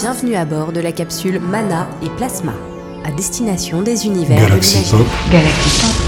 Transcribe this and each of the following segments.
Bienvenue à bord de la capsule Mana et Plasma, à destination des univers Galaxy de Pop. Galaxy Pop.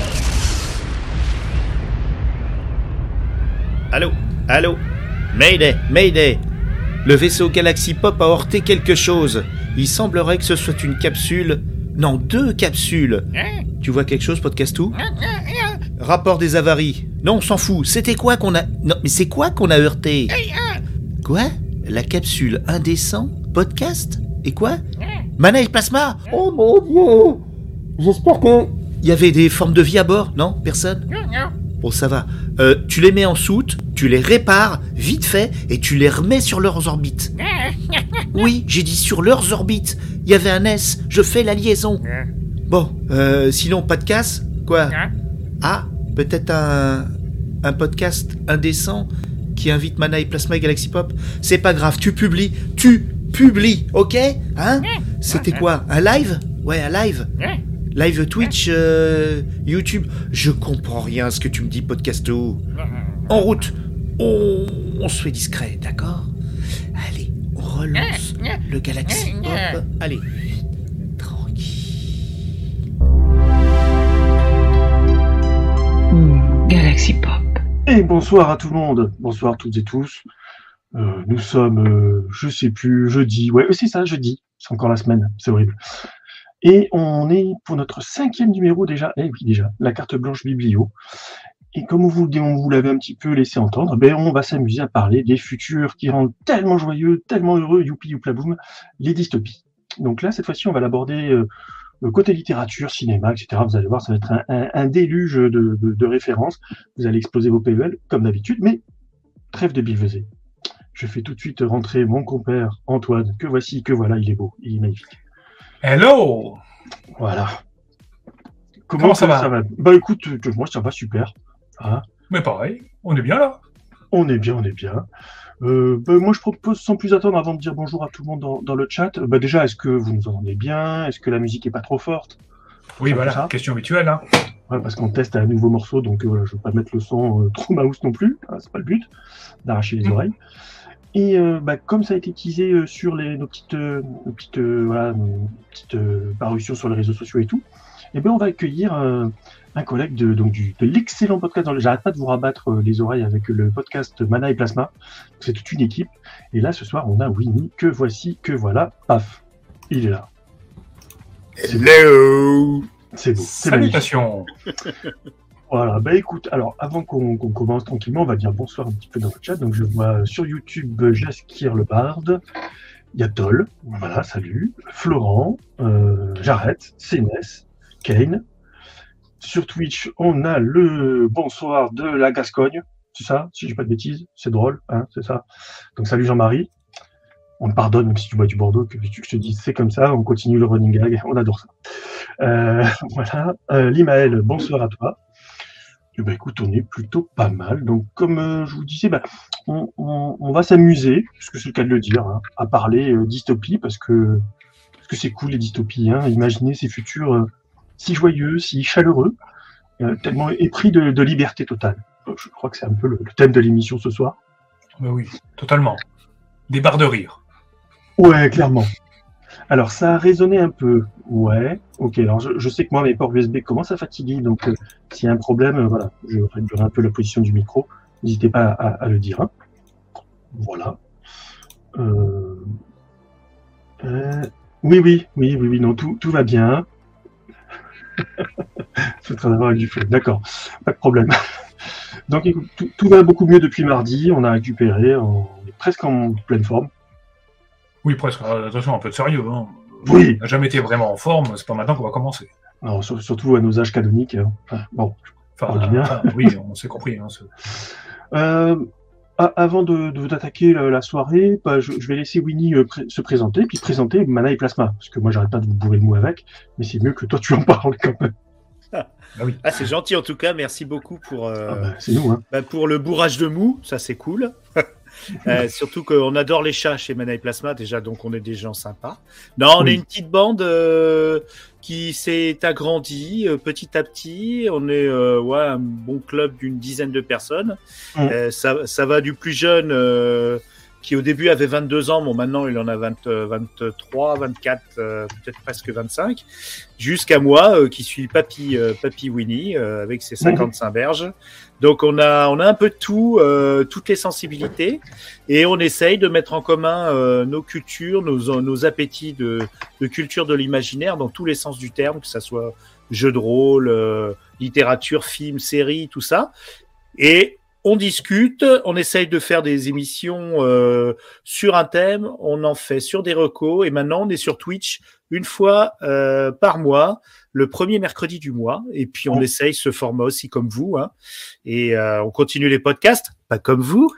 Allô Mayday, Mayday. Le vaisseau Galaxy Pop a heurté quelque chose. Il semblerait que ce soit une capsule... Non, 2 capsules. Tu vois quelque chose, Podcastou? Rapport des avaries. Non, on s'en fout. C'était quoi qu'on a... Non, mais c'est quoi qu'on a heurté? Quoi? La capsule indécent? Podcast? Et quoi? Mana et Plasma? Oh mon Dieu! J'espère que... Il y avait des formes de vie à bord? Non? Personne? Bon, ça va. Tu les mets en soute, tu les répares, vite fait, et tu les remets sur leurs orbites. Oui, j'ai dit sur leurs orbites. Il y avait un S, je fais la liaison. Bon, sinon, pas de casse? Quoi? Ah, peut-être un podcast indécent qui invite Mana et Plasma et Galaxy Pop? C'est pas grave, tu publies, ok? Hein? C'était quoi? Un live? Ouais, un live. Live Twitch, YouTube. Je comprends rien à ce que tu me dis, Podcasto. En route. On se fait discret, d'accord? Allez, on relance le Galaxy Pop. Allez, tranquille. Galaxy Pop. Et bonsoir à tout le monde, bonsoir toutes et tous. Nous sommes, je sais plus, jeudi, ouais, c'est ça, jeudi, c'est encore la semaine, c'est horrible. Et on est pour notre 5e numéro déjà, la carte blanche biblio. Et comme on vous l'avait un petit peu laissé entendre, on va s'amuser à parler des futurs qui rendent tellement joyeux, tellement heureux, youpi youplaboum, les dystopies. Donc là, cette fois-ci, on va l'aborder côté littérature, cinéma, etc. Vous allez voir, ça va être un déluge de références. Vous allez exploser vos PEL, comme d'habitude, mais trêve de billevesée. Je fais tout de suite rentrer mon compère Antoine, que voici, que voilà, il est beau, il est magnifique. Hello! Voilà. Comment ça va? Bah écoute, moi ça va super. Hein, Mais pareil, on est bien là. on est bien. Moi je propose sans plus attendre, avant de dire bonjour à tout le monde dans le chat, déjà, est-ce que vous nous entendez bien? Est-ce que la musique est pas trop forte? Oui, Ça, voilà, tout ça. question habituelle. Hein. Ouais, parce qu'on teste un nouveau morceau, donc voilà, je veux pas mettre le son trop mouse non plus, hein, c'est pas le but, d'arracher les oreilles. Et comme ça a été teasé sur nos petites parutions sur les réseaux sociaux et tout, on va accueillir un collègue de l'excellent podcast. J'arrête pas de vous rabattre les oreilles avec le podcast Mana et Plasma. C'est toute une équipe. Et là, ce soir, on a Winnie, que voici, que voilà, paf, il est là. Hello! C'est beau, c'est magnifique. Salutations. Voilà, écoute, alors avant qu'on commence tranquillement, on va dire bonsoir un petit peu dans le chat. Donc je vois sur YouTube Jaskir le Barde, il y a Toll, voilà, salut, Florent, Jarrett, Cénès, Kane. Sur Twitch, on a le bonsoir de la Gascogne, c'est ça, si j'ai pas de bêtises, c'est drôle, hein, c'est ça. Donc salut Jean-Marie, on te pardonne même si tu bois du Bordeaux, que je te dis, c'est comme ça, on continue le running gag, on adore ça. Voilà, Limaël, bonsoir à toi. Écoute, on est plutôt pas mal. Donc, comme je vous disais, on va s'amuser, puisque c'est le cas de le dire, hein, à parler dystopie, parce que c'est cool les dystopies. Hein, imaginer ces futurs si joyeux, si chaleureux, tellement épris de liberté totale. Je crois que c'est un peu le thème de l'émission ce soir. Oui, totalement. Des barres de rire. Ouais, clairement. Alors, ça a résonné un peu. Ouais, ok. Alors, je sais que moi, mes ports USB commencent à fatiguer. Donc, s'il y a un problème, voilà, je réduirai un peu la position du micro. N'hésitez pas à le dire. Hein. Voilà. Oui. Non, tout va bien. C'est très avoir avec du feu. D'accord. Pas de problème. Donc, écoute, tout va beaucoup mieux depuis mardi. On a récupéré. On est presque en pleine forme. Oui, presque. Attention, un peu de sérieux. Hein. Oui. On n'a jamais été vraiment en forme, c'est pas maintenant qu'on va commencer. Alors, surtout à nos âges canoniques. Bon. Oui, on s'est compris. Hein, avant de t'attaquer la soirée, je vais laisser Winnie se présenter, puis présenter Mana et Plasma. Parce que moi, j'arrête pas de vous bourrer le mou avec, mais c'est mieux que toi, tu en parles quand même. Oui. Ah, c'est gentil en tout cas, merci beaucoup pour, c'est nous, hein. Pour le bourrage de mou, ça c'est cool. Surtout qu'on adore les chats chez Mana et Plasma déjà, donc on est des gens sympas. Non, on est une petite bande qui s'est agrandie petit à petit. On est un bon club d'une dizaine de personnes. Ça va du plus jeune qui au début avait 22 ans, bon maintenant il en a 23, 24, peut-être presque 25, jusqu'à moi qui suis Papy Winnie avec ses 55 berges. Donc on a un peu de tout, toutes les sensibilités, et on essaye de mettre en commun nos cultures, nos appétits de culture de l'imaginaire dans tous les sens du terme, que ça soit jeu de rôle, littérature, film, série, tout ça. Et on discute, on essaye de faire des émissions sur un thème, on en fait sur des recos, et maintenant on est sur Twitch une fois par mois, le premier mercredi du mois, et puis on essaye ce format aussi comme vous, hein. Et on continue les podcasts, pas comme vous.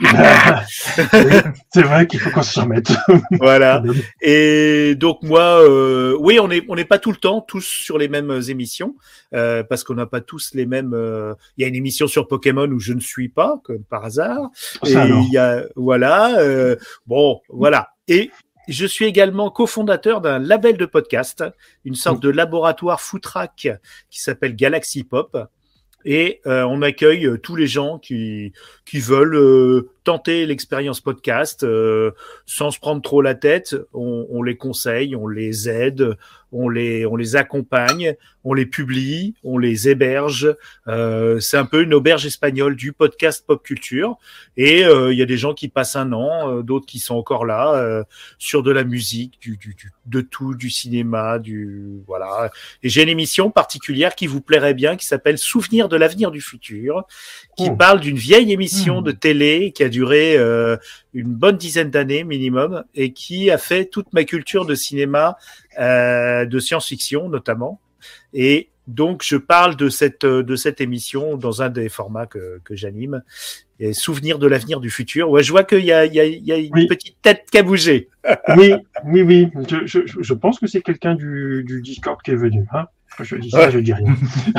C'est vrai qu'il faut qu'on se remette. Voilà. Et donc moi, oui, on n'est pas tout le temps tous sur les mêmes émissions, parce qu'on n'a pas tous les mêmes. Il y a une émission sur Pokémon où je ne suis pas, comme par hasard. Et il y a, voilà. Bon, voilà. Et je suis également cofondateur d'un label de podcast, une sorte de laboratoire footrack qui s'appelle Galaxy Pop. Et on accueille tous les gens qui veulent tenter l'expérience podcast sans se prendre trop la tête. On les conseille, on les aide, on les accompagne, on les publie, on les héberge. C'est un peu une auberge espagnole du podcast pop culture. Et il y a des gens qui passent un an, d'autres qui sont encore là sur de la musique, de tout, du cinéma, voilà. Et j'ai une émission particulière qui vous plairait bien, qui s'appelle Souvenir de l'avenir du futur, qui parle d'une vieille émission de télé qui a duré une bonne dizaine d'années minimum, et qui a fait toute ma culture de cinéma, de science-fiction notamment. Et donc je parle de cette émission dans un des formats que j'anime. Et Souvenir de l'avenir du futur. Ouais, je vois qu'il y a une petite tête qui a bougé. Oui. Je pense que c'est quelqu'un du Discord qui est venu. Hein, je dis ça, je dis rien.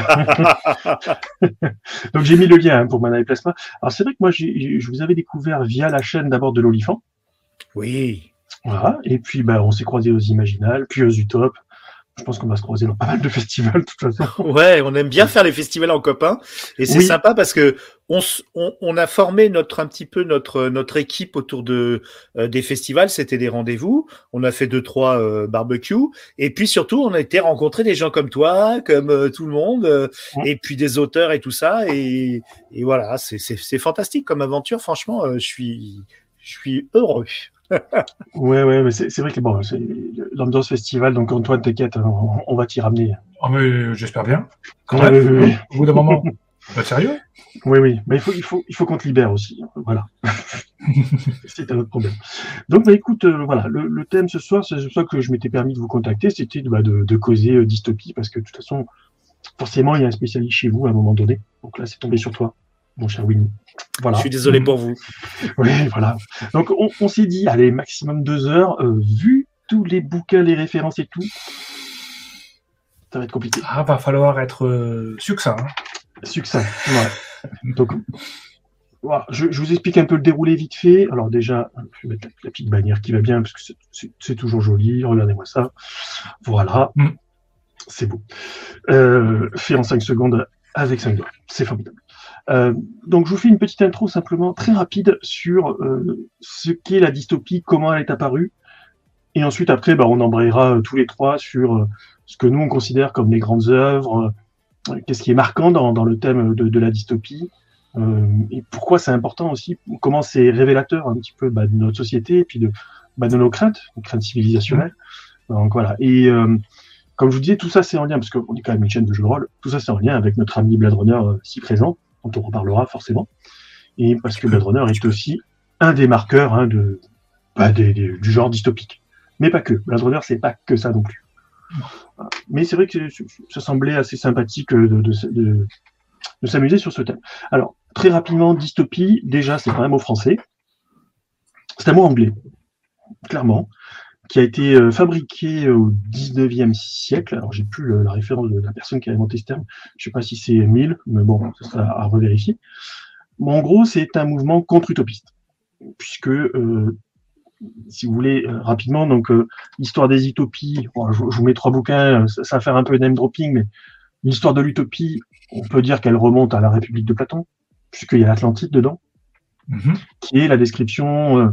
Donc j'ai mis le lien pour Mana et Plasma. Alors c'est vrai que moi je vous avais découvert via la chaîne d'abord de l'Olifant. Oui. Voilà. Et puis on s'est croisés aux Imaginales, puis aux Utopes. Je pense qu'on va se croiser dans pas mal de festivals de toute façon. Ouais, on aime bien faire les festivals en copains, et c'est sympa parce que on a formé un petit peu notre équipe autour des festivals. C'était des rendez-vous. On a fait 2-3 barbecues, et puis surtout on a été rencontrer des gens comme toi, comme tout le monde, et puis des auteurs et tout ça. Et voilà, c'est fantastique comme aventure. Franchement, je suis heureux. Ouais, mais c'est vrai que c'est l'ambiance festival, donc Antoine, t'inquiète, on va t'y ramener. Oh, mais j'espère bien. Quand même, oui. Au bout d'un moment. Pas sérieux ? Oui, mais il faut qu'on te libère aussi. Voilà. C'est un autre problème. Donc, écoute, voilà, le thème ce soir, c'est pour ça que je m'étais permis de vous contacter, c'était de causer dystopie, parce que de toute façon, forcément, il y a un spécialiste chez vous à un moment donné. Donc là, c'est tombé sur toi, mon cher Winnie. Voilà. Je suis désolé pour vous. Oui, voilà. Donc, on s'est dit, allez, maximum 2 heures, vu tous les bouquins, les références et tout, ça va être compliqué. Ah, va falloir être succinct. Hein. Succinct, ouais. Donc, voilà, je vous explique un peu le déroulé vite fait. Alors déjà, je vais mettre la petite bannière qui va bien, parce que c'est toujours joli. Regardez-moi ça. Voilà. C'est beau. Fait en 5 secondes avec 5 doigts. C'est formidable. Donc je vous fais une petite intro simplement très rapide sur ce qu'est la dystopie, comment elle est apparue, et ensuite après on embrayera tous les trois sur ce que nous on considère comme les grandes œuvres, qu'est-ce qui est marquant dans le thème de la dystopie, et pourquoi c'est important aussi, comment c'est révélateur un petit peu de notre société et puis de nos craintes civilisationnelles. Donc voilà, et comme je vous disais, tout ça c'est en lien, parce qu'on est quand même une chaîne de jeux de rôle, tout ça c'est en lien avec notre ami Blade Runner si présent, dont on reparlera forcément, et parce que Blade Runner est aussi un des marqueurs du genre dystopique. Mais pas que. Blade Runner, c'est pas que ça non plus. Mais c'est vrai que ça semblait assez sympathique de s'amuser sur ce thème. Alors, très rapidement, dystopie, déjà, c'est pas un mot français. C'est un mot anglais, clairement, qui a été fabriqué au 19e siècle. Alors, j'ai plus la référence de la personne qui a inventé ce terme. Je sais pas si c'est Mill, mais bon, ça sera à revérifier. Bon, en gros, c'est un mouvement contre-utopiste, puisque, si vous voulez, rapidement, donc, l'histoire des utopies, je vous mets 3 bouquins, ça va faire un peu name dropping, mais l'histoire de l'utopie, on peut dire qu'elle remonte à la République de Platon, puisqu'il y a l'Atlantide dedans, qui est la description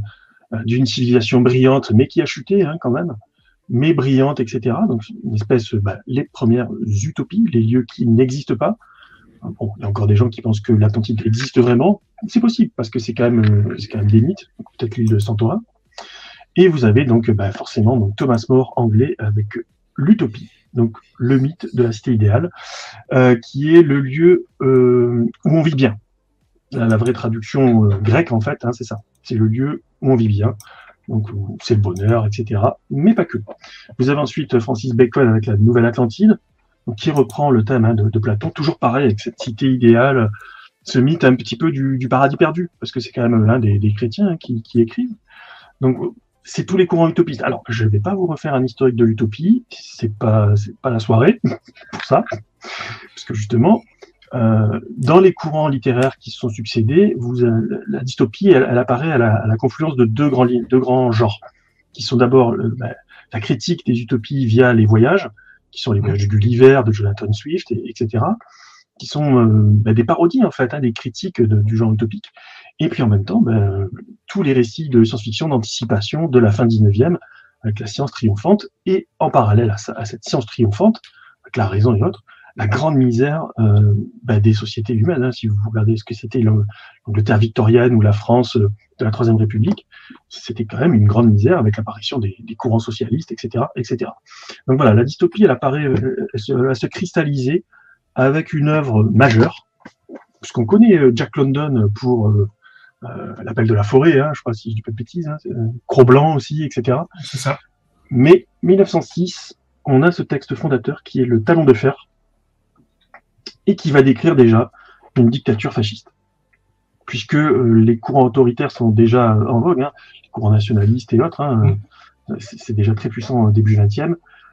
d'une civilisation brillante, mais qui a chuté quand même, mais brillante, etc. Donc une espèce, les premières utopies, les lieux qui n'existent pas. Bon, il y a encore des gens qui pensent que l'Atlantide existe vraiment. C'est possible parce que c'est quand même des mythes. Peut-être l'île de Santorin. Et vous avez donc forcément donc Thomas More anglais avec l'utopie, donc le mythe de la cité idéale, qui est le lieu où on vit bien. La vraie traduction grecque en fait, c'est ça. C'est le lieu où on vit bien. Donc c'est le bonheur, etc. Mais pas que. Vous avez ensuite Francis Bacon avec la Nouvelle Atlantide, qui reprend le thème de Platon, toujours pareil avec cette cité idéale, ce mythe un petit peu du paradis perdu, parce que c'est quand même l'un des chrétiens qui écrivent. Donc c'est tous les courants utopistes. Alors je ne vais pas vous refaire un historique de l'utopie, c'est pas la soirée pour ça, parce que justement dans les courants littéraires qui se sont succédés, la dystopie elle apparaît à la confluence de deux grands genres, qui sont d'abord la critique des utopies via les voyages, qui sont les voyages de Gulliver, de Jonathan Swift, etc., qui sont des parodies, en fait, des critiques du genre utopique. Et puis, en même temps, tous les récits de science-fiction, d'anticipation de la fin 19e, avec la science triomphante, et en parallèle à cette science triomphante, avec la raison et l'autre, la grande misère des sociétés humaines. Si vous regardez ce que c'était l'Angleterre victorienne ou la France de la Troisième République, c'était quand même une grande misère avec l'apparition des courants socialistes, etc., etc. Donc voilà, la dystopie, elle apparaît, elle se cristalliser avec une œuvre majeure, puisqu'on connaît Jack London pour L'appel de la forêt, je crois, si je dis pas de bêtises, Cro-Blanc aussi, etc. C'est ça. Mais 1906, on a ce texte fondateur qui est le Talon de fer, et qui va décrire déjà une dictature fasciste. Puisque les courants autoritaires sont déjà en vogue, les courants nationalistes et autres, c'est déjà très puissant au début 20e,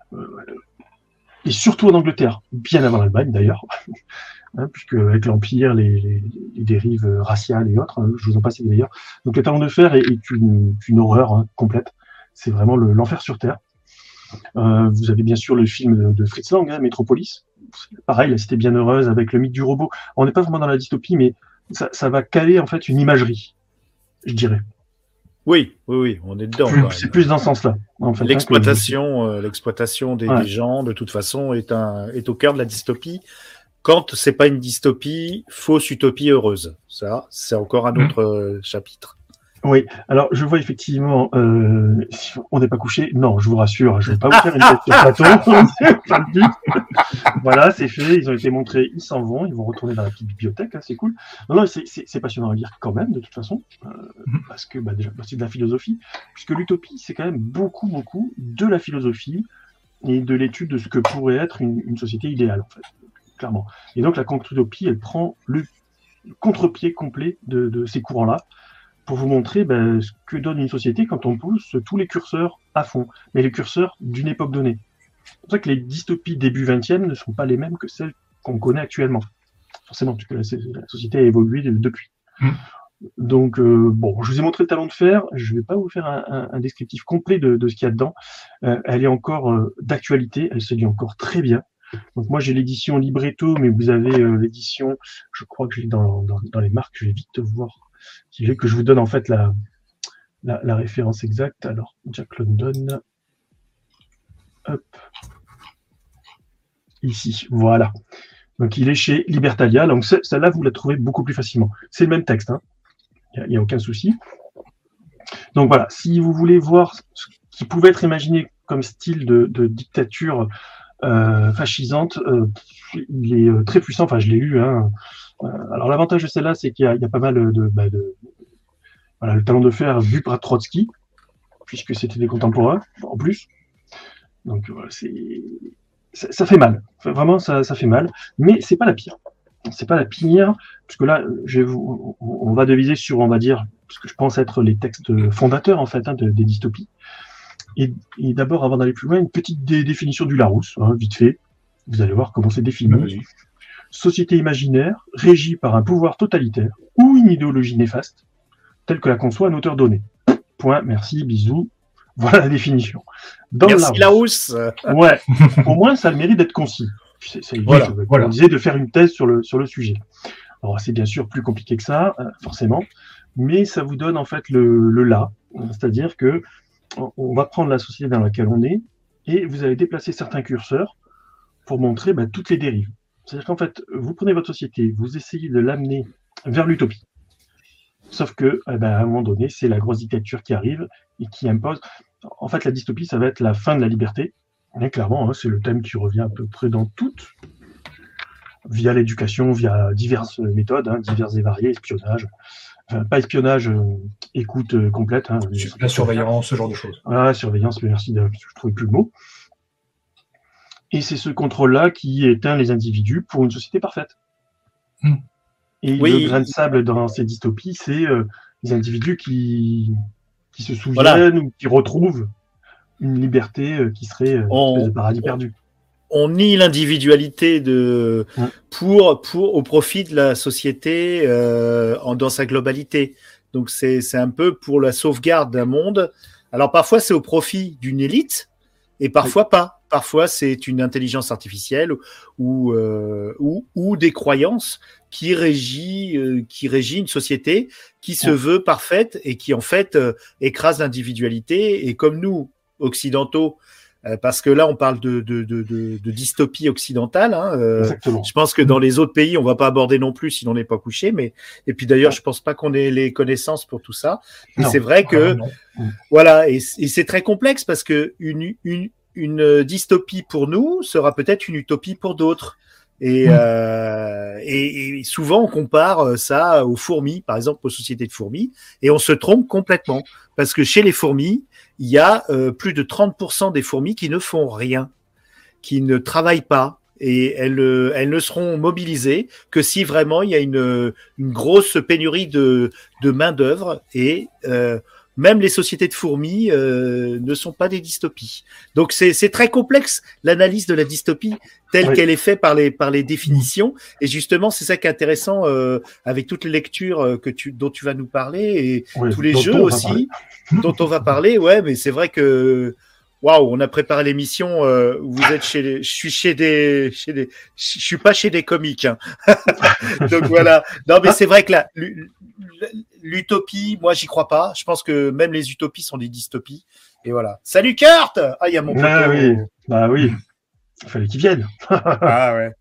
et surtout en Angleterre, bien avant l'Allemagne d'ailleurs, puisque avec l'Empire, les dérives raciales et autres, je vous en passe d'ailleurs. Donc le Talon de fer est une horreur complète, c'est vraiment l'enfer sur Terre. Vous avez bien sûr le film de Fritz Lang, Metropolis. Pareil, la cité bienheureuse avec le mythe du robot. On n'est pas vraiment dans la dystopie, mais ça va caler en fait une imagerie, je dirais. Oui, on est dedans. C'est plus dans ce sens-là. En fait, l'exploitation des gens, de toute façon, est au cœur de la dystopie. Quand c'est pas une dystopie, fausse utopie heureuse. Ça, c'est encore un autre chapitre. Oui, alors je vois effectivement, on n'est pas couché. Non, je vous rassure, je ne vais pas vous faire une tête sur Platon. C'est pas le but. Voilà, c'est fait, ils ont été montrés, ils s'en vont, ils vont retourner dans la petite bibliothèque, c'est cool. Non, c'est passionnant à lire quand même, de toute façon, parce que déjà, c'est de la philosophie, puisque l'utopie, c'est quand même beaucoup de la philosophie et de l'étude de ce que pourrait être une société idéale, en fait, clairement. Et donc la contre-utopie, elle prend le contre-pied complet de ces courants-là, pour vous montrer ce que donne une société quand on pousse tous les curseurs à fond, mais les curseurs d'une époque donnée. C'est pour ça que les dystopies début 20e ne sont pas les mêmes que celles qu'on connaît actuellement. Forcément, puisque la société a évolué depuis. Donc, je vous ai montré le Talon de fer, je ne vais pas vous faire un descriptif complet de ce qu'il y a dedans. Elle est encore d'actualité, elle se lit encore très bien. Donc moi j'ai l'édition Libretto, mais vous avez l'édition, je crois que je l'ai dans les marques, je vais vite voir. Si que je vous donne en fait la référence exacte. Alors, Jack London, hop, ici, voilà. Donc, il est chez Libertalia. Donc, celle-là, vous la trouvez beaucoup plus facilement. C'est le même texte, il n'y a aucun souci. Donc, voilà, si vous voulez voir ce qui pouvait être imaginé comme style de dictature fascisante, il est très puissant. Enfin, je l'ai lu, alors l'avantage de celle-là, c'est qu'il y a pas mal voilà, le Talon de fer vu par Trotsky, puisque c'était des contemporains en plus. Donc voilà, ça fait mal. Vraiment, ça fait mal. Mais c'est pas la pire. C'est pas la pire, puisque là, on va deviser sur, on va dire, ce que je pense être les textes fondateurs en fait des dystopies. Et d'abord, avant d'aller plus loin, une petite définition du Larousse, vite fait. Vous allez voir comment c'est défini. Oui. Société imaginaire régie par un pouvoir totalitaire ou une idéologie néfaste, telle que la conçoit un auteur donné. Point, merci, bisous. Voilà la définition. Merci Larousse. Ouais, au moins ça a le mérite d'être concis. On disait de faire une thèse sur le sujet. Alors c'est bien sûr plus compliqué que ça, forcément, mais ça vous donne en fait le là. C'est-à-dire que on va prendre la société dans laquelle on est et vous allez déplacer certains curseurs pour montrer toutes les dérives. C'est-à-dire qu'en fait, vous prenez votre société, vous essayez de l'amener vers l'utopie. Sauf que, à un moment donné, c'est la grosse dictature qui arrive et qui impose. En fait, la dystopie, ça va être la fin de la liberté. Et clairement, c'est le thème qui revient à peu près dans toutes, via l'éducation, via diverses méthodes, diverses et variées, espionnage. Enfin, pas espionnage, écoute complète. La surveillance, ce genre de choses. Voilà, surveillance, merci, je ne trouvais plus le mot. Et c'est ce contrôle-là qui éteint les individus pour une société parfaite. Et le grain de sable dans ces dystopies, c'est les individus qui se souviennent ou qui retrouvent une liberté qui serait une espèce de paradis perdu. On nie l'individualité au profit de la société dans sa globalité. Donc c'est un peu pour la sauvegarde d'un monde. Alors parfois c'est au profit d'une élite et parfois pas. Parfois c'est une intelligence artificielle ou des croyances qui régit une société qui se veut parfaite et qui en fait écrase l'individualité. Et comme nous occidentaux, parce que là on parle de dystopie occidentale, je pense que dans les autres pays on va pas aborder non plus si l'on n'est pas couché, et puis d'ailleurs je pense pas qu'on ait les connaissances pour tout ça, mais c'est vrai que voilà, et c'est très complexe parce que une dystopie pour nous sera peut-être une utopie pour d'autres. Et souvent on compare ça aux fourmis, par exemple aux sociétés de fourmis, et on se trompe complètement parce que chez les fourmis il y a plus de 30% des fourmis qui ne font rien, qui ne travaillent pas, et elles ne seront mobilisées que si vraiment il y a une grosse pénurie de main d'œuvre, et même les sociétés de fourmis ne sont pas des dystopies. Donc c'est très complexe l'analyse de la dystopie telle qu'elle est faite par les définitions. Et justement, c'est ça qui est intéressant avec toutes les lectures dont tu vas nous parler, et tous les jeux aussi dont on va parler. Ouais, mais c'est vrai que waouh, on a préparé l'émission. Vous êtes je suis pas chez des comiques. Donc voilà. Non, mais c'est vrai que l'utopie, moi, j'y crois pas. Je pense que même les utopies sont des dystopies. Et voilà. Salut Kurt! Ah, il y a mon poteau. Oui. Bah oui. Il fallait qu'il vienne. Ah ouais.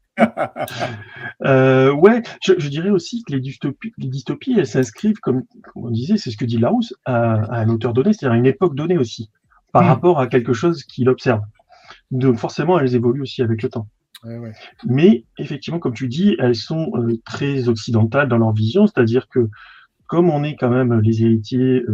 Je dirais aussi que les dystopies, elles s'inscrivent, comme on disait, c'est ce que dit Larousse, à un auteur donné, c'est-à-dire à une époque donnée aussi, par rapport à quelque chose qu'il observe. Donc forcément, elles évoluent aussi avec le temps. Ouais. Mais effectivement, comme tu dis, elles sont très occidentales dans leur vision, c'est-à-dire que comme on est quand même les héritiers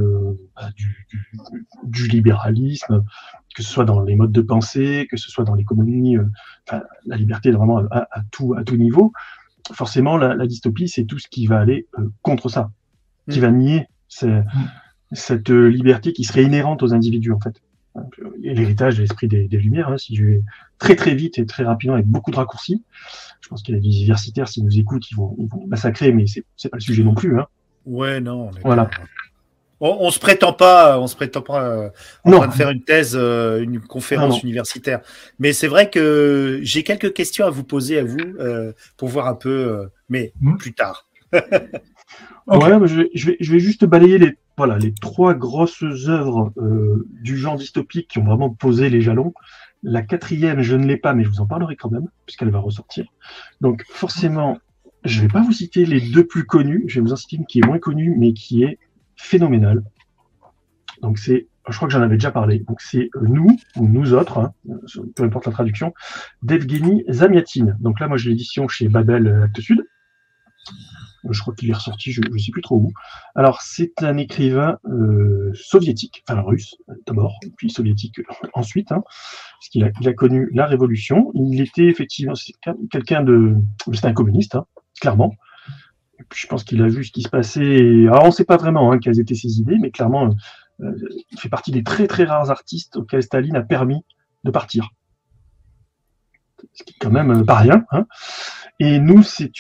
du libéralisme, que ce soit dans les modes de pensée, que ce soit dans l'économie, la liberté vraiment à tout niveau, forcément la dystopie, c'est tout ce qui va aller contre ça, qui va nier cette liberté qui serait inhérente aux individus en fait. Et l'héritage de l'esprit des Lumières, si je vais très très vite et très rapidement avec beaucoup de raccourcis. Je pense qu'il y a des universitaires, s'ils nous écoutent, ils vont massacrer, mais c'est pas le sujet non plus. Ouais, non. Voilà. On se prétend pas en train de faire une thèse, une conférence universitaire. Mais c'est vrai que j'ai quelques questions à vous poser à vous pour voir un peu, mais plus tard. Okay. Ouais, je vais juste balayer les trois grosses œuvres du genre dystopique qui ont vraiment posé les jalons. La quatrième, je ne l'ai pas, mais je vous en parlerai quand même, puisqu'elle va ressortir. Donc forcément, je ne vais pas vous citer les deux plus connus, je vais vous en citer une qui est moins connue, mais qui est phénoménale. Donc je crois que j'en avais déjà parlé. Donc c'est Nous, ou Nous autres, peu importe la traduction, d'Evgueni Zamyatin. Donc là, moi, j'ai l'édition chez Babel Actes Sud. Je crois qu'il est ressorti, je ne sais plus trop où. Alors, c'est un écrivain soviétique, enfin russe d'abord, puis soviétique ensuite, parce qu'il a connu la Révolution. Il était effectivement c'était un communiste, clairement. Et puis, je pense qu'il a vu ce qui se passait. Alors, on ne sait pas vraiment quelles étaient ses idées, mais clairement, il fait partie des très très rares artistes auxquels Staline a permis de partir. Ce qui est quand même pas rien. Et Nous, c'est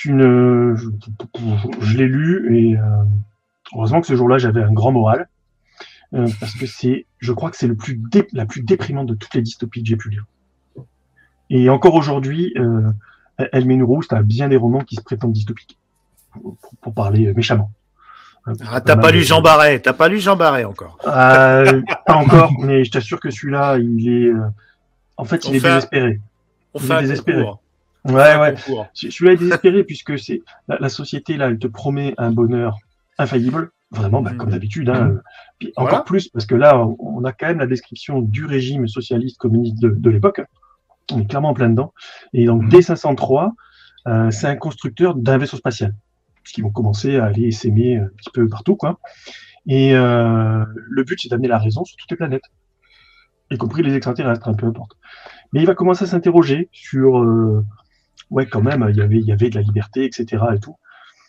je l'ai lu et heureusement que ce jour-là, j'avais un grand moral parce que je crois que c'est la plus déprimante de toutes les dystopies que j'ai pu lire. Et encore aujourd'hui, Elmen Roust a bien des romans qui se prétendent dystopiques, pour parler méchamment. Ah, t'as pas lu Jean Barret, encore. Pas encore, mais je t'assure que celui-là, il est... En fait, il est désespéré. On fait un désespéré. concours. Ouais. Celui-là est désespéré puisque c'est la société, là, elle te promet un bonheur infaillible. Vraiment, comme d'habitude. Puis encore plus, parce que là, on a quand même la description du régime socialiste communiste de l'époque. On est clairement en plein dedans. Et donc, D503, c'est un constructeur d'un vaisseau spatial. Puisqu'ils vont commencer à aller s'aimer un petit peu partout, quoi. Et le but, c'est d'amener la raison sur toutes les planètes. Y compris les extraterrestres, peu importe. Mais il va commencer à s'interroger sur... quand même, il y avait de la liberté, etc. et tout.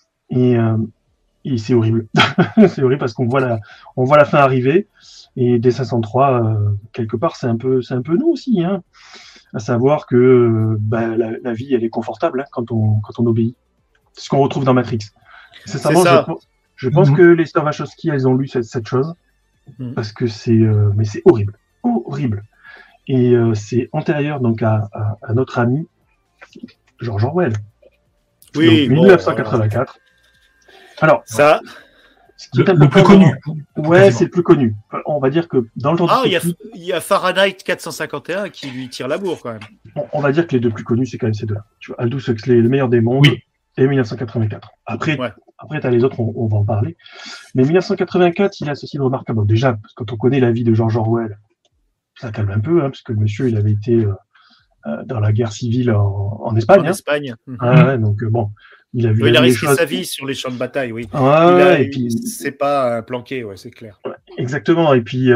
Et c'est horrible. C'est horrible parce qu'on voit la fin arriver. Et D503, quelque part, c'est un peu nous aussi, hein. À savoir que la vie, elle est confortable, hein, quand on obéit. C'est ce qu'on retrouve dans Matrix. Sincèrement, je pense que les sœurs Wachowski, elles ont lu cette chose. Parce que mais c'est horrible. Horrible. Et c'est antérieur donc à notre ami George Orwell. Oui, donc, 1984. Alors, ça, le plus connu. Ouais, c'est le plus connu. On va dire que dans le genre il y a Fahrenheit 451 qui lui tire la bourre quand même. On va dire que les deux plus connus, c'est quand même ces deux-là. Tu vois, Aldous Huxley, Le meilleur des mondes, et 1984. Après, t'as les autres, on va en parler. Mais 1984, il a ceci de remarquable. Bon, déjà, parce que quand on connaît la vie de George Orwell, ça calme un peu, hein, parce que le monsieur, il avait été dans la guerre civile en Espagne. En Espagne. Donc bon, il a vu. Il a risqué sa vie sur les champs de bataille, oui. Et puis c'est pas planqué, c'est clair. Exactement. Et puis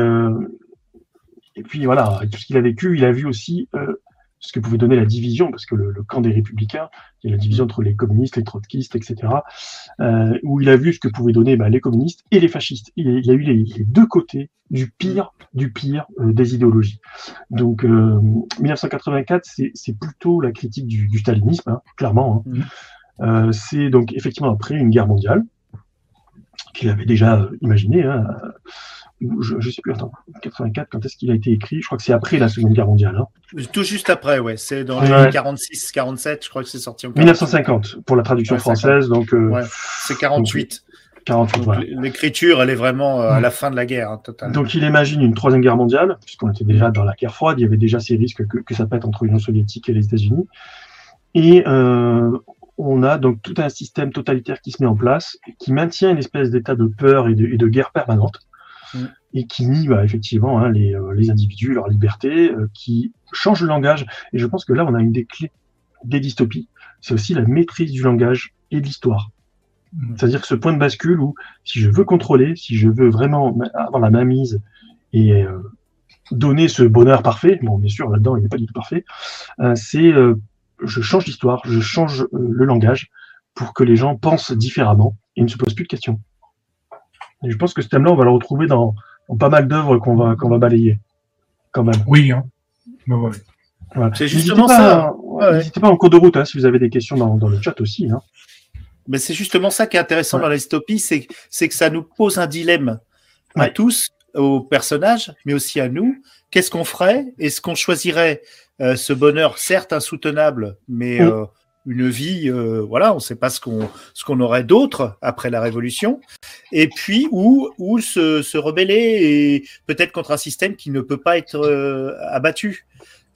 voilà, tout ce qu'il a vécu, il a vu aussi ce que pouvait donner la division, parce que le camp des Républicains, il y a la division entre les communistes, les trotskistes, etc., où il a vu ce que pouvaient donner les communistes et les fascistes. Il a eu les deux côtés du pire des idéologies. Donc 1984, c'est plutôt la critique du stalinisme, hein, clairement. Hein. C'est donc effectivement après une guerre mondiale qu'il avait déjà imaginé. Hein, je sais plus, attends, 84, quand est-ce qu'il a été écrit? Je crois que c'est après la Seconde Guerre mondiale. Hein. Tout juste après, c'est dans les 46, 47, je crois que c'est sorti en 1950 pour la traduction française, donc. C'est 48. 48, donc, voilà. L'écriture, elle est vraiment à la fin de la guerre, totalement. Donc il imagine une troisième guerre mondiale, puisqu'on était déjà dans la guerre froide, il y avait déjà ces risques que ça pète entre l'Union soviétique et les États-Unis. Et on a donc tout un système totalitaire qui se met en place, qui maintient une espèce d'état de peur et de guerre permanente. Et qui nie effectivement les individus, leur liberté, qui change le langage. Et je pense que là, on a une des clés des dystopies, c'est aussi la maîtrise du langage et de l'histoire. C'est-à-dire que ce point de bascule où, si je veux contrôler, si je veux vraiment avoir la mainmise et donner ce bonheur parfait, bon, bien sûr, là-dedans, il n'est pas du tout parfait, je change l'histoire, je change le langage pour que les gens pensent différemment et ne se posent plus de questions. Et je pense que ce thème-là, on va le retrouver dans pas mal d'œuvres qu'on va balayer, quand même. Oui, hein. Voilà. C'est justement ça. N'hésitez pas en cours de route, hein, si vous avez des questions dans le chat aussi. Hein. Mais c'est justement ça qui est intéressant dans la dystopie, c'est que ça nous pose un dilemme à tous, aux personnages, mais aussi à nous. Qu'est-ce qu'on ferait? Est-ce qu'on choisirait ce bonheur, certes insoutenable, mais une vie, on ne sait pas ce qu'on aurait d'autre après la Révolution, et puis ou se rebeller et peut-être contre un système qui ne peut pas être abattu.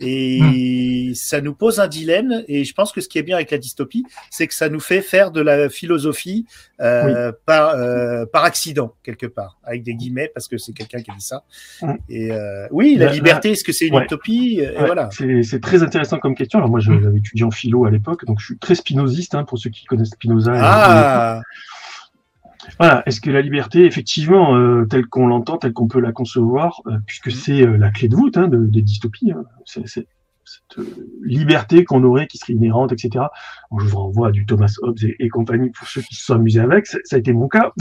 Et ça nous pose un dilemme, et je pense que ce qui est bien avec la dystopie, c'est que ça nous fait faire de la philosophie par accident, quelque part, avec des guillemets, parce que c'est quelqu'un qui a dit ça. Et la liberté, est-ce que c'est une utopie? Et voilà. C'est très intéressant comme question. Alors moi, j'avais étudié en philo à l'époque, donc je suis très spinoziste, hein, pour ceux qui connaissent Spinoza. Voilà, est-ce que la liberté, effectivement, telle qu'on l'entend, telle qu'on peut la concevoir, puisque c'est la clé de voûte des dystopies, hein, c'est cette liberté qu'on aurait, qui serait inhérente, etc. Alors, je vous renvoie à du Thomas Hobbes et compagnie pour ceux qui se sont amusés avec. Ça a été mon cas.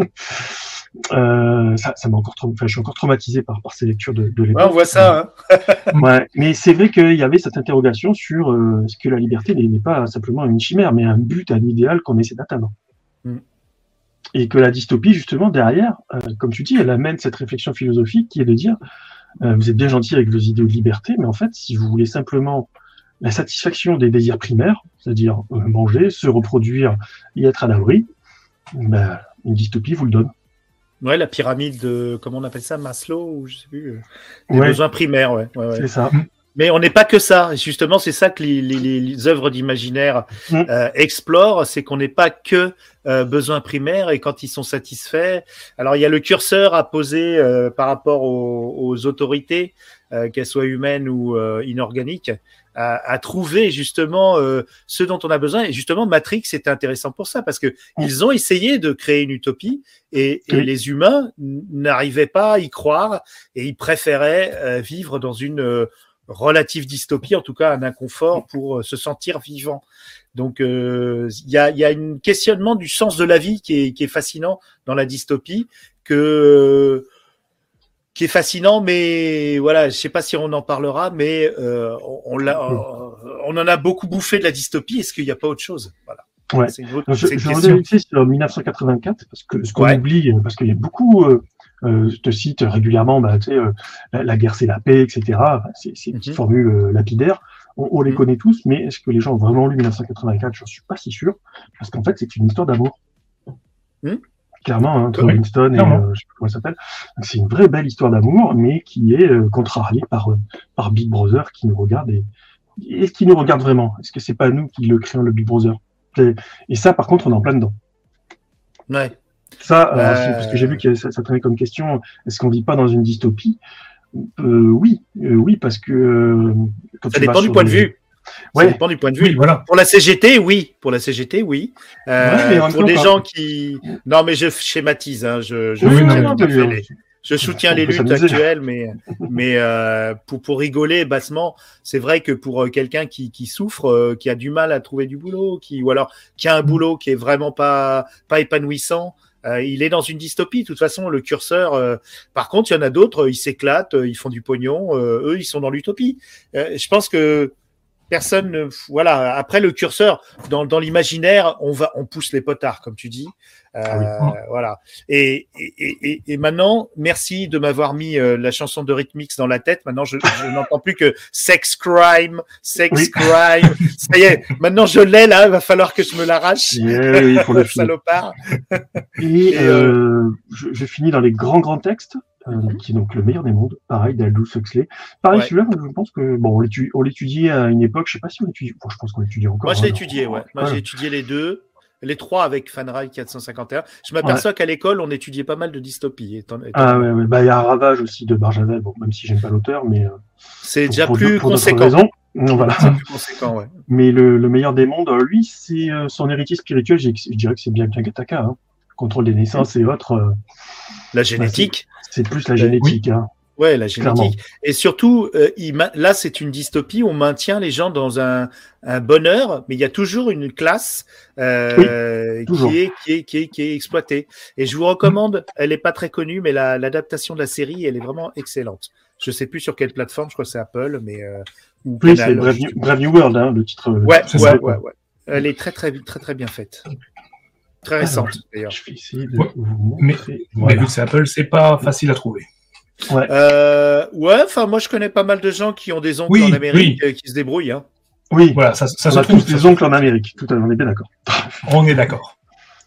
Ça m'a encore je suis encore traumatisé par ces lectures de l'époque. Ouais, on voit ça. Hein. Mais c'est vrai qu'il y avait cette interrogation sur ce que la liberté n'est pas simplement une chimère, mais un but, un idéal qu'on essaie d'atteindre. Et que la dystopie, justement, derrière, comme tu dis, elle amène cette réflexion philosophique qui est de dire, vous êtes bien gentil avec vos idées de liberté, mais en fait, si vous voulez simplement la satisfaction des désirs primaires, c'est-à-dire manger, se reproduire et être à l'abri, une dystopie vous le donne. Ouais, la pyramide de, comment on appelle ça, Maslow, ou je sais plus, des Ouais. besoins primaires, ouais. C'est ça. Mais on n'est pas que ça. Et justement, c'est ça que les œuvres d'imaginaire explorent, c'est qu'on n'est pas que besoins primaires et quand ils sont satisfaits. Alors, il y a le curseur à poser par rapport aux autorités, qu'elles soient humaines ou inorganiques, à trouver justement ce dont on a besoin. Et justement, Matrix était intéressant pour ça parce que ils ont essayé de créer une utopie et les humains n'arrivaient pas à y croire et ils préféraient vivre dans une relative dystopie, en tout cas un inconfort pour se sentir vivant. Donc il y a un questionnement du sens de la vie qui est fascinant dans la dystopie, qui est fascinant, mais voilà, je sais pas si on en parlera, mais on en a beaucoup bouffé de la dystopie. Est-ce qu'il n'y a pas autre chose? Voilà. Ouais. C'est une autre, Je reviens ici sur 1984 parce que ce qu'on oublie, parce qu'il y a beaucoup je te cite régulièrement, tu sais, la guerre c'est la paix, etc. Ces petites formules lapidaires, on les connaît tous, mais est-ce que les gens ont vraiment lu 1984? Je suis pas si sûr, parce qu'en fait c'est une histoire d'amour. Clairement, hein, entre Winston et je sais plus comment ça s'appelle. Donc, c'est une vraie belle histoire d'amour, mais qui est contrariée par Big Brother qui nous regarde et est-ce qu'il nous regarde vraiment? Est-ce que c'est pas nous qui le créons le Big Brother? Et ça, par contre, on est en plein dedans. Ouais. Ça, parce que j'ai vu que ça traînait comme question, est-ce qu'on vit pas dans une dystopie? Oui, parce que quand ça dépend du point de vue. Ça dépend du point de vue. Oui, voilà. Pour la CGT, oui. Pour la CGT, oui. Pour des gens qui... Non, mais je schématise. Hein. Je soutiens les luttes actuelles, mais pour rigoler bassement, c'est vrai que pour quelqu'un qui souffre, qui a du mal à trouver du boulot, ou alors qui a un boulot qui est vraiment pas épanouissant, il est dans une dystopie. De toute façon, le curseur. Par contre, il y en a d'autres, ils s'éclatent, ils font du pognon. Eux, ils sont dans l'utopie. Je pense que personne. Voilà. Après, le curseur dans l'imaginaire, on pousse les potards, comme tu dis. Voilà. Et maintenant, merci de m'avoir mis la chanson de Rhythmix dans la tête. Maintenant, je n'entends plus que sex crime. Ça y est. Maintenant, je l'ai là. Il va falloir que je me l'arrache. Oui, pour le salopard. Et je finis dans les grands textes. Qui est donc le meilleur des mondes, pareil, d'Aldous Huxley. Pareil, celui-là, je pense que, bon, on l'étudiait à une époque, je sais pas si on l'étudie, je pense qu'on l'étudie encore. Moi, je l'ai étudié, ouais. Moi, j'ai étudié les deux, les trois avec Fahrenheit 451. Je m'aperçois qu'à l'école, on étudiait pas mal de dystopie. Ouais. Bah, il y a un Ravage aussi de Barjavel, bon, même si j'aime pas l'auteur, mais. C'est déjà plus conséquent. Voilà. C'est plus conséquent, ouais. Mais le meilleur des mondes, lui, c'est son héritier spirituel, je dirais que c'est bien Gataka, hein. Contrôle des naissances et autres. La génétique. C'est plus la génétique, hein. Ouais, la génétique. Clairement. Et surtout, là, c'est une dystopie. On maintient les gens dans un bonheur, mais il y a toujours une classe qui est exploitée. Et je vous recommande. Elle est pas très connue, mais l'adaptation de la série, elle est vraiment excellente. Je sais plus sur quelle plateforme. Je crois que c'est Apple, mais ou oui, c'est Brave New World, hein, le titre. Ouais. Elle est très bien faite. Très récente, d'ailleurs. Je vais essayer de vous montrer. Mais vu que c'est Apple, c'est pas facile à trouver. Enfin, moi, je connais pas mal de gens qui ont des oncles en Amérique qui se débrouillent. Hein. Oui, voilà, ça on a tous des oncles en Amérique. Tout à fait, on est bien d'accord. On est d'accord.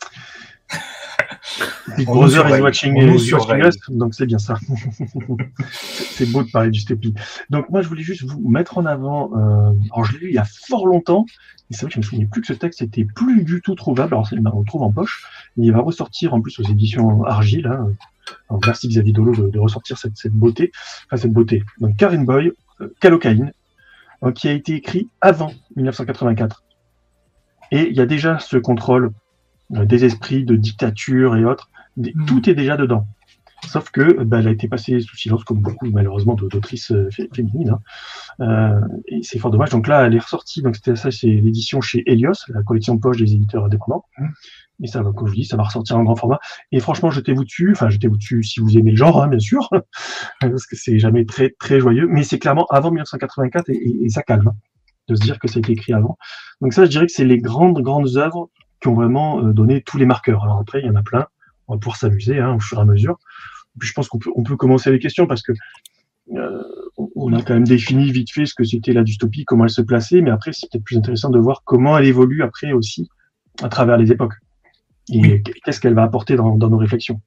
Big Brother is watching us, donc c'est bien ça. C'est beau de parler du dystopie. Donc moi, je voulais juste vous mettre en avant. Alors, je l'ai lu il y a fort longtemps. Et c'est vrai que je me souvenais plus que ce texte était plus du tout trouvable. Alors, il me retrouve en poche. Et il va ressortir en plus aux éditions Argile. Hein. Alors, merci Xavier Dolo de ressortir cette beauté. Enfin, cette beauté. Donc, Karen Boy, Calocaïne, qui a été écrit avant 1984. Et il y a déjà ce contrôle des esprits, de dictature et autres. Tout est déjà dedans. Sauf que elle a été passée sous silence, comme beaucoup malheureusement d'autrices féminines. Hein. Et c'est fort dommage. Donc là, elle est ressortie. Donc c'était ça, c'est l'édition chez Helios, la collection poche des éditeurs indépendants. Et ça, comme je vous dis, ça va ressortir en grand format. Et franchement, jetez-vous dessus. Enfin, jetez-vous dessus si vous aimez le genre, hein, bien sûr, parce que c'est jamais très très joyeux. Mais c'est clairement avant 1984 et ça calme hein, de se dire que ça a été écrit avant. Donc ça, je dirais que c'est les grandes œuvres qui ont vraiment donné tous les marqueurs. Alors après, il y en a plein. On va pouvoir s'amuser hein, au fur et à mesure. Et puis je pense qu'on peut commencer les questions parce que on a quand même défini vite fait ce que c'était la dystopie, comment elle se plaçait, mais après c'est peut-être plus intéressant de voir comment elle évolue après aussi à travers les époques. Et qu'est-ce qu'elle va apporter dans nos réflexions.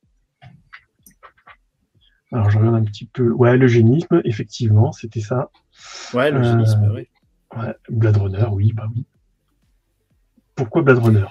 Alors, je regarde un petit peu. Ouais, l'eugénisme, effectivement, c'était ça. Ouais, l'eugénisme, oui. Ouais, Blade Runner, oui, bah oui. Pourquoi Blade Runner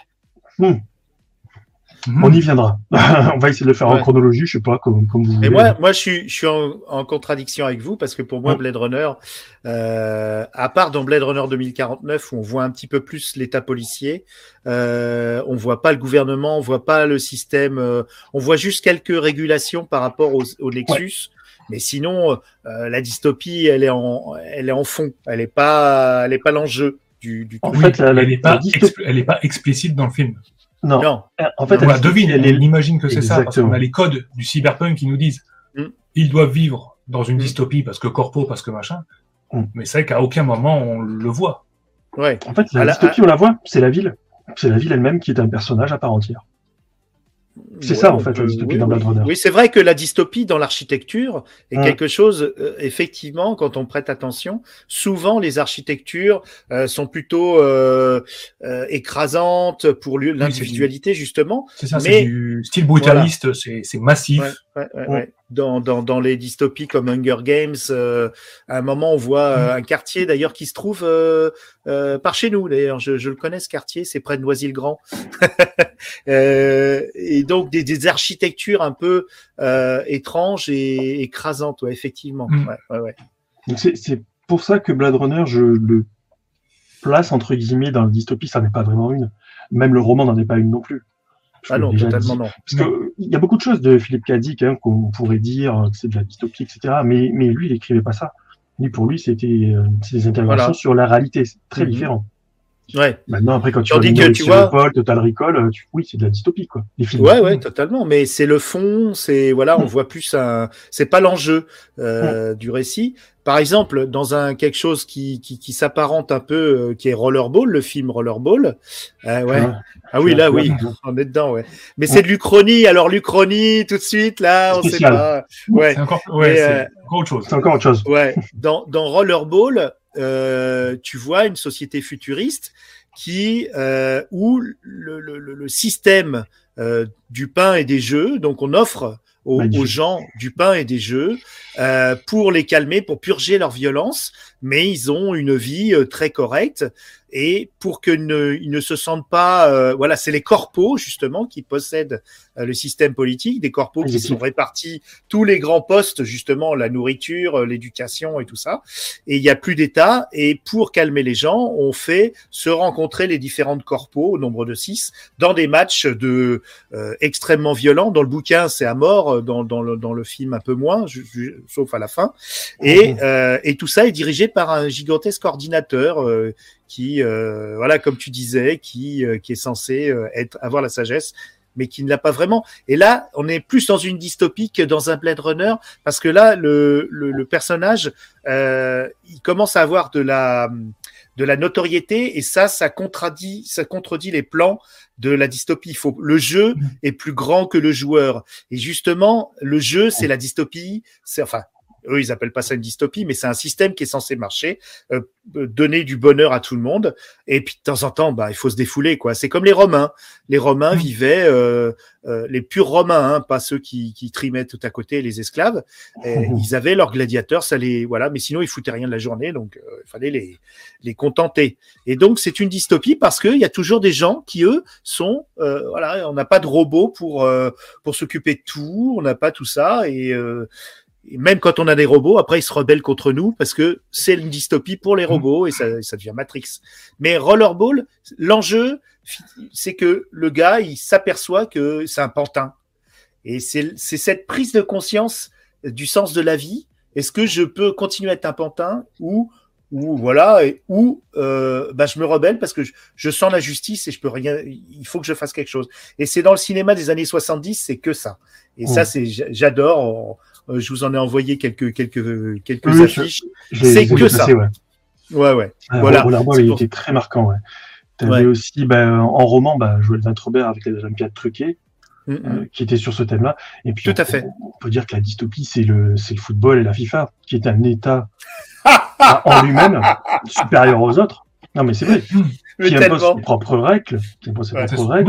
On y viendra. On va essayer de le faire en chronologie, je sais pas, comme vous voulez. Et moi, je suis en contradiction avec vous, parce que pour moi, Blade Runner, à part dans Blade Runner 2049, où on voit un petit peu plus l'état policier, on voit pas le gouvernement, on voit pas le système, on voit juste quelques régulations par rapport au Nexus. Mais sinon, la dystopie, elle est en fond. Elle est pas l'enjeu du tout. En fait, elle est pas explicite dans le film. Non. En fait, on imagine que c'est ça, parce qu'on a les codes du cyberpunk qui nous disent ils doivent vivre dans une dystopie parce que corpo, parce que machin. Mais c'est vrai qu'à aucun moment on le voit. Ouais. En fait, la dystopie, on la voit, c'est la ville. C'est la ville elle-même qui est un personnage à part entière. C'est ça, en fait, la dystopie dans Blade Runner. Oui, c'est vrai que la dystopie dans l'architecture est quelque chose, effectivement, quand on prête attention, souvent les architectures sont plutôt écrasantes pour l'individualité, justement. C'est ça, c'est du style brutaliste, c'est massif. Ouais. Dans les dystopies comme Hunger Games, à un moment on voit un quartier d'ailleurs qui se trouve par chez nous. D'ailleurs, je le connais ce quartier, c'est près de Noisy-le-Grand. Et donc des architectures un peu étranges et écrasantes, effectivement. Ouais. Donc c'est pour ça que Blade Runner, je le place entre guillemets dans la dystopie. Ça n'est pas vraiment une. Même le roman n'en est pas une non plus. Non, totalement non. Parce que il y a beaucoup de choses de Philippe K. Dick qu'on pourrait dire que c'est de la dystopie, etc. Mais lui, il écrivait pas ça. Pour lui, c'était des interventions sur la réalité. C'est très différent. Ouais. Maintenant, après, quand tu vois Total Recall, oui, c'est de la dystopie, quoi. Les films. Ouais, totalement. Mais c'est le fond, on voit plus c'est pas l'enjeu du récit. Par exemple, dans quelque chose qui s'apparente un peu, qui est Rollerball, le film Rollerball. Oui, on est dedans, ouais. Mais c'est de l'Uchronie. Alors l'Uchronie, tout de suite, là, on sait pas. Ouais. C'est encore autre chose. C'est encore autre chose. Ouais. Dans Rollerball, tu vois une société futuriste où le système du pain et des jeux, donc on offre aux gens du pain et des jeux pour les calmer, pour purger leur violence, mais ils ont une vie très correcte. Et pour qu'ils ne se sentent pas... c'est les corpos, justement, qui possèdent le système politique, des corpos qui sont répartis tous les grands postes, justement, la nourriture, l'éducation et tout ça. Et il n'y a plus d'État. Et pour calmer les gens, on fait se rencontrer les différentes corpos, au nombre de 6, dans des matchs extrêmement violents. Dans le bouquin, c'est à mort. Dans le film, un peu moins, sauf à la fin. Et tout ça est dirigé par un gigantesque ordinateur qui, comme tu disais, qui est censé avoir la sagesse, mais qui ne l'a pas vraiment. Et là, on est plus dans une dystopie que dans un Blade Runner, parce que là, le personnage, il commence à avoir de la notoriété, et ça contredit les plans de la dystopie. Le jeu est plus grand que le joueur. Et justement, le jeu, c'est la dystopie. Eux, ils appellent pas ça une dystopie, mais c'est un système qui est censé marcher, donner du bonheur à tout le monde. Et puis, de temps en temps, il faut se défouler, quoi. C'est comme les Romains. Les Romains vivaient, les purs Romains, pas ceux qui trimaient tout à côté, les esclaves. Ils avaient leurs gladiateurs, mais sinon, ils foutaient rien de la journée, donc il fallait les contenter. Et donc, c'est une dystopie parce qu'il y a toujours des gens qui, eux, sont, on n'a pas de robots pour s'occuper de tout, on n'a pas tout ça, et même quand on a des robots, après ils se rebellent contre nous parce que c'est une dystopie pour les robots et ça devient Matrix. Mais Rollerball, l'enjeu, c'est que le gars, il s'aperçoit que c'est un pantin. Et c'est cette prise de conscience du sens de la vie. Est-ce que je peux continuer à être un pantin ou je me rebelle parce que je sens la justice et je peux rien, il faut que je fasse quelque chose. Et c'est dans le cinéma des années 70, c'est que ça. Et ça, j'adore. Je vous en ai envoyé quelques affiches. C'est que ça. Ouais. Voilà. Rollerball, il était très marquant. Ouais. T'avais aussi, en roman, Joël Vintrobert avec les Olympiades truquées, qui était sur ce thème-là. Et puis, tout à fait. On peut dire que la dystopie, c'est le football et la FIFA, qui est un État en lui-même supérieur aux autres. Non, mais c'est vrai. Qui impose ses propres règles.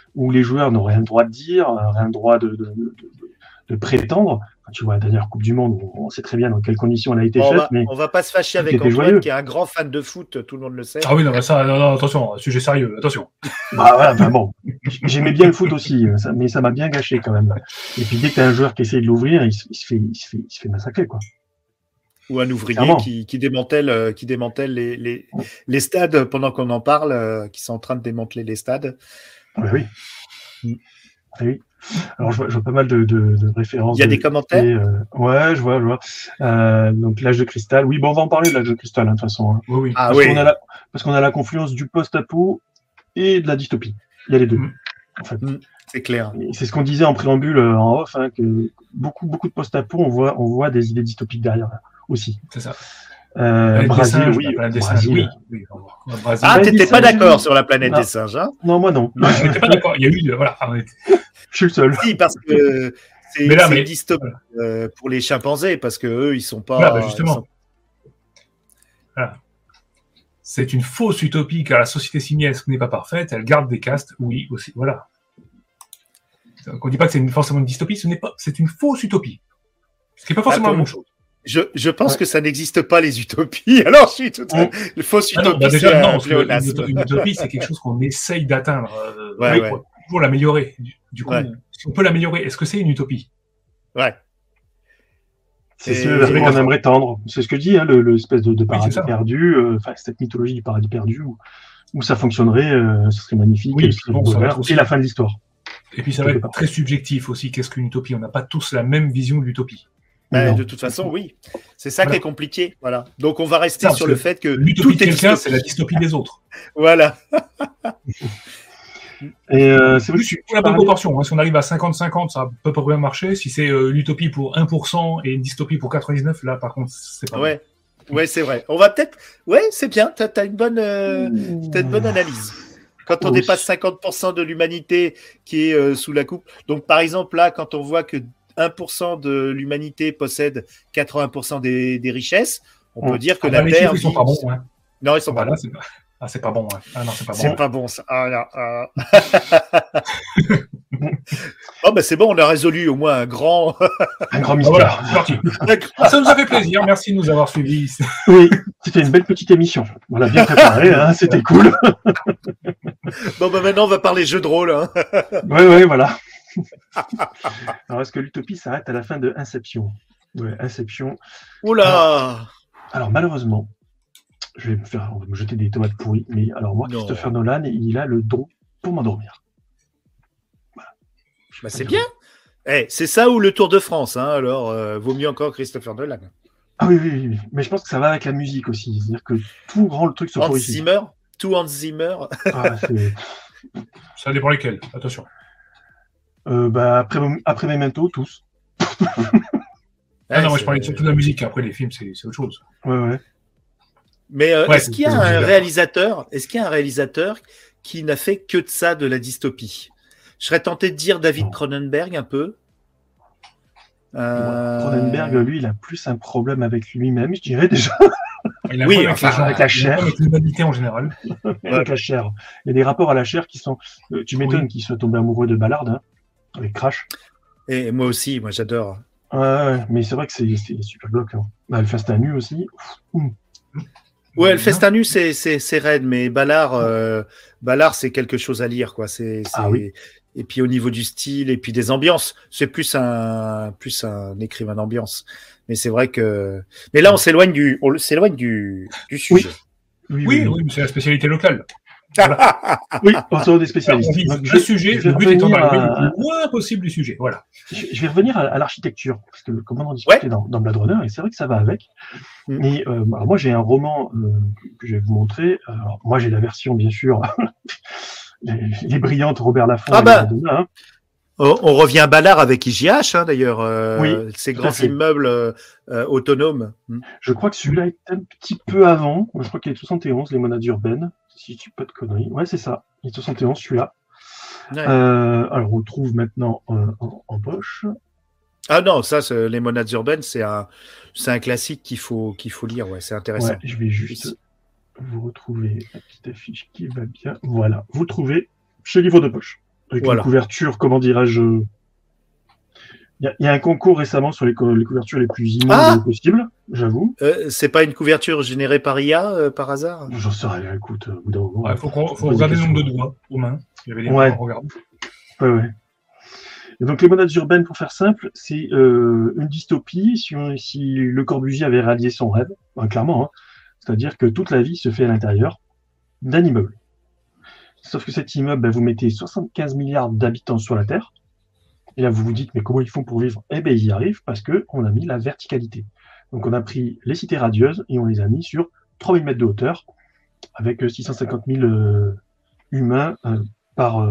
où les joueurs n'ont rien le droit de dire, rien le droit de prétendre. Tu vois, la dernière Coupe du Monde, on sait très bien dans quelles conditions elle a été faite. Mais on va pas se fâcher avec Antoine, qui est un grand fan de foot, tout le monde le sait. Ah oui, non, mais ça, non, attention, sujet sérieux, attention. Bah voilà, bon, j'aimais bien le foot aussi, mais ça m'a bien gâché quand même. Et puis dès que tu as un joueur qui essaie de l'ouvrir, il se fait massacrer, quoi. Ou un ouvrier qui démantèle les stades pendant qu'on en parle, qui sont en train de démanteler les stades. Oui. Oui. Alors, je vois pas mal de références. Il y a des commentaires ouais, je vois. Donc, l'âge de cristal. Oui, bon, on va en parler de l'âge de cristal, de toute façon. Hein. Oui. Parce qu'on a la confluence du post-apo et de la dystopie. Il y a les deux, en fait. C'est clair. Et c'est ce qu'on disait en préambule, en off, hein, que beaucoup de post-apo, on voit des idées dystopiques derrière, aussi. C'est ça. Brésil, oui. Brésil. Ah, t'étais pas d'accord sur la planète des singes, hein? Non, moi non. J'étais pas d'accord. Il y a eu, voilà. Je suis le seul. Si, parce que c'est dystopique pour les chimpanzés, parce que eux, ils sont pas. Voilà, justement. Voilà. C'est une fausse utopie, car la société simiesque n'est pas parfaite. Elle garde des castes, oui, aussi. Voilà. Donc, on dit pas que c'est forcément une dystopie. C'est une fausse utopie. Ce qui n'est pas forcément la même chose. Je pense que ça n'existe pas, les utopies. Alors, je suis tout à fait. Le fausse utopie, une utopie, c'est quelque chose qu'on essaye d'atteindre. Pour l'améliorer. Du coup, si on peut l'améliorer, est-ce que c'est une utopie? Ouais. C'est ce vers quoi on aimerait tendre. C'est ce que dit l'espèce de paradis perdu, cette mythologie du paradis perdu, où ça fonctionnerait, ce serait magnifique, et la fin de l'histoire. Et puis ça va être très subjectif aussi. Qu'est-ce qu'une utopie? On n'a pas tous la même vision de l'utopie. De toute façon, oui. C'est ça qui est compliqué. Voilà. Donc, on va rester sur le fait que l'utopie de quelqu'un, c'est la dystopie des autres. Voilà. Et c'est vrai que pour la bonne proportion. Hein. Si on arrive à 50-50, ça peut pas bien marcher. Si c'est l'utopie pour 1% et une dystopie pour 99%, là, par contre, c'est pas ouais. Ouais, c'est vrai. On va peut-être. Ouais, c'est bien. T'as une bonne analyse. Quand on dépasse 50% de l'humanité qui est sous la coupe. Donc, par exemple, là, quand on voit que 1% de l'humanité possède 80% des richesses, on peut dire que la Terre. Ils sont pas bons. Hein. Non, ils sont pas bons. C'est pas bon. Hein. Ah non, c'est pas bon. C'est pas bon, ça. Oh, ben c'est bon, on a résolu au moins un grand mystère. Voilà, c'est parti. Ça nous a fait plaisir. Merci de nous avoir suivis. Oui, c'était une belle petite émission. On l'a bien préparé, hein, c'était cool. Bon, ben maintenant, on va parler jeux de rôle. Hein. Oui, voilà. Alors, est-ce que l'utopie s'arrête à la fin de Inception? Ouais, Inception. Oula. Alors, malheureusement, on va me jeter des tomates pourries, mais alors moi, Christopher Nolan, il a le don pour m'endormir. Voilà. Bah, c'est bien. C'est ça ou le Tour de France, hein, alors vaut mieux encore Christopher Nolan. Ah oui, mais je pense que ça va avec la musique aussi, c'est-à-dire que tout rend le truc Hans Zimmer. Ça dépend lesquels, attention. Après Memento, tous. Non, moi je parlais surtout de la musique, après les films, c'est autre chose. Ouais. Mais est-ce qu'il y a un réalisateur qui n'a fait que de ça, de la dystopie? Je serais tenté de dire David Cronenberg un peu. Cronenberg, lui, il a plus un problème avec lui-même, je dirais déjà. Oui, avec la chair. Avec l'humanité en général. Avec la chair. Il y a des rapports à la chair qui sont... tu m'étonnes qu'il soit tombé amoureux de Ballard, hein, avec Crash. Et moi aussi, j'adore. Ouais, mais c'est vrai que c'est super bloc. Hein. Le Fast à nu aussi. Ouais, le Festin nu, c'est raide, mais Ballard, c'est quelque chose à lire, quoi. Oui. Et puis au niveau du style et puis des ambiances, c'est plus un écrivain d'ambiance. Mais c'est vrai que. Mais là, on s'éloigne du sujet. Oui, mais c'est la spécialité locale. Voilà. Oui, on sort des spécialistes. Donc, le sujet, le but étant d'arriver le moins possible du sujet. Voilà. Je vais revenir à l'architecture, parce que comme on en discutait dans Blade Runner, et c'est vrai que ça va avec. Mais alors moi, j'ai un roman que je vais vous montrer. Alors, moi, j'ai la version, bien sûr, les brillantes Robert Laffont. Hein. On revient à Ballard avec IGH, hein, d'ailleurs. Ces grands immeubles autonomes. Je crois que celui-là est un petit peu avant. Je crois qu'il est 71, les monades urbaines. Si je dis pas de conneries. Ouais, c'est ça. Il est 71, celui-là. Ouais. Alors, on le trouve maintenant en poche. Ah non, ça, les monades urbaines, c'est un classique qu'il faut lire. Ouais, c'est intéressant. Ouais, je vais juste vous retrouver la petite affiche qui va bien. Voilà. Vous le trouvez chez Livre de Poche. Avec Voilà. une couverture, comment dirais-je, il y a un concours récemment sur les couvertures les plus immondes possibles, j'avoue. C'est pas une couverture générée par IA, par hasard? J'en sais rien, écoute, au bout d'un moment. Il faut regarder le nombre de doigts aux mains. Il y avait des Ouais. mains, regarde. Ouais. Et donc, les monades urbaines, pour faire simple, c'est une dystopie si Le Corbusier avait réalisé son rêve, clairement. Hein. C'est-à-dire que toute la vie se fait à l'intérieur d'un immeuble. Sauf que cet immeuble, vous mettez 75 milliards d'habitants sur la Terre. Et là, vous vous dites, mais comment ils font pour vivre? Eh bien, ils y arrivent parce qu'on a mis la verticalité. Donc, on a pris les cités radieuses et on les a mis sur 3000 mètres de hauteur, avec 650 000 humains par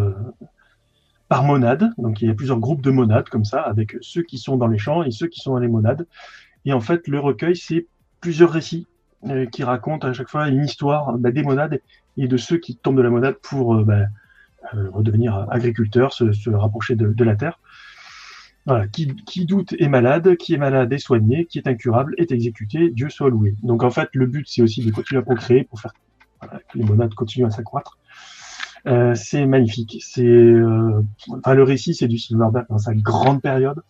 monade. Donc, il y a plusieurs groupes de monades comme ça, avec ceux qui sont dans les champs et ceux qui sont dans les monades. Et en fait, le recueil, c'est plusieurs récits qui racontent à chaque fois une histoire des monades et de ceux qui tombent de la monade pour redevenir agriculteurs, se rapprocher de la terre. Voilà, qui doute est malade, qui est malade est soigné, qui est incurable est exécuté, Dieu soit loué. Donc en fait, le but, c'est aussi de continuer à procréer pour faire que les monades continuent à s'accroître. C'est magnifique. Le récit, c'est du Silverberg dans sa grande période.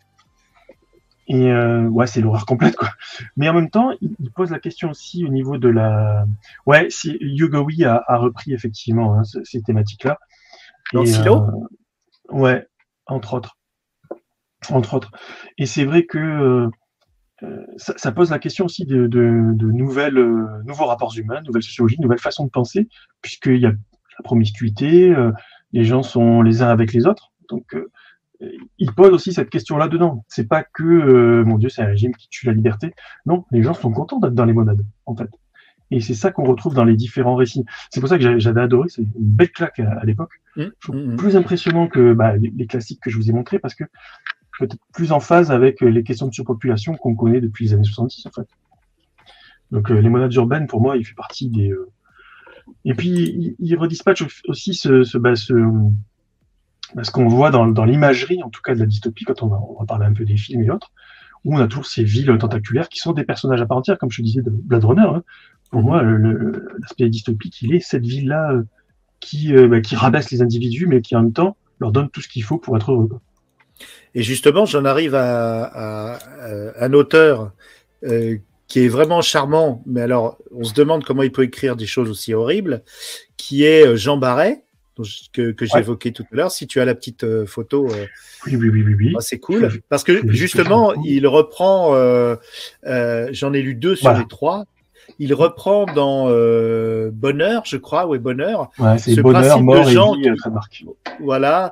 Et c'est l'horreur complète, quoi. Mais en même temps, il pose la question aussi au niveau de la... Ouais, si Yugowi a repris effectivement ces thématiques-là. Dans Silo Ouais, entre autres. Et c'est vrai que ça pose la question aussi de nouveaux rapports humains, nouvelles sociologies, nouvelles façons de penser, puisqu'il y a la promiscuité, les gens sont les uns avec les autres. Donc, il pose aussi cette question-là dedans. C'est pas que, mon Dieu, c'est un régime qui tue la liberté. Non, les gens sont contents d'être dans les monades, en fait. Et c'est ça qu'on retrouve dans les différents récits. C'est pour ça que j'avais adoré, c'est une belle claque à l'époque. Je trouve plus impressionnant que les classiques que je vous ai montrés, parce que peut-être plus en phase avec les questions de surpopulation qu'on connaît depuis les années 70, en fait. Donc, les monades urbaines, pour moi, il fait partie des... Et puis, il redispatche aussi ce qu'on voit dans l'imagerie, en tout cas de la dystopie, quand on va parler un peu des films et autres, où on a toujours ces villes tentaculaires qui sont des personnages à part entière, comme je disais de Blade Runner. Hein. Pour moi, l'aspect dystopique, il est cette ville-là qui rabaisse les individus, mais qui en même temps leur donne tout ce qu'il faut pour être heureux. Et justement, j'en arrive à un auteur qui est vraiment charmant, mais alors on se demande comment il peut écrire des choses aussi horribles, qui est Jean Barret, que j'évoquais tout à l'heure. Si tu as la petite photo, oui. C'est cool, parce que justement, il reprend, j'en ai lu 2 sur les 3, il reprend dans Bonheur, je crois, Bonheur. Ouais, c'est Bonheur, mort et vie, trademark. Voilà,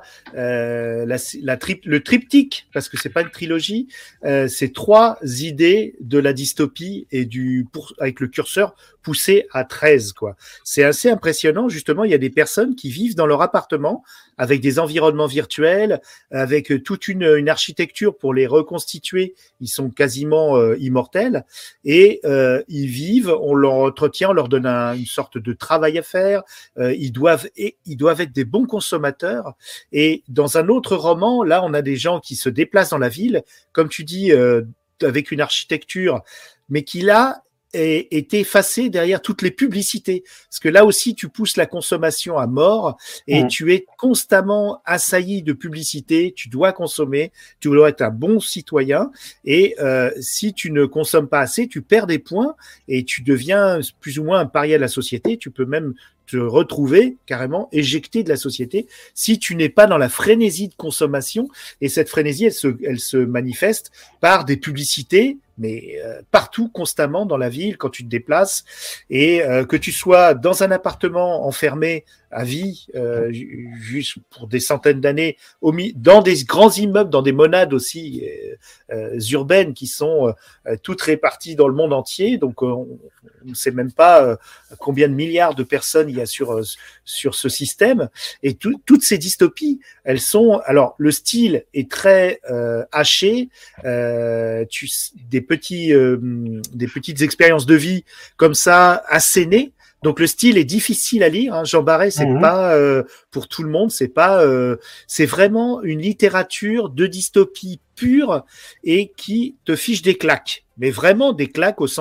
le triptyque, parce que c'est pas une trilogie, c'est 3 idées de la dystopie et avec le curseur poussé à 13, quoi. C'est assez impressionnant, justement. Il y a des personnes qui vivent dans leur appartement avec des environnements virtuels, avec toute une architecture pour les reconstituer. Ils sont quasiment immortels et ils vivent, on leur entretient, on leur donne une sorte de travail à faire. Ils doivent être des bons consommateurs. Et dans un autre roman, là, on a des gens qui se déplacent dans la ville, comme tu dis, avec une architecture, mais qui là est effacé derrière toutes les publicités. Parce que là aussi, tu pousses la consommation à mort et tu es constamment assailli de publicités. Tu dois consommer, tu dois être un bon citoyen. Et si tu ne consommes pas assez, tu perds des points et tu deviens plus ou moins un paria de la société. Tu peux même te retrouver carrément éjecté de la société si tu n'es pas dans la frénésie de consommation. Et cette frénésie, elle se manifeste par des publicités, mais partout, constamment dans la ville, quand tu te déplaces, et que tu sois dans un appartement enfermé à vie, juste pour des centaines d'années, dans des grands immeubles, dans des monades aussi urbaines qui sont toutes réparties dans le monde entier. Donc, on ne sait même pas combien de milliards de personnes il y a sur ce système. Et toutes ces dystopies, elles sont... Alors, le style est très haché, des petites expériences de vie comme ça, assénées. Donc le style est difficile à lire. Hein. Jean Barret, c'est pas pour tout le monde. C'est vraiment une littérature de dystopie pure et qui te fiche des claques, mais vraiment des claques au sens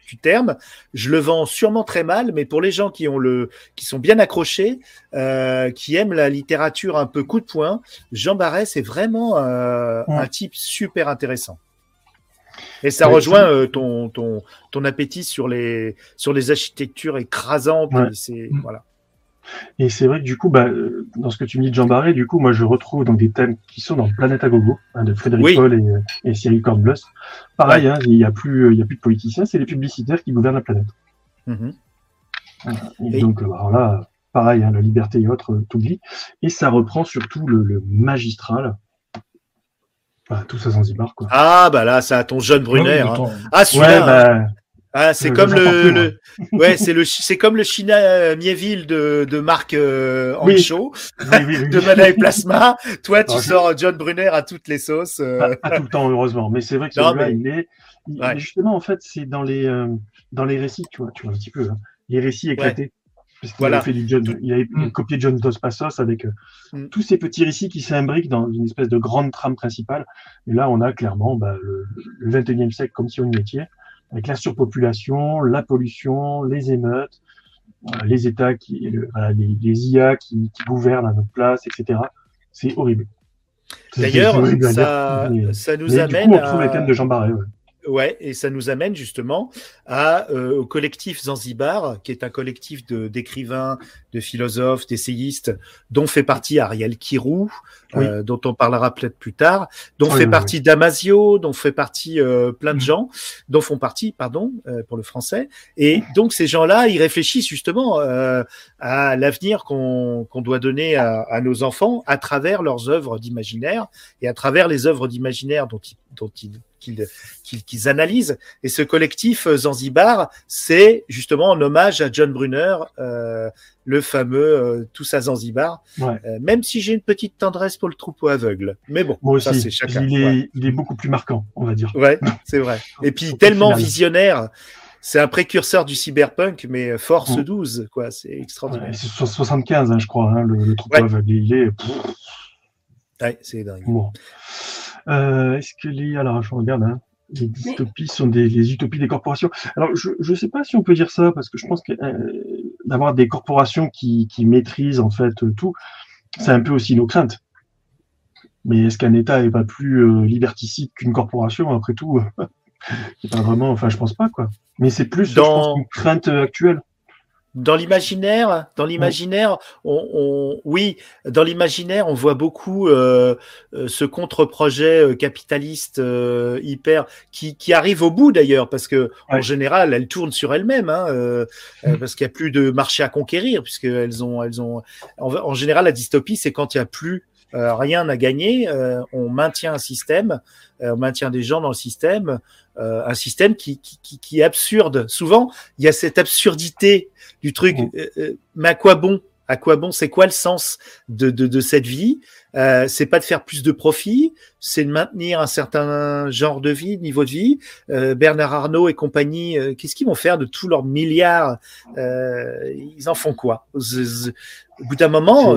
du terme. Je le vends sûrement très mal, mais pour les gens qui sont bien accrochés, qui aiment la littérature un peu coup de poing, Jean Barret, c'est vraiment un type super intéressant. Et ça rejoint ton appétit sur les architectures écrasantes. Ouais. Voilà. Et c'est vrai que du coup, dans ce que tu me dis de Jean Barret, du coup, moi, je retrouve donc des thèmes qui sont dans Planète à gogo, de Frédéric Paul et Cyril Cornbluss. Pareil, il y a plus de politiciens, c'est les publicitaires qui gouvernent la planète. Et donc, alors là, pareil, la liberté et autres, tout dit. Et ça reprend surtout le magistral. Tout ça Zanzibar, quoi. Ah, là, ça a ton John Brunner. Ah, celui-là. C'est comme c'est comme le China Mieville de Marc Ancho, de Mana et Plasma. Toi, tu sors John Brunner à toutes les sauces. Pas tout le temps, heureusement. Mais c'est vrai que celui-là, justement, en fait, c'est dans les récits, tu vois un petit peu, les récits éclatés. Parce qu'il avait fait il avait copié John Dos Passos avec tous ces petits récits qui s'imbriquent dans une espèce de grande trame principale. Et là, on a clairement le 21e siècle comme si on y était, avec la surpopulation, la pollution, les émeutes, les États, les IA qui gouvernent à notre place, etc. C'est horrible. D'ailleurs, ça nous amène du coup, on retrouve les thèmes de Jean Barret. Ouais, et ça nous amène justement au collectif Zanzibar, qui est un collectif d'écrivains, de philosophes, d'essayistes, dont fait partie Ariel Kirou, dont on parlera peut-être plus tard, dont fait partie Damasio, dont fait partie plein de gens, dont font partie, pour le français. Et donc ces gens-là, ils réfléchissent justement à l'avenir qu'on doit donner à nos enfants à travers leurs œuvres d'imaginaire et à travers les œuvres d'imaginaire dont qu'ils analysent. Et ce collectif Zanzibar, c'est justement en hommage à John Brunner, le fameux Tous à Zanzibar, même si j'ai une petite tendresse pour le troupeau aveugle. Mais bon, moi aussi, ça c'est chacun. Il est beaucoup plus marquant, on va dire. Ouais, c'est vrai. Et puis tellement visionnaire, c'est un précurseur du cyberpunk, mais force 12, quoi, c'est extraordinaire. C'est 75, je crois, le troupeau aveugle. Il est... Ouais, c'est dingue. Bon. Est-ce que alors je regarde, les dystopies sont les utopies des corporations. Alors je sais pas si on peut dire ça, parce que je pense que d'avoir des corporations qui maîtrisent en fait tout, c'est un peu aussi nos craintes. Mais est-ce qu'un État est pas plus liberticide qu'une corporation après tout? C'est pas vraiment, enfin je pense pas, quoi. Mais c'est plus je pense, une crainte actuelle. Dans l'imaginaire, dans l'imaginaire, on voit beaucoup ce contre-projet capitaliste hyper qui arrive au bout d'ailleurs, parce que en général, elle tourne sur elle-même, parce qu'il y a plus de marché à conquérir, puisque elles ont. En général, la dystopie, c'est quand il y a plus rien à gagner, on maintient un système, on maintient des gens dans le système, un système qui est absurde. Souvent, il y a cette absurdité du truc. Mais à quoi bon? À quoi bon? C'est quoi le sens de cette vie? C'est pas de faire plus de profit, c'est de maintenir un certain genre de vie, niveau de vie. Bernard Arnault et compagnie, qu'est-ce qu'ils vont faire de tous leurs milliards? Ils en font quoi? Au bout d'un moment,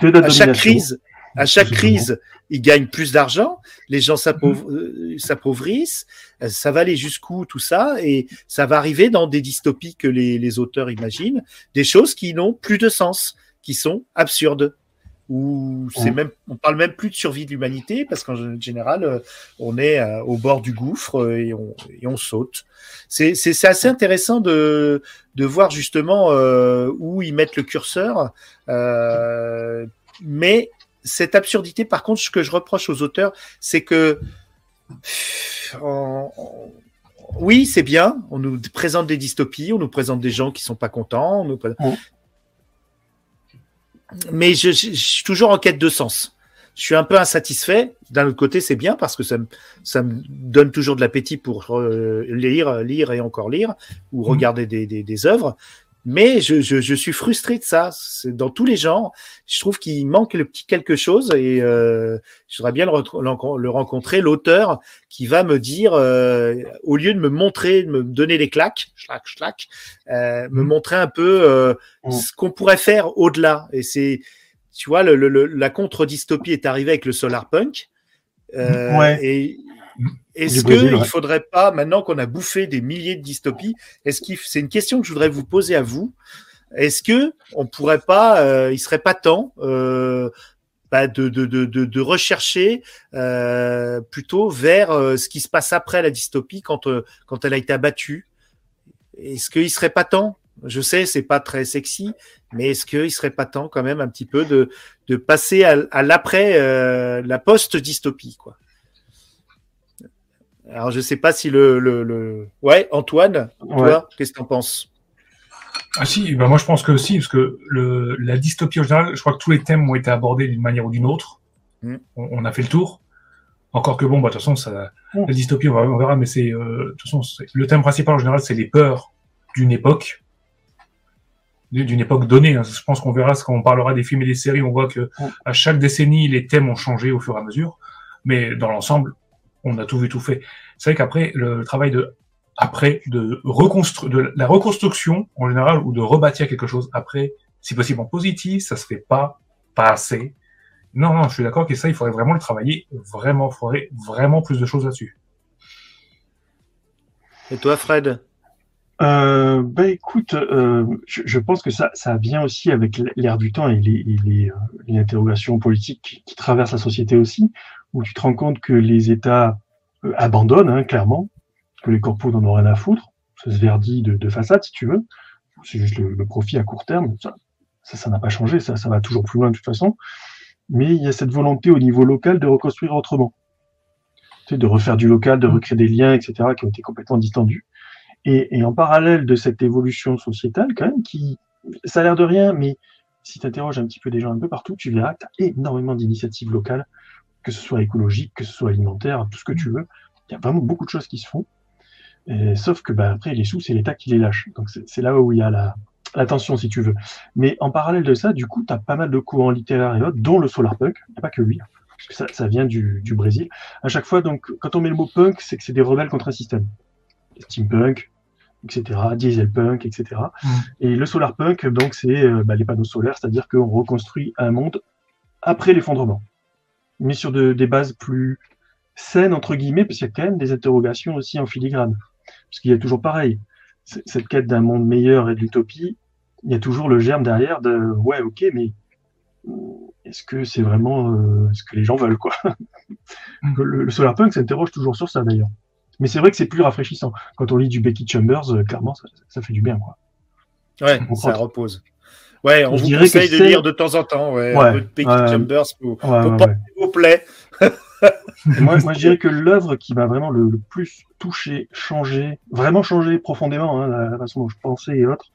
à chaque crise, ils gagnent plus d'argent, les gens s'appauvrissent, ça va aller jusqu'où tout ça, et ça va arriver dans des dystopies que les auteurs imaginent, des choses qui n'ont plus de sens, qui sont absurdes. Ou on parle même plus de survie de l'humanité, parce qu'en général, on est au bord du gouffre et on saute. C'est assez intéressant de voir justement où ils mettent le curseur, mais cette absurdité, par contre, ce que je reproche aux auteurs, c'est que oui, c'est bien, on nous présente des dystopies, on nous présente des gens qui sont pas contents, mais je suis toujours en quête de sens. Je suis un peu insatisfait. D'un autre côté, c'est bien parce que ça me donne toujours de l'appétit pour lire et encore lire, ou regarder des œuvres. Mais je suis frustré de ça. C'est dans tous les genres. Je trouve qu'il manque le petit quelque chose, et je voudrais bien le rencontrer, l'auteur qui va me dire, au lieu de me montrer, de me donner des claques, me montrer un peu ce qu'on pourrait faire au-delà. Et c'est, tu vois, la contre-dystopie est arrivée avec le solarpunk. Et est-ce qu'il ne faudrait pas, maintenant qu'on a bouffé des milliers de dystopies, c'est une question que je voudrais vous poser à vous, est-ce que on pourrait pas, il serait pas temps de rechercher plutôt vers ce qui se passe après la dystopie quand elle a été abattue? Est-ce qu'il serait pas temps? Je sais, c'est pas très sexy, mais est-ce qu'il serait pas temps quand même un petit peu de passer à l'après, la post-dystopie, quoi? Alors je sais pas si ouais, Antoine, toi, qu'est-ce que t'en penses? Ah si, moi je pense que si, parce que la dystopie en général, je crois que tous les thèmes ont été abordés d'une manière ou d'une autre. On a fait le tour. Encore que bon, de toute façon, la dystopie, on verra, mais de toute façon, le thème principal en général, c'est les peurs d'une époque donnée. Hein. Je pense qu'on verra, quand on parlera des films et des séries, on voit que à chaque décennie, les thèmes ont changé au fur et à mesure. Mais dans l'ensemble, on a tout vu, tout fait. C'est vrai qu'après, le travail de la reconstruction en général, ou de rebâtir quelque chose après, si possible en positif, ça se fait pas assez. Non, je suis d'accord que ça, il faudrait vraiment le travailler, il faudrait vraiment plus de choses là-dessus. Et toi, Fred? Écoute, je pense que ça vient aussi avec l'ère du temps et les interrogations politiques qui traversent la société aussi, où tu te rends compte que les États abandonnent, clairement, que les corpos n'en ont rien à foutre. Ça se verdit de façade, si tu veux. C'est juste le profit à court terme. Ça n'a pas changé, ça va toujours plus loin de toute façon. Mais il y a cette volonté au niveau local de reconstruire autrement. Tu sais, de refaire du local, de recréer des liens, etc., qui ont été complètement distendus. Et en parallèle de cette évolution sociétale, quand même, ça a l'air de rien, mais si tu interroges un petit peu des gens un peu partout, tu verras que tu as énormément d'initiatives locales, que ce soit écologique, que ce soit alimentaire, tout ce que tu veux. Il y a vraiment beaucoup de choses qui se font. Sauf que après, les sous, c'est l'État qui les lâche. Donc c'est là où il y a la tension, si tu veux. Mais en parallèle de ça, du coup, tu as pas mal de courants littéraires et autres, dont le solarpunk. Il n'y a pas que lui, parce que ça vient du Brésil. À chaque fois, donc, quand on met le mot punk, c'est que c'est des rebelles contre un système. Steampunk, etc., dieselpunk, etc. Et le solarpunk, donc, c'est les panneaux solaires, c'est-à-dire qu'on reconstruit un monde après l'effondrement. Mais sur des bases plus saines, entre guillemets, parce qu'il y a quand même des interrogations aussi en filigrane. Parce qu'il y a toujours pareil, cette quête d'un monde meilleur et de l'utopie, il y a toujours le germe derrière de « ouais, ok, mais est-ce que c'est vraiment ce que les gens veulent, quoi ?» Le solarpunk s'interroge toujours sur ça, d'ailleurs. Mais c'est vrai que c'est plus rafraîchissant. Quand on lit du Becky Chambers, clairement, ça fait du bien, quoi. Ouais, ça repose. Ouais, on vous conseille de lire de temps en temps, un peu de Becky Chambers pour pas vos plaies. moi, je dirais que l'œuvre qui m'a vraiment le plus touché, vraiment changé profondément, la façon dont je pensais et autres,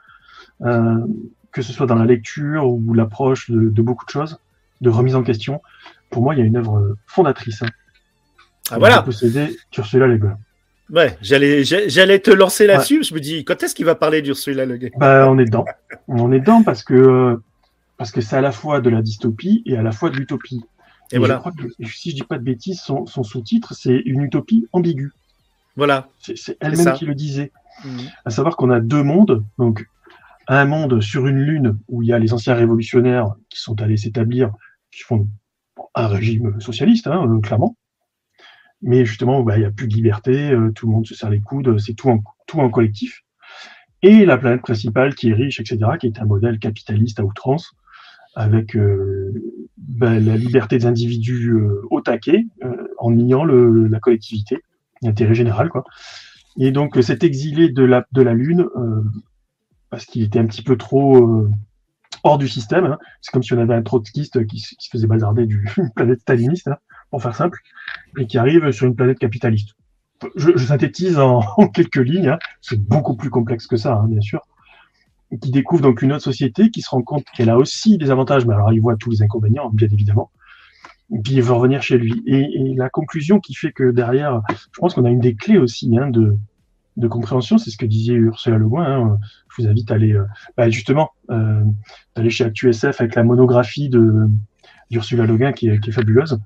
que ce soit dans la lecture ou l'approche de beaucoup de choses, de remise en question, pour moi, il y a une œuvre fondatrice. Voilà. Posséder Ursula Le Guin. Ouais, j'allais te lancer là-dessus. Je me dis, quand est-ce qu'il va parler d'Ursula Le Guin? On est dedans. On est dedans parce que c'est à la fois de la dystopie et à la fois de l'utopie. Et voilà. Je crois que, si je dis pas de bêtises, son sous-titre, c'est une utopie ambiguë. Voilà. C'est elle-même qui le disait. À savoir qu'on a deux mondes. Donc, un monde sur une lune où il y a les anciens révolutionnaires qui sont allés s'établir, qui font un régime socialiste, clairement. Mais justement, il n'y a plus de liberté, tout le monde se serre les coudes, c'est tout en collectif. Et la planète principale qui est riche, etc., qui est un modèle capitaliste à outrance, avec la liberté des individus au taquet, en niant la collectivité, l'intérêt général, quoi. Et donc cet exilé de la Lune, parce qu'il était un petit peu trop hors du système, c'est comme si on avait un trotskiste qui se faisait bazarder d'une planète staliniste, pour faire simple, et qui arrive sur une planète capitaliste. Je synthétise en quelques lignes, c'est beaucoup plus complexe que ça, bien sûr, et qui découvre donc une autre société, qui se rend compte qu'elle a aussi des avantages, mais alors il voit tous les inconvénients, bien évidemment, et puis il veut revenir chez lui. Et la conclusion qui fait que derrière, je pense qu'on a une des clés aussi de compréhension, c'est ce que disait Ursula Le Guin, je vous invite à aller, justement, d'aller chez ActuSF avec la monographie d'Ursula Le Guin qui est fabuleuse,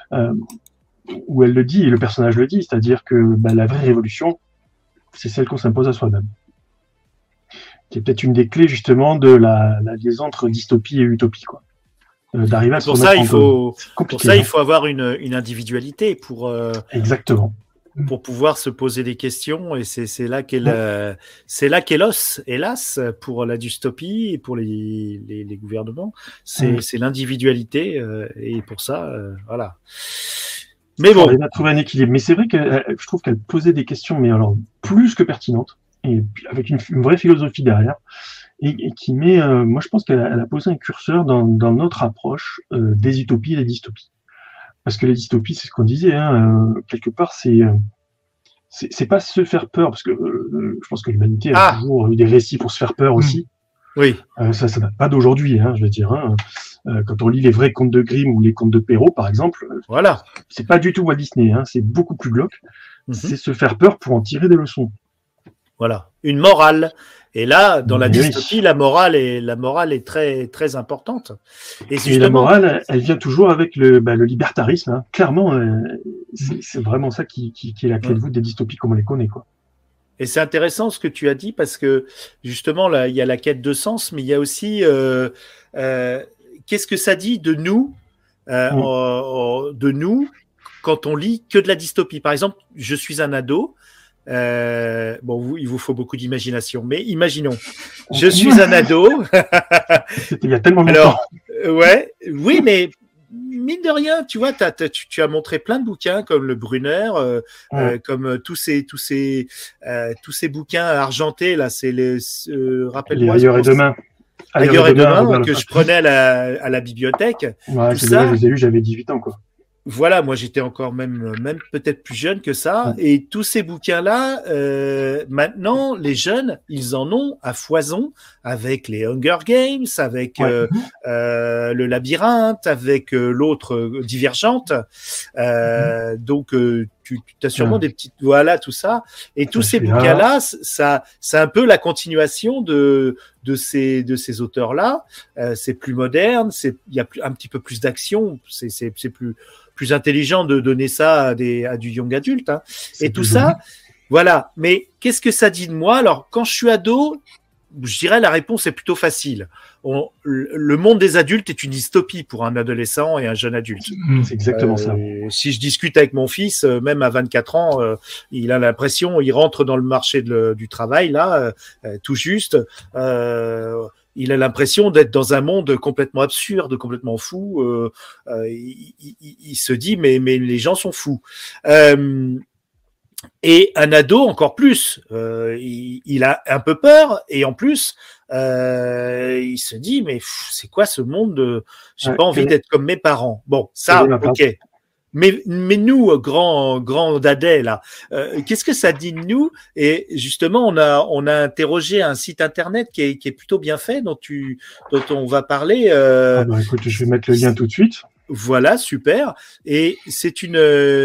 où elle le dit, et le personnage le dit, c'est-à-dire que la vraie révolution, c'est celle qu'on s'impose à soi-même. Qui est peut-être une des clés justement de la liaison entre dystopie et utopie, quoi. D'arriver à se remettre en cause. Pour ça, il faut avoir une individualité pour. Exactement. pour pouvoir se poser des questions, et c'est là qu'est l'os, hélas, pour la dystopie et pour les gouvernements, c'est l'individualité, et pour ça, voilà. Mais bon. Elle a trouvé un équilibre, mais c'est vrai que je trouve qu'elle posait des questions, mais alors plus que pertinentes, et puis avec une vraie philosophie derrière, et qui met, moi je pense qu'elle a posé un curseur dans notre approche des utopies et des dystopies. Parce que les dystopies, c'est ce qu'on disait, quelque part, c'est pas se faire peur, parce que je pense que l'humanité a toujours eu des récits pour se faire peur aussi. Oui. Ça date pas d'aujourd'hui, je veux dire. Quand on lit les vrais contes de Grimm ou les contes de Perrault, par exemple, voilà. C'est pas du tout Walt Disney, c'est beaucoup plus glauque. C'est se faire peur pour en tirer des leçons. Voilà, une morale. Et là, dans la dystopie, la morale est très très importante. Et la morale, elle vient toujours avec le libertarisme. Clairement, c'est vraiment ça qui est la clé de voûte des dystopies comme on les connaît, quoi. Et c'est intéressant ce que tu as dit, parce que justement, là, il y a la quête de sens, mais il y a aussi qu'est-ce que ça dit de nous, quand on lit que de la dystopie. Par exemple, je suis un ado. Il vous faut beaucoup d'imagination, mais imaginons, je suis un ado. C'était il y a tellement longtemps. Alors, oui, mais mine de rien, tu vois, tu as montré plein de bouquins comme le Brunner, comme tous ces bouquins argentés là, c'est rappelle-moi. Ailleurs et demain. Ailleurs et demain que je prenais à la bibliothèque. Ouais, tout ça, je les ai lus, j'avais 18 ans, quoi. Voilà, moi j'étais encore même peut-être plus jeune que ça. Et tous ces bouquins-là, maintenant, les jeunes, ils en ont à foison, avec les Hunger Games, avec le Labyrinthe, avec l'autre Divergente. Donc, tu as sûrement des petites... Voilà, tout ça. Et tous ces bouquins-là, c'est un peu la continuation de ces auteurs-là. C'est plus moderne, il y a un petit peu plus d'action, c'est plus intelligent de donner ça à du young adulte. Et tout ça, voilà. Mais qu'est-ce que ça dit de moi? Alors, quand je suis ado, je dirais la réponse est plutôt facile. Le monde des adultes est une dystopie pour un adolescent et un jeune adulte. C'est exactement ça. Si je discute avec mon fils, même à 24 ans, il a l'impression, il rentre dans le marché du travail, là, tout juste. Il a l'impression d'être dans un monde complètement absurde, complètement fou. Il se dit, mais les gens sont fous. Et un ado encore plus. Il a un peu peur, et en plus, il se dit, mais c'est quoi ce monde? J'ai pas envie d'être comme mes parents. Bon, ça, ok. Mais nous, grands dadais, là, qu'est-ce que ça dit de nous? Et justement, on a interrogé un site internet qui est plutôt bien fait, dont on va parler. Écoute, je vais mettre le lien tout de suite. Voilà, super. Et c'est une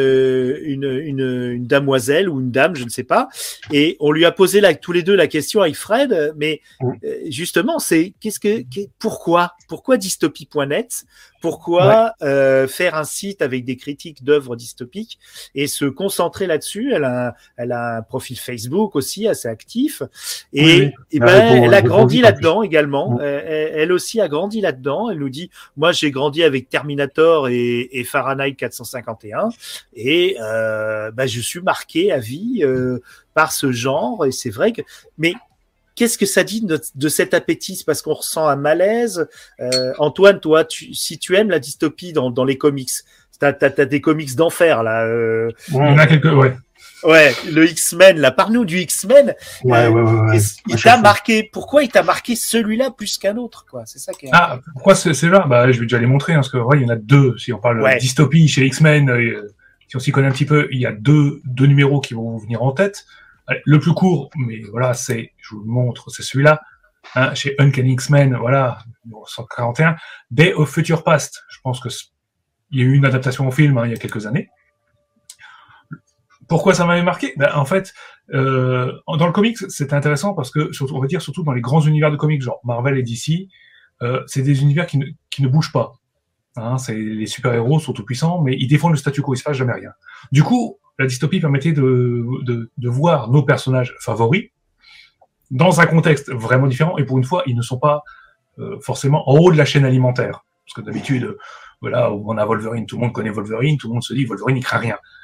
damoiselle ou une dame, je ne sais pas. Et on lui a posé tous les deux la question avec Fred, mais justement, c'est pourquoi dystopie.net? Pourquoi faire un site avec des critiques d'œuvres dystopiques et se concentrer là-dessus? Elle a un profil Facebook aussi assez actif, et elle a grandi là-dedans également. Elle aussi a grandi là-dedans. Elle nous dit, moi j'ai grandi avec Terminator et Fahrenheit 451, et je suis marqué à vie par ce genre. Et c'est vrai que, mais qu'est-ce que ça dit de cet appétit? Parce qu'on ressent un malaise. Antoine, toi, si tu aimes la dystopie dans les comics, t'as des comics d'enfer, là. Il y en a quelques, Ouais, le X-Men, là. Parle-nous du X-Men. Il t'a marqué. Pourquoi il t'a marqué celui-là plus qu'un autre, quoi? C'est ça qui est... pourquoi c'est là? Je vais déjà les montrer, parce que, il y en a deux. Si on parle de dystopie chez X-Men, si on s'y connaît un petit peu, il y a deux numéros qui vont venir en tête. Le plus court, mais voilà, je vous le montre, c'est celui-là, chez Uncanny X-Men, voilà, 141, Day of Future Past. Je pense que il y a eu une adaptation au film il y a quelques années. Pourquoi ça m'avait marqué? En fait, dans le comics, c'est intéressant parce que, on va dire surtout dans les grands univers de comics, genre Marvel et DC, c'est des univers qui ne bougent pas. Les super-héros sont tout puissants, mais ils défendent le statu quo, il se passe jamais rien. Du coup, la dystopie permettait de voir nos personnages favoris dans un contexte vraiment différent, et pour une fois, ils ne sont pas forcément en haut de la chaîne alimentaire. Parce que d'habitude, voilà, on a Wolverine, tout le monde connaît Wolverine, tout le monde se dit Wolverine, il craint rien.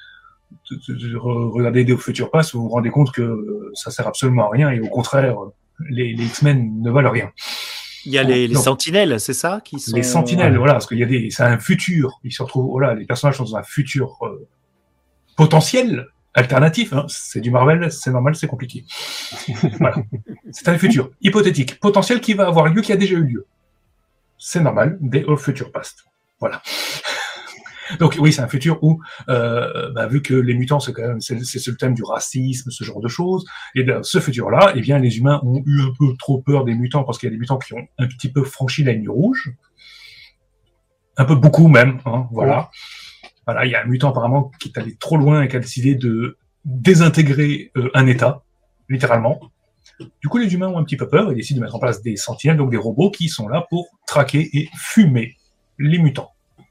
regardez des Future Past, vous vous rendez compte que ça sert absolument à rien et au contraire, les X-Men ne valent rien. Il y a les sentinelles, c'est ça qui sont... Les sentinelles, voilà, parce qu'il y a c'est un futur. Ils se retrouvent, voilà, les personnages sont dans un futur potentiel, alternatif. Hein. C'est du Marvel, c'est normal, c'est compliqué. Voilà. C'est un futur hypothétique, potentiel qui va avoir lieu, qui a déjà eu lieu. C'est normal, des Future Past. Voilà. Donc oui, c'est un futur où, vu que les mutants, c'est quand même, c'est le thème du racisme, ce genre de choses, et bien ce futur-là, eh bien les humains ont eu un peu trop peur des mutants parce qu'il y a des mutants qui ont un petit peu franchi la ligne rouge, un peu beaucoup même, hein, voilà. Voilà, il y a un mutant apparemment qui est allé trop loin et qui a décidé de désintégrer un État, littéralement. Du coup, les humains ont un petit peu peur et décident de mettre en place des sentinelles, donc des robots qui sont là pour traquer et fumer les mutants.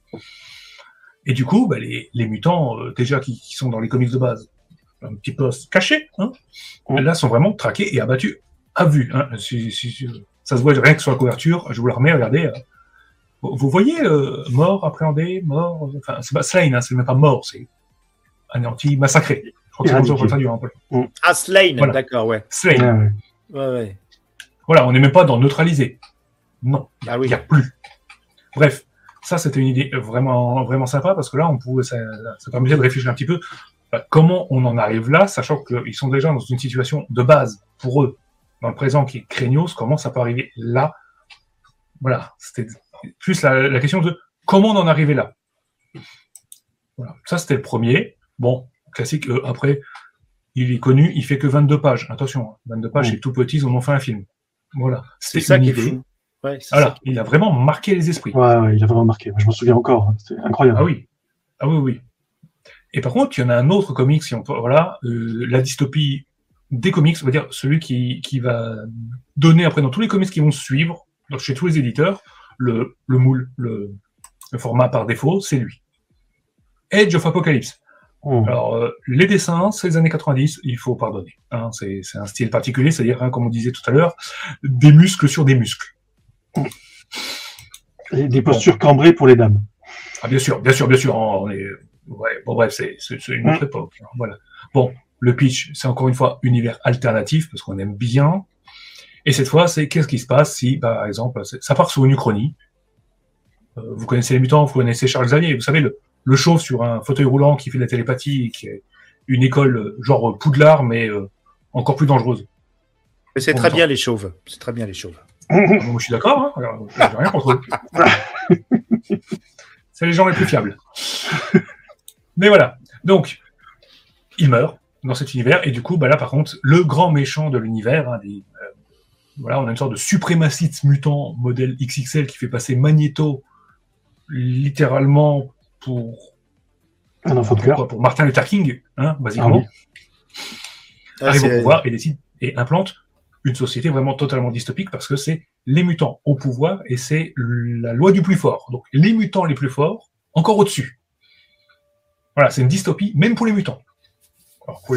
Et du coup, les mutants, déjà qui sont dans les comics de base, un petit peu cachés, hein, là sont vraiment traqués et abattus à vue. Hein. Ça se voit rien que sur la couverture, je vous la remets, regardez. Vous voyez mort, appréhendé, mort, enfin c'est pas slain, hein, c'est même pas mort, c'est anéanti, massacré. Je crois que c'est comme ça qu'on peut traduire un peu. Ah, slain, voilà. D'accord, ouais. Slain. Ouais. Voilà, on n'est même pas dans neutraliser. Non, il n'y a plus. Bref. Ça, c'était une idée vraiment, vraiment sympa parce que là, ça permettait de réfléchir un petit peu comment on en arrive là, sachant qu'ils sont déjà dans une situation de base pour eux, dans le présent qui est craignos, comment ça peut arriver là. Voilà, c'était plus la question de comment on en arrivait là. Voilà. Ça, c'était le premier. Bon, classique, après, il est connu, il fait que 22 pages. Attention, 22 pages, c'est tout petit, ils en ont fait un film. Voilà, c'est ça qui est fou. Ouais, voilà, il a vraiment marqué les esprits. Ouais, il a vraiment marqué. Je m'en souviens encore. C'est incroyable. Ah oui. Et par contre, il y en a un autre comics, la dystopie des comics, on va dire celui qui va donner après dans tous les comics qui vont suivre, donc chez tous les éditeurs, le moule, le format par défaut, c'est lui. Age of Apocalypse. Alors, les dessins, c'est les années 90, il faut pardonner. Hein, c'est un style particulier, c'est-à-dire, hein, comme on disait tout à l'heure, des muscles sur des muscles. Et des postures cambrées pour les dames. Ah, bien sûr. On est... bref, c'est une autre époque. Hein, voilà. Bon, le pitch, c'est encore une fois univers alternatif, parce qu'on aime bien. Et cette fois, c'est qu'est-ce qui se passe si, par exemple, ça part sur une uchronie. Vous connaissez les mutants, vous connaissez Charles Xavier, vous savez, le chauve sur un fauteuil roulant qui fait de la télépathie, qui est une école genre Poudlard, mais encore plus dangereuse. Mais c'est très bien les chauves. Moi, je suis d'accord, hein. J'ai rien contre eux. C'est les gens les plus fiables. Mais voilà. Donc, il meurt dans cet univers, et du coup, là, par contre, le grand méchant de l'univers, hein, on a une sorte de suprémaciste mutant modèle XXL qui fait passer Magneto littéralement pour un enfant de cœur. Pour Martin Luther King, hein, basiquement. Arrive au pouvoir et décide et implante une société vraiment totalement dystopique parce que c'est les mutants au pouvoir et c'est la loi du plus fort. Donc les mutants les plus forts, encore au-dessus. Voilà, c'est une dystopie, même pour les mutants. Alors, pour les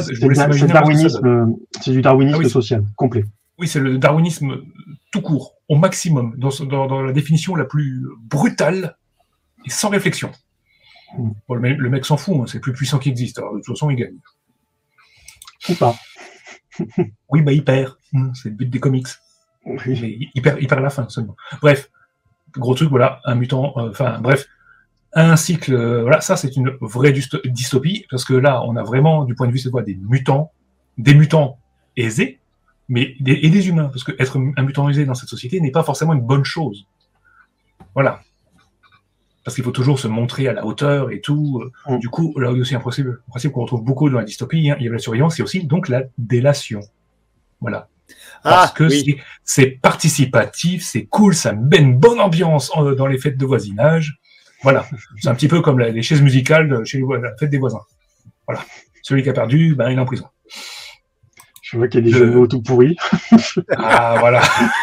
c'est du darwinisme social, complet. Oui, c'est le darwinisme tout court, au maximum, dans la définition la plus brutale et sans réflexion. Bon, le mec s'en fout, hein, c'est le plus puissant qui existe, alors de toute façon il gagne. Ou pas. Oui, il perd. C'est le but des comics. Oui. Mais il perd à la fin seulement. Bref, gros truc, voilà, un mutant, un cycle, ça c'est une vraie dystopie, parce que là, on a vraiment, du point de vue cette fois, des mutants aisés, et des humains, parce que être un mutant aisé dans cette société n'est pas forcément une bonne chose. Voilà. Parce qu'il faut toujours se montrer à la hauteur et tout. Du coup, là aussi un principe qu'on retrouve beaucoup dans la dystopie, hein, il y a la surveillance, il y a aussi donc la délation. Voilà. Parce que c'est participatif, c'est cool, ça met une bonne ambiance dans les fêtes de voisinage. Voilà. C'est un petit peu comme les chaises musicales chez la fête des voisins. Voilà. Celui qui a perdu, il est en prison. Je vois qu'il y a des jeux de mots tout pourris. Ah, voilà.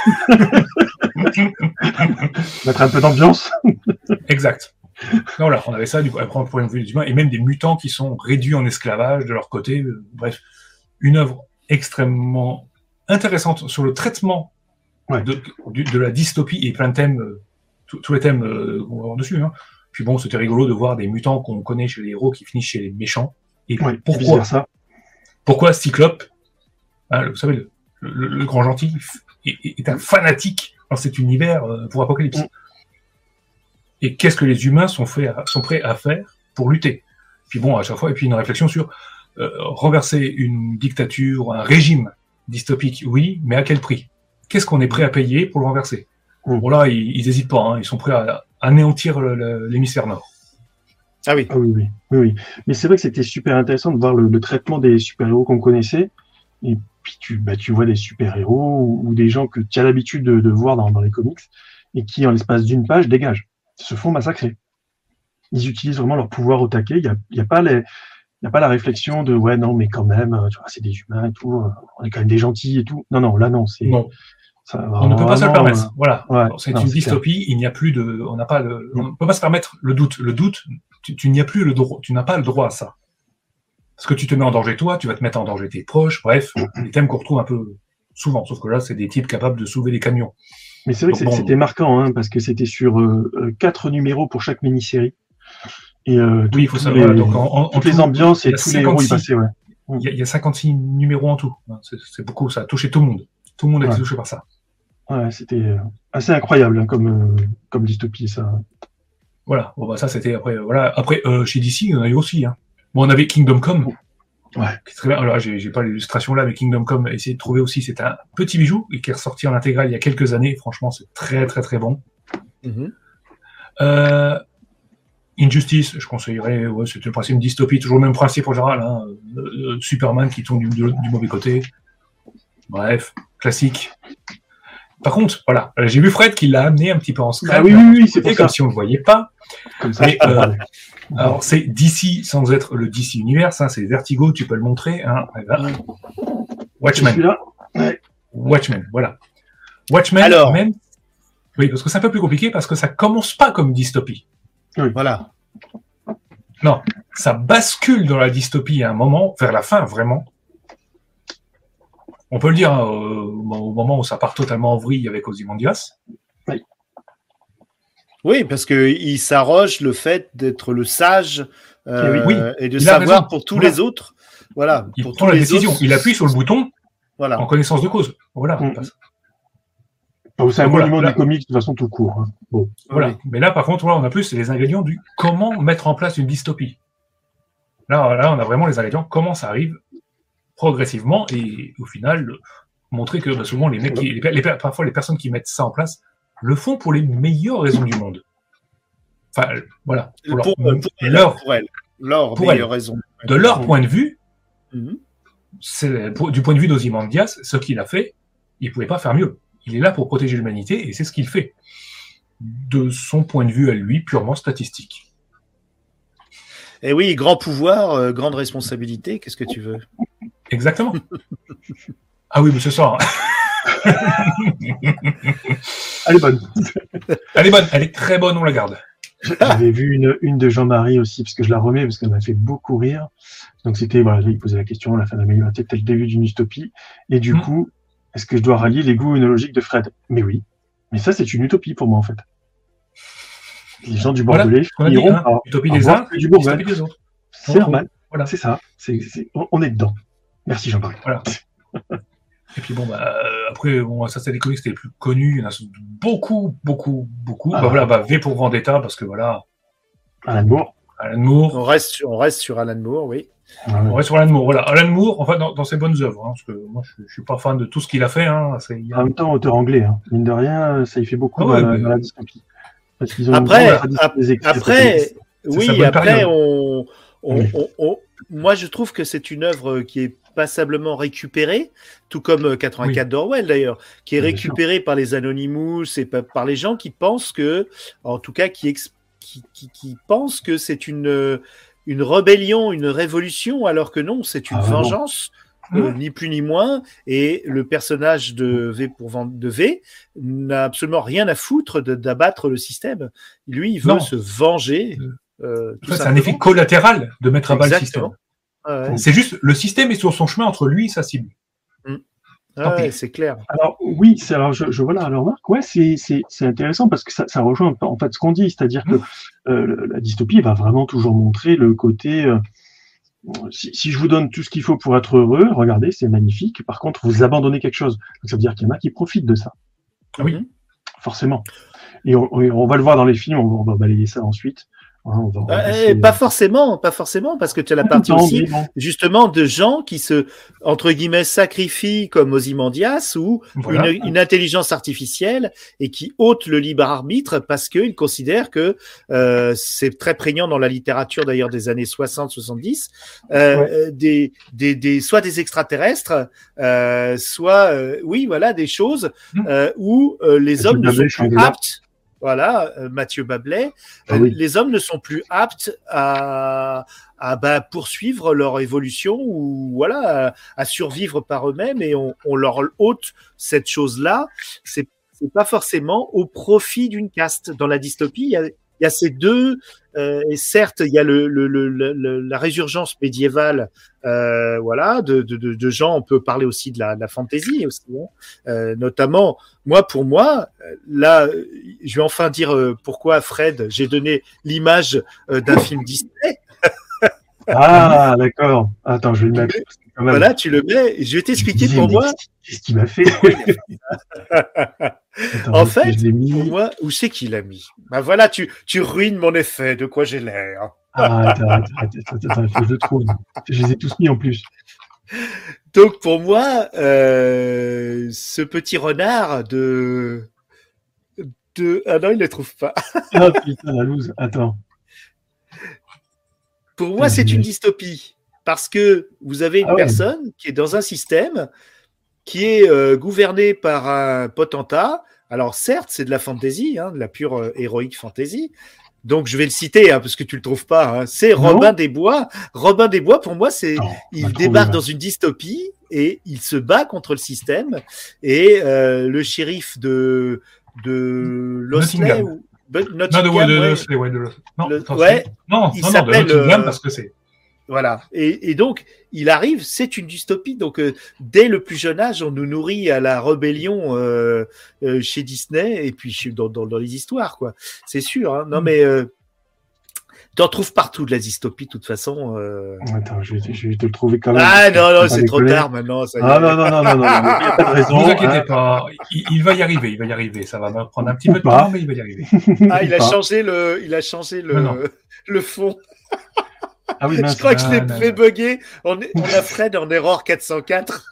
Mettre un peu d'ambiance. Exact. Non, là, on avait ça, du coup, après, pour les humains, et même des mutants qui sont réduits en esclavage de leur côté. Bref, une œuvre extrêmement intéressante sur le traitement de la dystopie et plein de thèmes, tous les thèmes qu'on va voir dessus, hein. Puis bon, c'était rigolo de voir des mutants qu'on connaît chez les héros qui finissent chez les méchants. Et pourquoi Cyclope, hein, vous savez, le grand gentil, est un fanatique dans cet univers pour Apocalypse. Et qu'est-ce que les humains sont prêts à faire pour lutter? Puis bon, à chaque fois, et puis une réflexion sur renverser une dictature, un régime dystopique, oui, mais à quel prix? Qu'est-ce qu'on est prêt à payer pour le renverser? Bon là, ils n'hésitent pas, hein, ils sont prêts à anéantir l'hémisphère nord. Ah oui. Oui. Mais c'est vrai que c'était super intéressant de voir le traitement des super-héros qu'on connaissait. Et puis tu vois des super-héros ou des gens que tu as l'habitude de voir dans les comics et qui, en l'espace d'une page, dégagent, se font massacrer. Ils utilisent vraiment leur pouvoir au taquet. Il y a pas la réflexion de ouais non mais quand même tu vois, c'est des humains et tout, on est quand même des gentils et tout. Non là non c'est non. Ça, on ne peut pas se le permettre. Voilà. Ouais, c'est une dystopie. Clair. Il n'y a plus de, on n'a pas on ne peut pas se permettre le doute. Le doute, tu n'y as plus le droit. Tu n'as pas le droit à ça. Parce que tu te mets en danger toi, tu vas te mettre en danger tes proches. Bref, des thèmes qu'on retrouve un peu souvent. Sauf que là, c'est des types capables de soulever des camions. Mais c'est vrai que c'était marquant, hein, parce que c'était sur 4 numéros pour chaque mini-série. Et oui, il faut savoir. Donc en toutes les ambiances et tous les héros y passaient. Ouais. Il y a 56 numéros en tout. C'est beaucoup. Ça a touché tout le monde. Tout le monde a été touché par ça. Ouais, c'était assez incroyable hein, comme dystopie, ça. Voilà. Bon, bah, ça, c'était après. Voilà. Après, chez DC, on a eu aussi. Hein. Bon, on avait Kingdom Come. Ouais. Qui est très bien. Alors, j'ai pas l'illustration là, mais Kingdom Come, essayé de trouver aussi. C'est un petit bijou et qui est ressorti en intégrale il y a quelques années. Franchement, c'est très, très, très bon. Injustice, je conseillerais. Ouais, c'était le principe d'une dystopie, toujours le même principe en général. Hein. Superman qui tombe du mauvais côté. Bref, classique. Par contre, voilà, j'ai vu Fred qui l'a amené un petit peu en scrap. Ah oui, c'est comme si on ne le voyait pas. Comme ça, mais, alors, c'est DC sans être le DC Universe, hein, c'est Vertigo, tu peux le montrer. Hein, Watchmen. Ouais. Watchmen, voilà. Watchmen, alors, même. Oui, parce que c'est un peu plus compliqué, parce que ça commence pas comme dystopie. Oui. Voilà. Non, ça bascule dans la dystopie à un moment, vers la fin, vraiment. On peut le dire hein, au moment où ça part totalement en vrille avec Ozymandias. Oui, parce qu'il s'arroge le fait d'être le sage et de savoir pour tous les autres. Voilà. Il prend la décision. Il appuie sur le bouton en connaissance de cause. Voilà. C'est un monument du comics de toute façon tout court. Hein. Bon. Voilà. Oui. Mais là, par contre, on a plus les ingrédients du comment mettre en place une dystopie. Là, on a vraiment les ingrédients. Comment ça arrive progressivement et au final montrer que souvent les mecs parfois les personnes qui mettent ça en place le font pour les meilleures raisons du monde. Enfin voilà, pour leur meilleure raison. De leur point de vue, c'est du point de vue d'Ozymandias, ce qu'il a fait, il pouvait pas faire mieux. Il est là pour protéger l'humanité et c'est ce qu'il fait. De son point de vue à lui, purement statistique. Et oui, grand pouvoir, grande responsabilité, qu'est-ce que tu veux? Exactement. Ah oui, mais c'est ça. Hein. Elle est bonne. Elle est très bonne, on la garde. J'avais vu une de Jean-Marie aussi, parce que je la remets, parce qu'elle m'a fait beaucoup rire. Donc c'était, voilà, il posait la question, la fin de la meilleure c'était le début d'une utopie. Et du coup, est-ce que je dois rallier les goûts et une logique de Fred? Mais oui. Mais ça, c'est une utopie pour moi, en fait. Les gens du Bordelais finiront par utopie des uns, du Bourgogne. Utopie des autres. C'est normal. Voilà. C'est ça. On est dedans. Merci Jean-Marie. Voilà. Et puis bon, après, ça c'est les comics les plus connus. Il y en a beaucoup. V pour Vendetta, parce que voilà. Alan Moore. On reste sur Alan Moore, oui. On reste sur Alan Moore. Voilà. Alan Moore, enfin, dans ses bonnes œuvres. Hein, parce que moi, je suis pas fan de tout ce qu'il a fait. Hein, en même temps, auteur anglais. Hein. Mine de rien, ça y fait beaucoup dans la dystopie. Parce qu'ils ont moi je trouve que c'est une œuvre qui est passablement récupérée, tout comme 84 d'Orwell d'ailleurs, qui est récupérée par les Anonymous et par les gens qui pensent que, en tout cas qui pensent que c'est une rébellion, une révolution, alors que non, c'est une vengeance. Ni plus ni moins, et le personnage de V n'a absolument rien à foutre d'abattre le système. Lui, il veut se venger. C'est un effet collatéral de mettre à bas le système. Ouais. C'est juste, le système est sur son chemin entre lui et sa cible. Tant pis. c'est clair. Alors oui, je vois la remarque. Ouais, c'est intéressant parce que ça rejoint un peu, en fait ce qu'on dit, c'est-à-dire que la dystopie va vraiment toujours montrer le côté. Si je vous donne tout ce qu'il faut pour être heureux, regardez, c'est magnifique. Par contre, vous abandonnez quelque chose. Donc ça veut dire qu'il y en a qui profitent de ça. Oui. Forcément. Et on va le voir dans les films. On va balayer ça ensuite. Hein, pas forcément, parce que tu as la partie aussi, justement, de gens qui se, entre guillemets, sacrifient comme Ozymandias ou une intelligence artificielle et qui ôtent le libre arbitre parce qu'ils considèrent que c'est très prégnant dans la littérature d'ailleurs des années 60-70, soit des extraterrestres, soit, des choses où les hommes ne sont plus aptes. Voilà, Mathieu Bablet. Les hommes ne sont plus aptes à poursuivre leur évolution ou à survivre par eux-mêmes et on leur ôte cette chose-là. C'est pas forcément au profit d'une caste. Dans la dystopie, il y a ces deux. Et certes, il y a la résurgence médiévale, de gens. On peut parler aussi de la fantaisie aussi, notamment. Pour moi, là, je vais enfin dire pourquoi Fred, j'ai donné l'image d'un film Disney. Ah, d'accord. Attends, je vais le mettre. Voilà, tu le mets. Je vais t'expliquer pour moi. Qu'est-ce qu'il m'a fait? Attends, en fait, pour moi, où c'est qu'il l'a mis? Voilà, tu ruines mon effet. De quoi j'ai l'air? Attends, je le trouve. Je les ai tous mis en plus. Donc pour moi, ce petit renard de ah non, il ne le trouve pas. Ah putain, la loose. Attends. Pour moi, c'est une dystopie parce que vous avez une personne qui est dans un système qui est gouverné par un potentat. Alors certes, c'est de la fantasy, de la pure héroïque fantasy. Donc je vais le citer parce que tu le trouves pas. C'est Robin des Bois. Robin des Bois, pour moi, il débarque dans une dystopie et il se bat contre le système. Et le shérif de Losley ou il s'appelle parce que c'est. Voilà. Et donc, il arrive, c'est une dystopie. Donc, dès le plus jeune âge, on nous nourrit à la rébellion chez Disney et puis dans les histoires, quoi. C'est sûr. Non, mais t'en trouves partout de la dystopie, de toute façon. Attends, je vais te le trouver quand même. Ah non, c'est trop tard maintenant. Ça y est. Non, il n'y a pas de raison. Ne vous inquiétez pas, il va y arriver. Ça va me prendre un petit peu de temps, mais il va y arriver. Il a changé le fond. Ah oui, je crois que je l'ai fait bugger. On a Fred en erreur 404.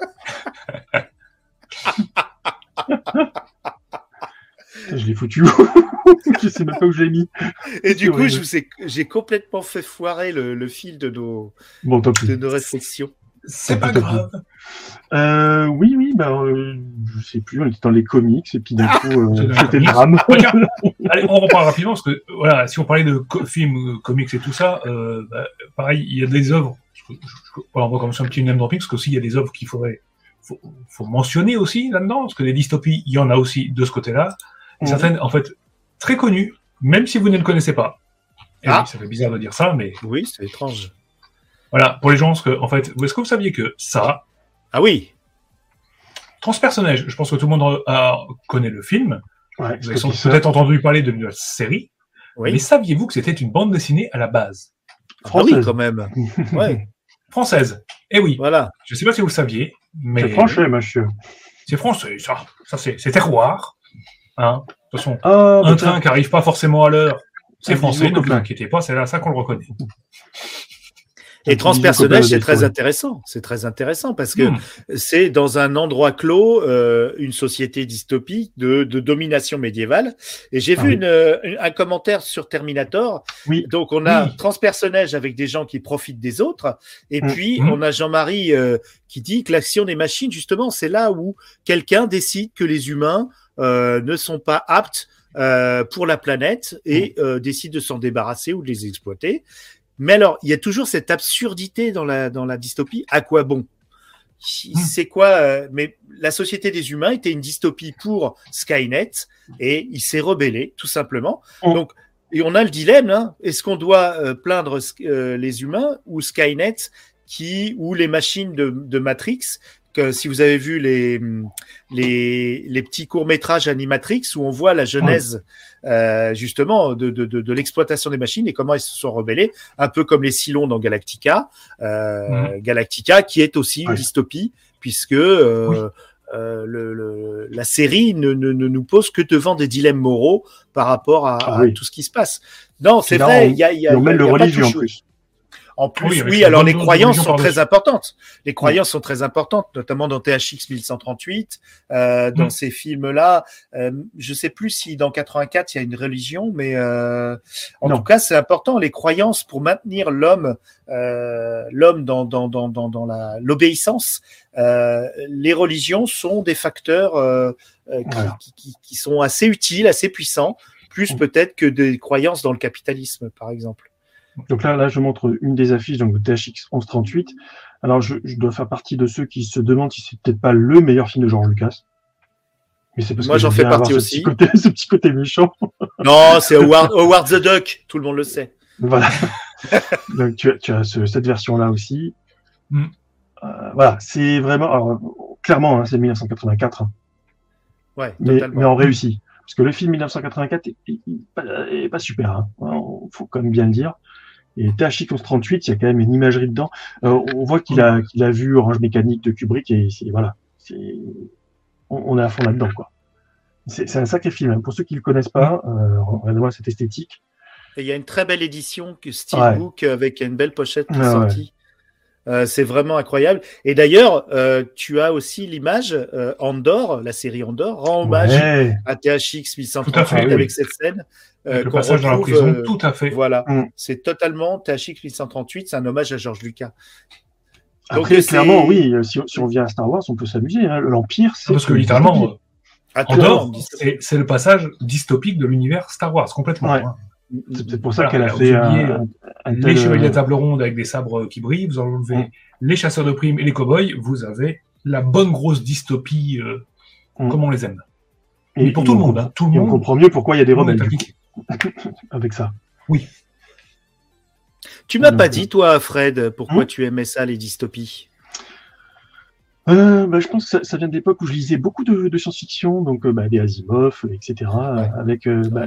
Je l'ai foutu où? Je sais même pas où je l'ai mis. Et du coup, j'ai complètement fait foirer le fil de nos réflexions. C'est pas grave. Oui, je sais plus, on était dans les comics et puis d'un coup, c'était le drame. Allez, on reparle rapidement parce que voilà, si on parlait de films, comics et tout ça, pareil, il y a des œuvres. On va commencer un petit name dropping parce qu'aussi il y a des œuvres qu'il faut mentionner aussi là-dedans parce que les dystopies, il y en a aussi de ce côté-là. Et certaines, en fait, très connues, même si vous ne le connaissez pas. Et oui, ça fait bizarre de dire ça, mais oui, c'est étrange. Voilà, pour les gens, est-ce que vous saviez que ça... Ah oui. Transpersonnage, je pense que tout le monde connaît le film. Ouais, vous avez peut-être entendu parler de la série. Oui. Mais saviez-vous que c'était une bande dessinée à la base? Ah oui, quand même. Ouais. Française. Eh oui. Voilà. Je ne sais pas si vous le saviez, mais... C'est français, monsieur. C'est français, ça c'est terroir. De toute façon, un train qui n'arrive pas forcément à l'heure, c'est français, ne vous inquiétez pas, c'est là ça qu'on le reconnaît. Et transpersonnage, c'est très intéressant. C'est très intéressant parce que c'est dans un endroit clos, une société dystopique de domination médiévale. Et j'ai vu un commentaire sur Terminator. Oui. Donc, on a transpersonnage avec des gens qui profitent des autres. Et puis, on a Jean-Marie qui dit que l'action des machines, justement, c'est là où quelqu'un décide que les humains ne sont pas aptes pour la planète et décide de s'en débarrasser ou de les exploiter. Mais alors, il y a toujours cette absurdité dans la dystopie. À quoi bon? C'est quoi mais la société des humains était une dystopie pour Skynet et il s'est rebellé, tout simplement. Donc, et on a le dilemme, est-ce qu'on doit plaindre les humains ou Skynet ou les machines de Matrix que si vous avez vu les petits courts-métrages Animatrix où on voit la genèse justement de l'exploitation des machines et comment elles se sont rebellées, un peu comme les Cylons dans Galactica. Galactica qui est aussi une dystopie puisque la série ne nous pose que devant des dilemmes moraux par rapport à tout ce qui se passe. Non, c'est vrai, il y a le religieux en plus. En plus, oui, alors les croyances sont très importantes. Les croyances sont très importantes, notamment dans THX 1138, dans ces films-là. Je sais plus si dans 84 il y a une religion, mais en tout cas c'est important. Les croyances pour maintenir l'homme dans l'obéissance. Les religions sont des facteurs qui sont assez utiles, assez puissants, plus peut-être que des croyances dans le capitalisme, par exemple. Donc là, je montre une des affiches donc, de THX 1138. Alors, je dois faire partie de ceux qui se demandent si c'est peut-être pas le meilleur film de George Lucas. Mais c'est parce moi, que j'en fais partie aussi. Ce petit côté méchant. Non, c'est Howard the Duck. Tout le monde le sait. Voilà. Donc, tu as cette version-là aussi. Voilà, c'est vraiment... Alors, clairement, c'est 1984. Ouais, mais on réussit. Parce que le film 1984 est pas super. Faut quand même bien le dire. Et THX 1138, il y a quand même une imagerie dedans. On voit qu'il a vu Orange Mécanique de Kubrick et on est à fond là-dedans, quoi. C'est un sacré film. Pour ceux qui le connaissent pas, regardez-moi cette esthétique. Et il y a une très belle édition que Steelbook avec une belle pochette qui est sortie. C'est vraiment incroyable. Et d'ailleurs, tu as aussi l'image Andor, la série Andor, rend hommage à THX 1138 avec cette scène. Le passage dans la prison, tout à fait. Voilà, c'est totalement THX 1138, c'est un hommage à George Lucas. Après, donc, clairement, oui, si on vient à Star Wars, on peut s'amuser. Hein. L'Empire, c'est... Parce que littéralement, Andor, c'est le passage dystopique de l'univers Star Wars, complètement. Ouais. C'est peut-être pour ça qu'elle a fait les chevaliers à table ronde avec des sabres qui brillent, vous enlevez les chasseurs de primes et les cow-boys, vous avez la bonne grosse dystopie comme on les aime. Mais pour tout le monde. Tout le monde. On comprend mieux pourquoi il y a des rebelles avec ça. Oui. Tu m'as pas dit, toi, Fred, pourquoi tu aimais ça, les dystopies? Je pense que ça vient de l'époque où je lisais beaucoup de science-fiction, donc des Asimov, etc. Avec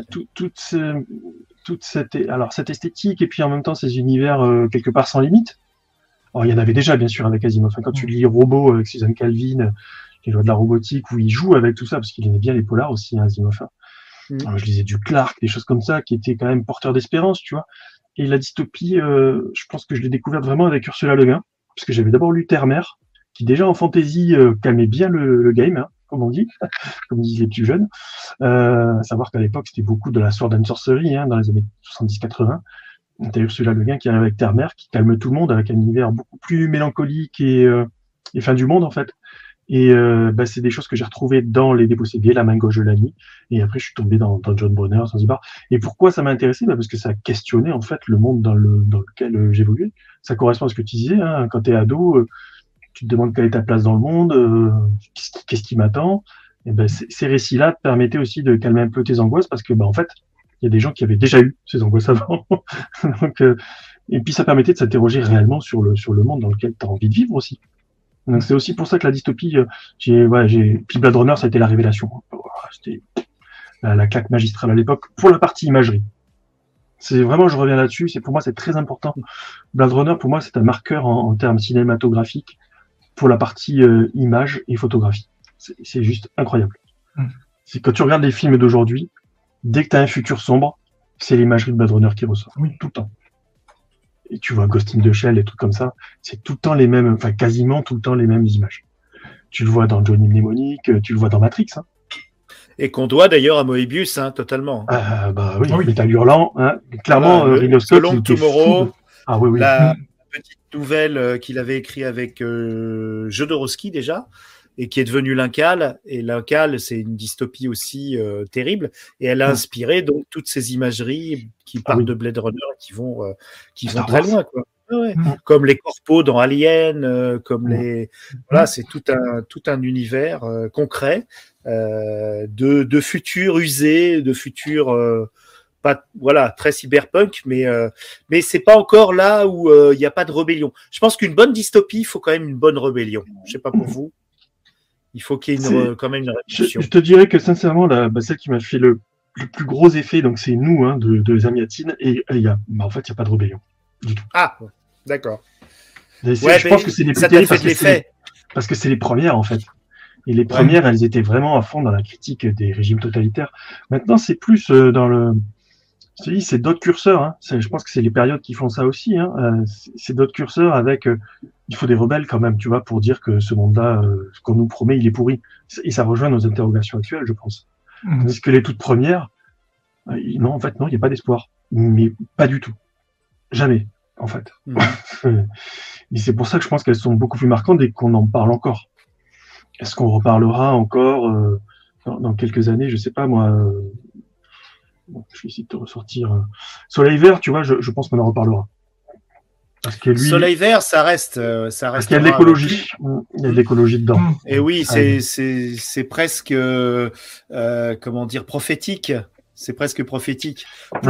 toute cette esthétique et puis en même temps ces univers quelque part sans limite. Alors il y en avait déjà bien sûr avec Asimov. Quand tu lis Robot avec Suzanne Calvin, les lois de la robotique, où il joue avec tout ça parce qu'il aimait bien les polars aussi, Asimov. Alors, je lisais du Clark, des choses comme ça qui étaient quand même porteurs d'espérance, tu vois. Et la dystopie, je pense que je l'ai découverte vraiment avec Ursula Le Guin, parce que j'avais d'abord lu Terre-Mer, qui déjà en fantasy calmait bien le game, comme on dit, comme disent les plus jeunes. À savoir qu'à l'époque, c'était beaucoup de la sword and sorcery, dans les années 70-80. T'as Ursula Le Guin qui arrive avec Terre-Mer, qui calme tout le monde avec un univers beaucoup plus mélancolique et fin du monde, en fait. Et c'est des choses que j'ai retrouvées dans Les Dépossédés, La main gauche de la nuit. Et après, je suis tombé dans John Brunner, Zanzibar. Et pourquoi ça m'a intéressé? Parce que ça questionnait, en fait, le monde dans lequel j'évoluais. Ça correspond à ce que tu disais, quand t'es ado, tu te demandes quelle est ta place dans le monde, qu'est-ce qui m'attend. Et ces récits-là te permettaient aussi de calmer un peu tes angoisses parce que, en fait, il y a des gens qui avaient déjà eu ces angoisses avant. Donc, et puis, ça permettait de s'interroger réellement sur le monde dans lequel tu as envie de vivre aussi. Donc, c'est aussi pour ça que la dystopie, puis Blade Runner, ça a été la révélation. C'était la claque magistrale à l'époque pour la partie imagerie. C'est vraiment, je reviens là-dessus, pour moi, c'est très important. Blade Runner, pour moi, c'est un marqueur en termes cinématographiques pour la partie image et photographie. C'est juste incroyable. C'est quand tu regardes les films d'aujourd'hui, dès que tu as un futur sombre, c'est l'imagerie de Blade Runner qui ressort. Oui, tout le temps. Et tu vois Ghost in the Shell, des trucs comme ça, c'est tout le temps les mêmes, enfin quasiment tout le temps les mêmes images. Tu le vois dans Johnny Mnemonic, tu le vois dans Matrix. Et qu'on doit d'ailleurs à Moebius, totalement. Oui, Métal Hurlant, clairement, Ridley Scott, Long Tomorrow, la petite nouvelle qu'il avait écrite avec Jodorowsky déjà, et qui est devenu L'Incal. Et L'Incal, c'est une dystopie aussi terrible. Et elle a inspiré donc toutes ces imageries qui partent de Blade Runner et qui vont très loin, quoi. Comme les corpos dans Alien, comme les c'est tout un univers concret de futurs usés, de futurs pas voilà très cyberpunk, mais c'est pas encore là où il n'y a pas de rébellion. Je pense qu'une bonne dystopie, il faut quand même une bonne rébellion. Je sais pas pour vous. Il faut qu'il y ait quand même une révolution. Je te dirais que sincèrement, celle qui m'a fait le plus gros effet, donc c'est nous, de Zamiatine, et en fait, il n'y a pas de rébellion du tout. Ah, d'accord. Je pense que c'est les plus terribles parce que c'est les premières, en fait. Et les premières, elles étaient vraiment à fond dans la critique des régimes totalitaires. Maintenant, c'est plus dans le... Je te dis, c'est d'autres curseurs. Hein. Je pense que c'est les périodes qui font ça aussi. Hein. C'est d'autres curseurs avec... il faut des rebelles quand même, tu vois, pour dire que ce monde-là, ce qu'on nous promet, il est pourri. Et ça rejoint nos interrogations actuelles, je pense. Tandis que les toutes premières, non, en fait, non, il n'y a pas d'espoir. Mais pas du tout. Jamais, en fait. Et c'est pour ça que je pense qu'elles sont beaucoup plus marquantes et qu'on en parle encore. Est-ce qu'on reparlera encore dans quelques années? Je sais pas, moi... je vais essayer de te ressortir. Soleil Vert, tu vois, je pense qu'on en reparlera. Parce que lui, Soleil Vert, ça reste. Parce qu'il y a de l'écologie. Il y a de l'écologie dedans. Et oui, c'est presque, comment dire, prophétique. C'est presque prophétique.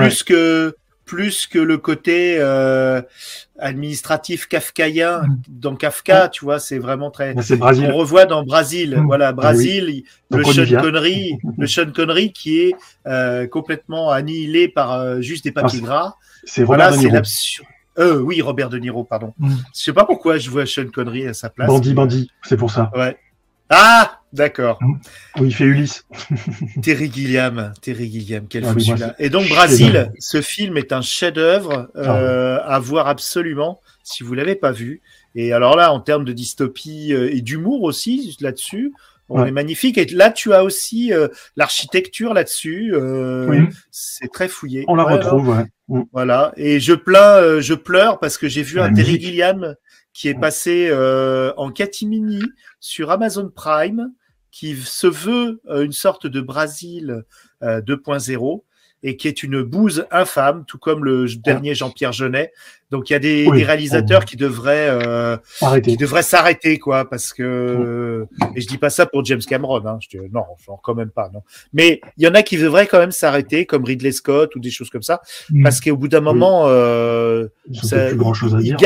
Plus que le côté administratif kafkaïen dans Kafka, tu vois, c'est vraiment très. C'est Brésil. On revoit dans Brésil, voilà, Brésil, le Sean Connery qui est complètement annihilé par juste des papiers gras. C'est Robert De Niro. Oui, Robert De Niro, pardon. Je sais pas pourquoi je vois Sean Connery à sa place. Bandit, c'est pour ça. Ouais. Ah, d'accord. Oui, il fait Ulysse. Terry Gilliam, quel fou celui-là. Et donc Brésil, ce film est un chef-d'œuvre à voir absolument si vous l'avez pas vu. Et alors là, en termes de dystopie et d'humour aussi là-dessus, on est magnifique. Et là, tu as aussi l'architecture là-dessus. C'est très fouillé. On la retrouve. Voilà. Et je pleure parce que j'ai vu un Terry Gilliam qui est passé en catimini sur Amazon Prime, qui se veut une sorte de Brésil 2.0 et qui est une bouse infâme, tout comme le dernier Jean-Pierre Jeunet. Donc il y a des réalisateurs qui devraient s'arrêter, quoi, parce que et je dis pas ça pour James Cameron, hein. Je dis, non, quand même pas, non. Mais il y en a qui devraient quand même s'arrêter, comme Ridley Scott ou des choses comme ça, parce qu'au bout d'un moment, ça, plus grand chose à dire.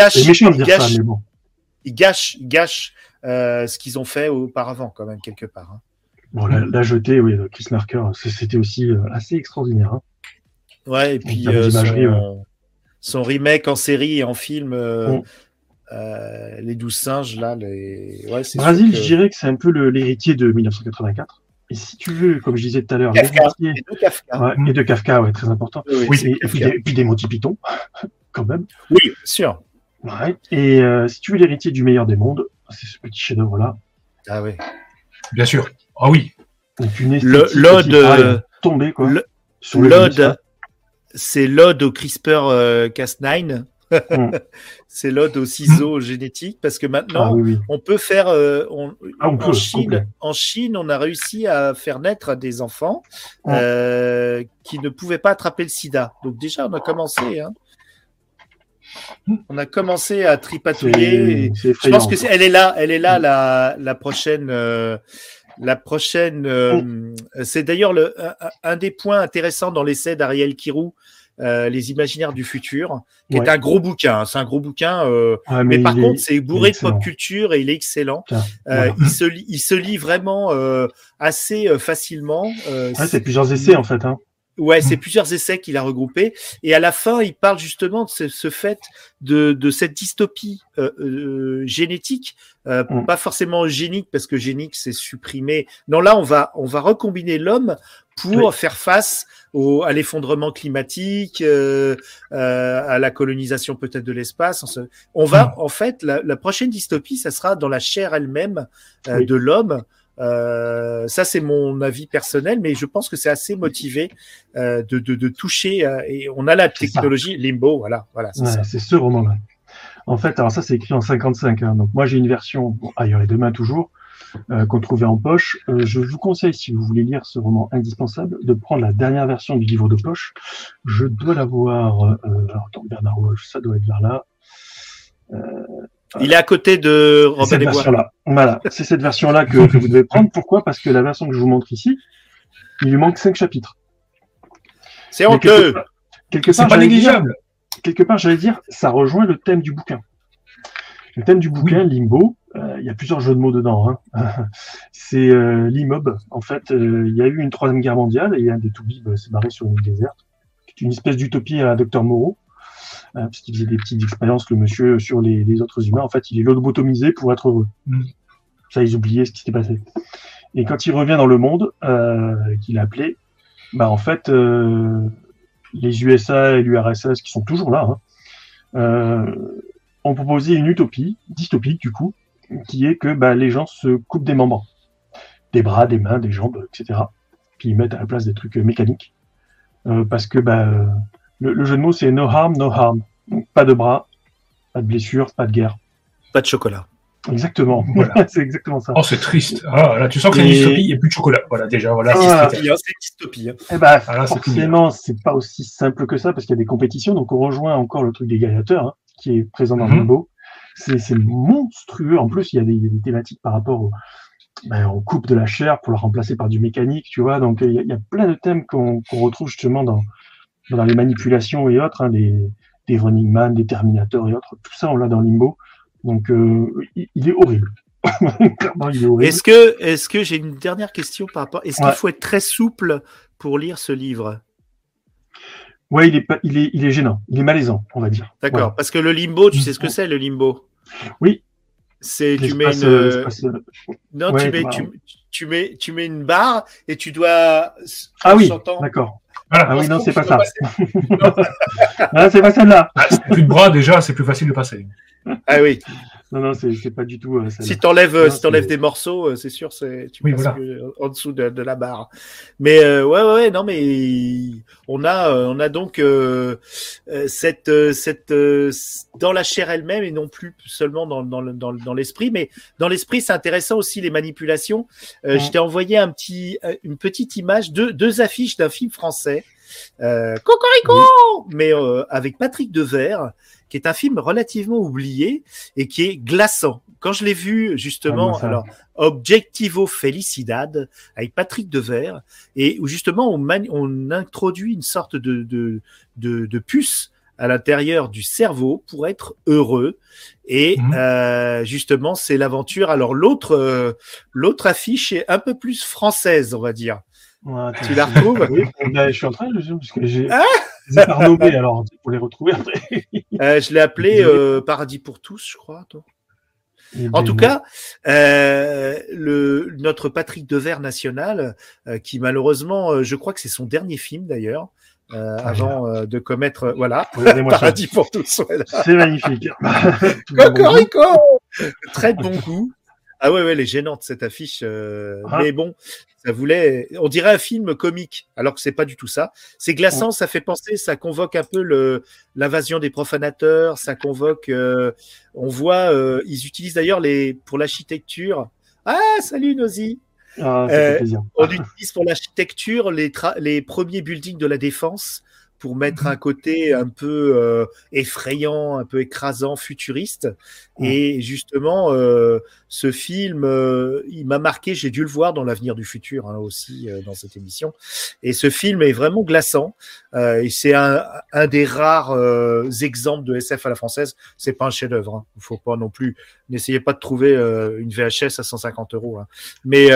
Ils gâchent ce qu'ils ont fait auparavant, quand même, quelque part. Hein. Bon, la jetée, Chris Marker, c'était aussi assez extraordinaire. Hein. Ouais, et puis son remake en série et en film, Les 12 singes, là, Brésil, je dirais que c'est un peu l'héritier de 1984. Et si tu veux, comme je disais tout à l'heure, et de Kafka, très important. Et puis des Monty Python, quand même. Oui, sûr. Ouais. Et si tu veux l'héritier du meilleur des mondes, c'est ce petit chef-d'œuvre-là. Ah oui. Bien sûr. Ah oui. L'ode tombé, quoi. C'est l'ode au CRISPR-Cas9. C'est l'ode aux ciseaux génétiques parce que maintenant on peut faire en Chine on a réussi à faire naître des enfants qui ne pouvaient pas attraper le sida. Donc déjà on a commencé on a commencé à tripatouiller. Je pense que elle est là la prochaine. C'est d'ailleurs un des points intéressants dans l'essai d'Ariel Kirou, Les Imaginaires du futur, qui est un gros bouquin. C'est un gros bouquin, mais par contre, c'est bourré de pop culture et il est excellent. Il se lit vraiment assez facilement. C'est plusieurs essais en fait. Ouais, c'est plusieurs essais qu'il a regroupés. Et à la fin, il parle justement de ce fait de cette dystopie génétique, pas forcément génique, parce que génique, c'est supprimé. Non, là, on va recombiner l'homme pour faire face à l'effondrement climatique, à la colonisation peut-être de l'espace. On va, en fait, la prochaine dystopie, ça sera dans la chair elle-même de l'homme. Ça c'est mon avis personnel, mais je pense que c'est assez motivé de toucher et on a la technologie Limbo, voilà c'est ça. C'est ce roman-là. En fait, alors ça c'est écrit en 55, donc moi j'ai une version ailleurs et demain toujours qu'on trouvait en poche. Je vous conseille, si vous voulez lire ce roman indispensable, de prendre la dernière version du livre de poche. Je dois l'avoir. Alors attends, Bernard Wolf, ça doit être vers là. Il est à côté de Robin des Bois. Voilà, c'est cette version-là que vous devez prendre. Pourquoi ? Parce que la version que je vous montre ici, il lui manque 5 chapitres. C'est honteux. Quelque C'est part, pas négligeable. j'allais dire, ça rejoint le thème du bouquin. Le thème du bouquin, Limbo, il y a plusieurs jeux de mots dedans. Hein. C'est l'IMOB. En fait, il y a eu une troisième guerre mondiale et un des Toubib s'est barré sur une île déserte, qui est une espèce d'utopie à la Dr Moreau, parce qu'il faisait des petites expériences, le monsieur, sur les autres humains. En fait, il est lobotomisé pour être heureux. Ça, ils oubliaient ce qui s'était passé. Et quand il revient dans le monde, qu'il a appelé, en fait, les USA et l'URSS, qui sont toujours là, ont proposé une utopie, dystopique du coup, qui est que les gens se coupent des membres, des bras, des mains, des jambes, etc. Puis ils mettent à la place des trucs mécaniques. Parce que le jeu de mots, c'est no harm, no harm. Donc pas de bras, pas de blessures, pas de guerre. Pas de chocolat. Exactement, Voilà. C'est exactement ça. Oh, c'est triste. Ah, là, tu sens que c'est une dystopie, il n'y a plus de chocolat. Voilà, déjà, voilà. C'est dystopie. Eh là, forcément, c'est pas aussi simple que ça, parce qu'il y a des compétitions, donc on rejoint encore le truc des gladiateurs, qui est présent dans Limbo. C'est monstrueux. En plus, il y a des thématiques par rapport on coupe de la chair pour la remplacer par du mécanique, tu vois. Donc, il y a plein de thèmes qu'on retrouve justement dans les manipulations et autres, des Running Man, des Terminators et autres. Tout ça, on l'a dans Limbo. Donc, il est horrible. Clairement, il est horrible. Est-ce que j'ai une dernière question par rapport. Est-ce qu'il faut être très souple pour lire ce livre? Ouais, il est gênant. Il est malaisant, on va dire. D'accord. Parce que le limbo, tu sais ce que c'est, le limbo? Oui. Tu mets une barre et tu dois. Ah oui, d'accord. Voilà. Ah oui, non, c'est pas ça. C'est pas celle-là. C'est plus de bras, déjà, c'est plus facile de passer. Ah oui. Non, c'est pas du tout. Si t'enlèves des morceaux, c'est sûr, tu passes en dessous de la barre. Mais non, mais on a donc cette dans la chair elle-même et non plus seulement dans l'esprit. Mais dans l'esprit, c'est intéressant aussi les manipulations. Je t'ai envoyé une petite image, deux affiches d'un film français, Cocorico, mais avec Patrick Devers, qui est un film relativement oublié et qui est glaçant. Quand je l'ai vu, justement, Objectivo Felicidad, avec Patrick Devers, et où justement on introduit une sorte de puce à l'intérieur du cerveau pour être heureux. Et justement, c'est l'aventure. Alors l'autre affiche est un peu plus française, on va dire. Ouais, tu la retrouves? Oui, je suis en train de parce que j'ai les ai pas renommés, alors pour les retrouver après. Je l'ai appelé Paradis pour tous, je crois. Toi. En tout cas, notre Patrick Devers national, qui malheureusement, je crois que c'est son dernier film d'ailleurs, avant de commettre, Paradis pour tous. Voilà. C'est magnifique. Cocorico, très bon goût. Ah ouais, elle est gênante cette affiche, mais bon, on dirait un film comique, alors que c'est pas du tout ça. C'est glaçant, ça fait penser, ça convoque un peu l'invasion des profanateurs, ça convoque, on voit, ils utilisent d'ailleurs pour l'architecture. Ah, salut Nosy. Ça fait plaisir. On utilise pour l'architecture les premiers buildings de la Défense pour mettre un côté un peu effrayant, un peu écrasant, futuriste. Et justement, ce film, il m'a marqué, j'ai dû le voir dans L'Avenir du futur aussi, dans cette émission. Et ce film est vraiment glaçant. Et c'est un des rares exemples de SF à la française. C'est pas un chef-d'œuvre. Il faut pas non plus, n'essayez pas de trouver une VHS à 150 €. Mais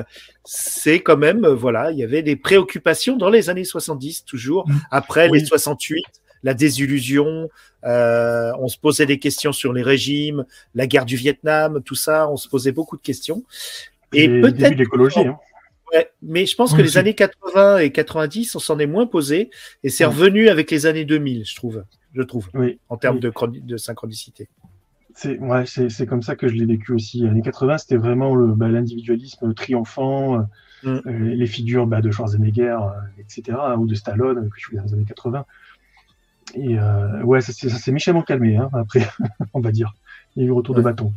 c'est quand même, il y avait des préoccupations dans les années 70, toujours. Après les 68, la désillusion, on se posait des questions sur les régimes, la guerre du Vietnam, tout ça, on se posait beaucoup de questions. Et peut-être l'écologie. Ouais, mais je pense que les années 80 et 90, on s'en est moins posé, et c'est revenu avec les années 2000, je trouve, en termes de synchronicité. C'est comme ça que je l'ai vécu aussi. Les années 80, c'était vraiment l'individualisme triomphant, les figures de Schwarzenegger, etc., ou de Stallone, que je suis dans les années 80. Et ça s'est méchamment calmé, après, on va dire. Il y a eu retour de bâton.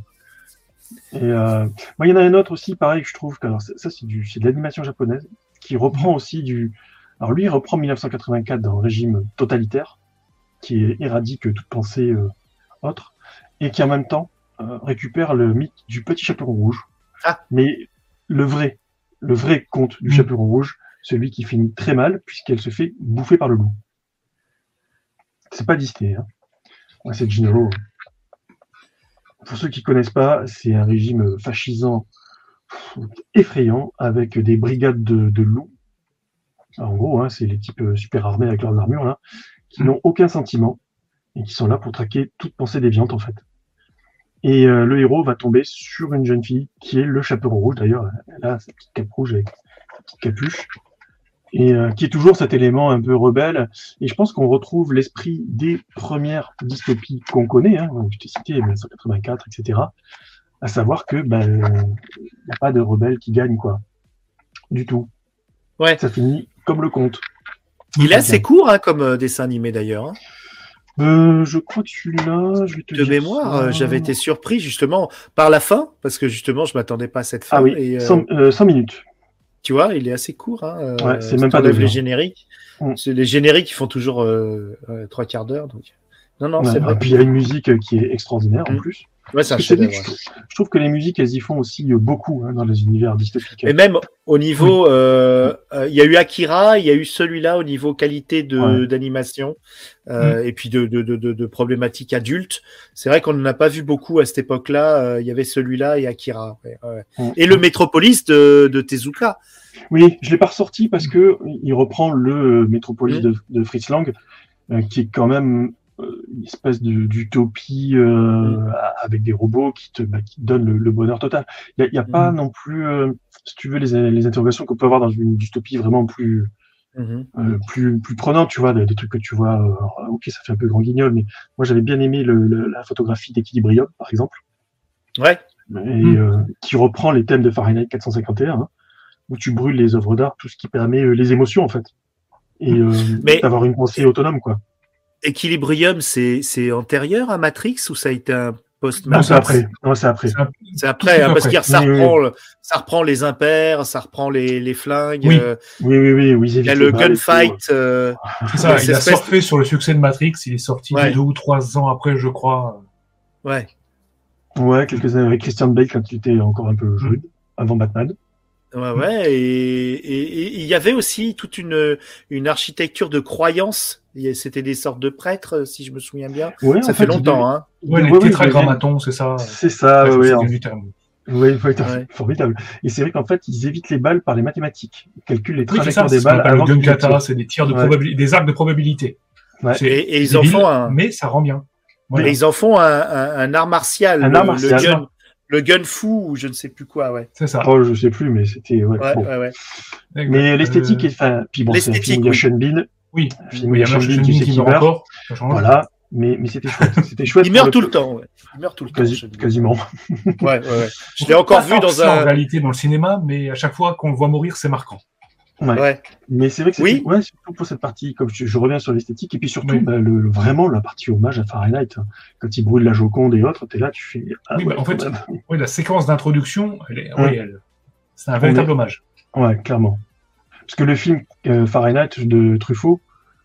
Et il y en a un autre aussi, pareil, que je trouve que ça c'est de l'animation japonaise, qui reprend aussi Alors lui, il reprend 1984 dans le régime totalitaire, qui éradique toute pensée autre, et qui en même temps récupère le mythe du petit chaperon rouge. Mais le vrai conte du chaperon rouge, celui qui finit très mal puisqu'elle se fait bouffer par le loup. C'est pas Disney, hein. Ouais, c'est Gino. Pour ceux qui connaissent pas, c'est un régime fascisant effrayant avec des brigades de loups. Alors, en gros, hein, c'est les types super armés avec leurs armures là, qui n'ont aucun sentiment et qui sont là pour traquer toute pensée déviante en fait. Et le héros va tomber sur une jeune fille qui est le chaperon rouge d'ailleurs. Elle a sa petite cape rouge avec sa petite capuche et qui est toujours cet élément un peu rebelle. Et je pense qu'on retrouve l'esprit des premières dystopies qu'on connaît. Hein, je t'ai cité 1984, etc. À savoir que il n'y a pas de rebelle qui gagne quoi, du tout. Ouais. Ça finit comme le conte. Il est assez court hein, comme dessin animé d'ailleurs. Hein. Je crois que celui-là, je vais te de dire mémoire, ça. j'avais été surpris justement par la fin, parce que justement je m'attendais pas à cette fin. Ah oui, et, 100 minutes. tu vois, il est assez court. Hein, Ouais, c'est même pas t'enlèves 2 les heures. génériques. Mm. C'est les génériques qui font toujours 3/4 d'heure. Donc... Non, Ouais, c'est vrai. et puis il y a une musique qui est extraordinaire en plus. Ouais, c'est un Parce que c'est vrai que chef-d'œuvre. je trouve que les musiques, elles y font aussi beaucoup hein, dans les univers dystopiques. Et même au niveau, il y a eu Akira, il y a eu celui-là au niveau qualité d'animation et puis de problématiques adultes. C'est vrai qu'on n'en a pas vu beaucoup à cette époque-là. Il y avait celui-là et Akira. Et le Metropolis de Tezuka. Oui, je l'ai pas ressorti parce que il reprend le Metropolis de Fritz Lang, qui est quand même une espèce d'utopie avec des robots qui te donnent le bonheur total. Il y a pas non plus, si tu veux, les interrogations qu'on peut avoir dans une dystopie vraiment plus prenante, tu vois, des trucs que tu vois. Ok, ça fait un peu grand guignol, mais moi j'avais bien aimé la photographie d'Equilibrium, par exemple. Ouais. Et qui reprend les thèmes de Fahrenheit 451, hein, où tu brûles les œuvres d'art, tout ce qui permet les émotions en fait, et d'avoir une pensée autonome quoi. Equilibrium, c'est antérieur à Matrix ou ça a été un post-Matrix? Non, c'est après. Non, c'est après. C'est après, hein, parce que ça reprend les impairs, ça reprend les flingues. Oui. Oui. Il y a le gunfight. C'est ça, il a surfé sur le succès de Matrix. Il est sorti 2 ou 3 ans après, je crois. Ouais, quelques années avec Christian Bale quand il était encore un peu jeune, avant Batman. Ouais, et il y avait aussi toute une architecture de croyance. C'était des sortes de prêtres, si je me souviens bien. Ouais, ça fait longtemps, hein. Ouais, les tétragrammatons, c'est ça. C'est ça, oui. Formidable. Et c'est vrai qu'en fait, ils évitent les balles par les mathématiques. Ils calculent les trajectoires des balles. Avant le gun kata, c'est des tirs de probabilité, des arcs de probabilité. Ouais. Et ils en font mais ça rend bien. Voilà. Et ils en font un art martial. Un art martial. Le gun fou ou je ne sais plus quoi, ouais. C'est ça. Oh, je sais plus, mais c'était ouais. Mais l'esthétique est, puis bon, c'est un film de Sean Bean. Oui. Il y a Sean Bean qui meurt encore. Voilà. Mais c'était chouette. C'était chouette. Il meurt tout le temps, ouais. Il meurt tout le temps. Quasiment. Ouais. Je l'ai encore vu dans en réalité dans le cinéma, mais à chaque fois qu'on le voit mourir, c'est marquant. Ouais. Mais c'est vrai que c'est surtout pour cette partie, comme je reviens sur l'esthétique, et puis surtout vraiment la partie hommage à Fahrenheit. Quand il brûle la Joconde et autres, t'es là, tu fais. En fait, la séquence d'introduction, c'est un véritable hommage. Ouais, clairement. Parce que le film Fahrenheit de Truffaut,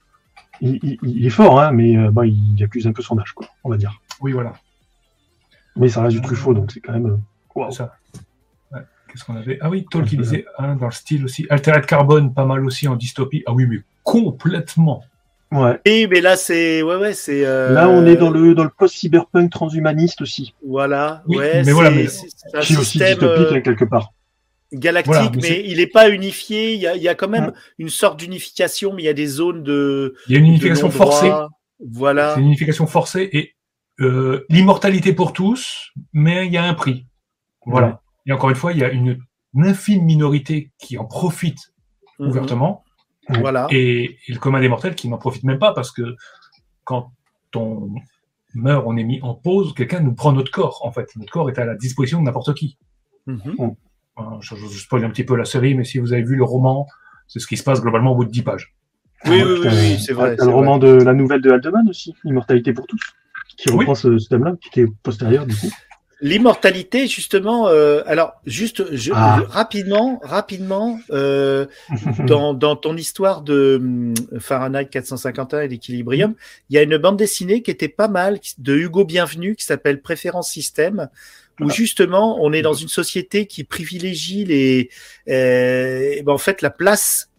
il est fort, hein, mais il accuse un peu son âge, quoi, on va dire. Oui, voilà. Mais ça reste du Truffaut, donc c'est quand même. C'est ça. Qu'est-ce qu'on avait ? Ah oui, Toll qui disait, dans le style aussi. Altered Carbone, pas mal aussi en dystopie. Ah oui, mais complètement. Ouais. Et mais là, c'est. c'est. Là, on est dans le post-cyberpunk transhumaniste aussi. Voilà. Oui, mais c'est un système aussi dystopique, quelque part. Galactique, mais il n'est pas unifié. Il y a quand même une sorte d'unification, mais il y a des zones de. Il y a une unification forcée. Voilà. C'est une unification forcée et l'immortalité pour tous, mais il y a un prix. Voilà. Ouais. Et encore une fois, il y a une infime minorité qui en profite ouvertement. Voilà. Et le commun des mortels qui n'en profite même pas parce que quand on meurt, on est mis en pause, quelqu'un nous prend notre corps, en fait. Notre corps est à la disposition de n'importe qui. Je spoil un petit peu la série, mais si vous avez vu le roman, c'est ce qui se passe globalement au bout de 10 pages. Oui, c'est vrai. Il y a le roman de la nouvelle de Haldeman aussi, Immortalité pour tous, qui reprend ce thème-là, qui était postérieur du coup. L'immortalité, justement. Alors, juste rapidement, dans ton histoire de Fahrenheit 451 et d'Equilibrium, il y a une bande dessinée qui était pas mal de Hugo Bienvenu qui s'appelle Préférence Système, où justement on est dans une société qui privilégie en fait la place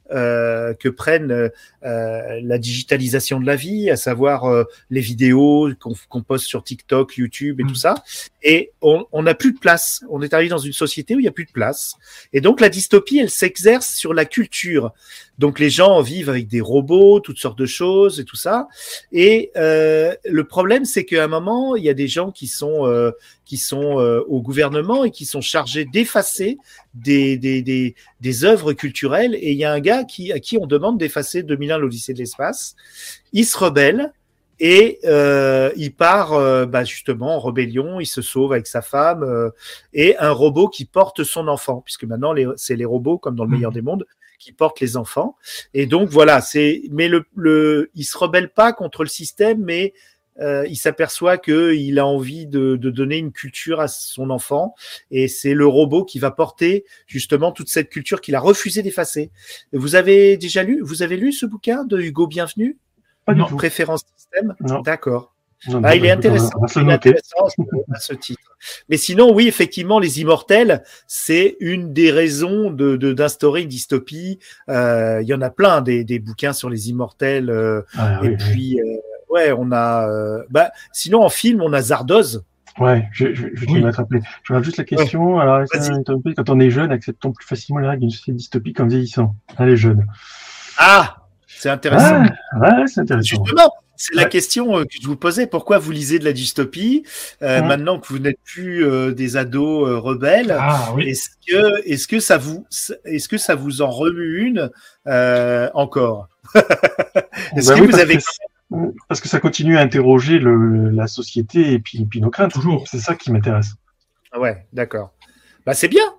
que prennent la digitalisation de la vie, à savoir les vidéos qu'on poste sur TikTok, YouTube et tout ça. Et on n'a plus de place. On est arrivé dans une société où il n'y a plus de place. Et donc la dystopie, elle s'exerce sur la culture. Donc les gens vivent avec des robots, toutes sortes de choses et tout ça. Et le problème, c'est qu'à un moment, il y a des gens qui sont au gouvernement et qui sont chargés d'effacer des œuvres culturelles. Et il y a un gars à qui on demande d'effacer 2001, l'Odyssée de l'espace. Il se rebelle. Et il part justement en rébellion, il se sauve avec sa femme et un robot qui porte son enfant, puisque maintenant c'est les robots, comme dans le meilleur des mondes, qui portent les enfants. Et donc voilà, mais il se rebelle pas contre le système, mais il s'aperçoit qu'il a envie de donner une culture à son enfant, et c'est le robot qui va porter justement toute cette culture qu'il a refusé d'effacer. Vous avez lu ce bouquin de Hugo Bienvenu? Pas du tout. Préférence système. Non. D'accord. Non, Il est intéressant. À ce titre. Mais sinon, oui, effectivement, les Immortels, c'est une des raisons d'instaurer une dystopie. Il y en a plein des bouquins sur les Immortels. Puis, on a. Sinon, en film, on a Zardoz. Ouais, je vais te le mettre appelé. Je regarde juste la question. Ouais. Alors, quand on est jeune, acceptons plus facilement les règles d'une société dystopique en vieillissant. Les jeunes. Ah, c'est intéressant. Ouais, c'est intéressant. Justement, c'est la question que je vous posais. Pourquoi vous lisez de la dystopie maintenant que vous n'êtes plus des ados rebelles? Oui. Est-ce que ça vous en remue une encore? Est-ce que vous avez parce que ça continue à interroger la société et puis nos craintes. Toujours. C'est ça qui m'intéresse. Ouais, d'accord. C'est bien.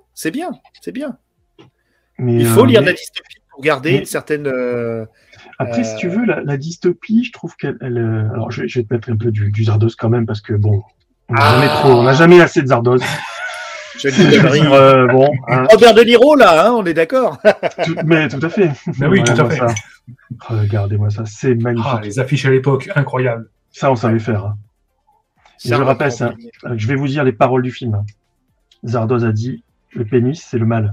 Mais, il faut lire de la dystopie pour garder une certaine. Après, si tu veux, la dystopie, je trouve qu'elle. Alors, je vais te mettre un peu du Zardoz quand même, parce que bon, on n'a jamais assez de Zardoz. Robert De Niro, là, on est d'accord. Mais tout à fait. Mais oui, tout à fait. Regardez-moi ça, c'est magnifique. Les affiches à l'époque, incroyables. Ça, on savait faire. Je rappelle ça. Je vais vous dire les paroles du film. Zardoz a dit le pénis, c'est le mal.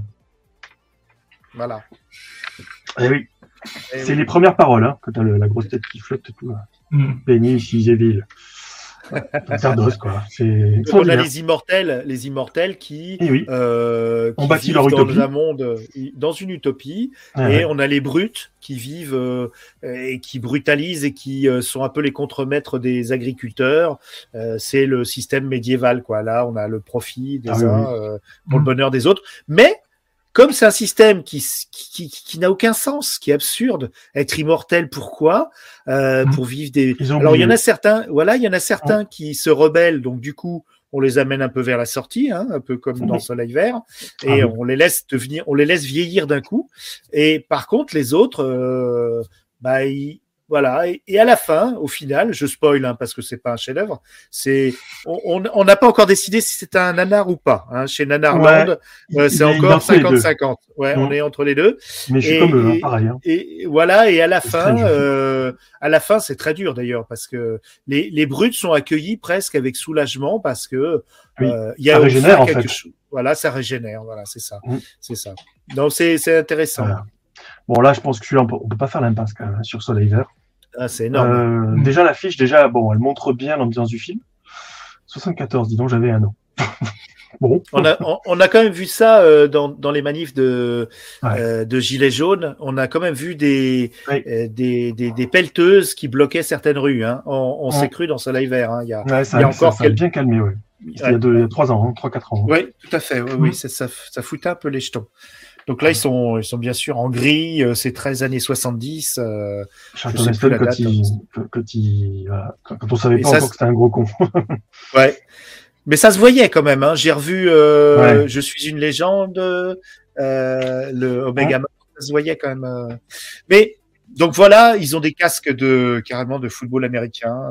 Voilà. Eh oui. C'est les premières paroles, quand t'as la grosse tête qui flotte et tout. Pénis, Iséville. Zardoz, quoi. On a les immortels qui ont bâti leur utopie. Dans une utopie, et on a les brutes qui vivent et qui brutalisent et qui sont un peu les contremaîtres des agriculteurs. C'est le système médiéval, quoi. Là, on a le profit des uns pour le bonheur des autres. Mais comme c'est un système qui n'a aucun sens, qui est absurde, être immortel, pourquoi pour vivre des. Alors il y en a certains, qui se rebellent, donc du coup on les amène un peu vers la sortie, un peu comme dans Soleil Vert, et on les laisse vieillir d'un coup. Et par contre les autres, voilà, et à la fin, au final, je spoil parce que c'est pas un chef-d'œuvre, on n'a pas encore décidé si c'est un nanar ou pas. Chez Nanarland, c'est encore 50-50. On est entre les deux. Mais je suis comme eux, pareil. Et voilà, et à la fin, c'est très dur d'ailleurs parce que les brutes sont accueillis presque avec soulagement parce que il y a ça régénère en fait. Voilà, ça régénère. Voilà, c'est ça, c'est ça. Donc c'est intéressant. Voilà. Bon, là, je pense que celui-là, on peut pas faire l'impasse quand même sur Soleil Vert. C'est énorme. Déjà, l'affiche, elle montre bien l'ambiance du film. 74, dis donc, j'avais un an. Bon. On a quand même vu ça dans les manifs de Gilets jaunes. On a quand même vu des pelleteuses qui bloquaient certaines rues. On s'est cru dans Soleil Vert. Il y a encore ça a bien calmé, Il y a 3 ans, 3-4 ans. Oui, tout à fait. Oui, ça foutait un peu les jetons. Donc là, ils sont bien sûr en gris. C'est 13 années 70. Charlton Heston, quand on savait pas encore que c'était un gros con. Ouais. Mais ça se voyait quand même. J'ai revu Je suis une légende, le Omega Man, ça se voyait quand même. Mais donc voilà, ils ont des casques carrément de football américain.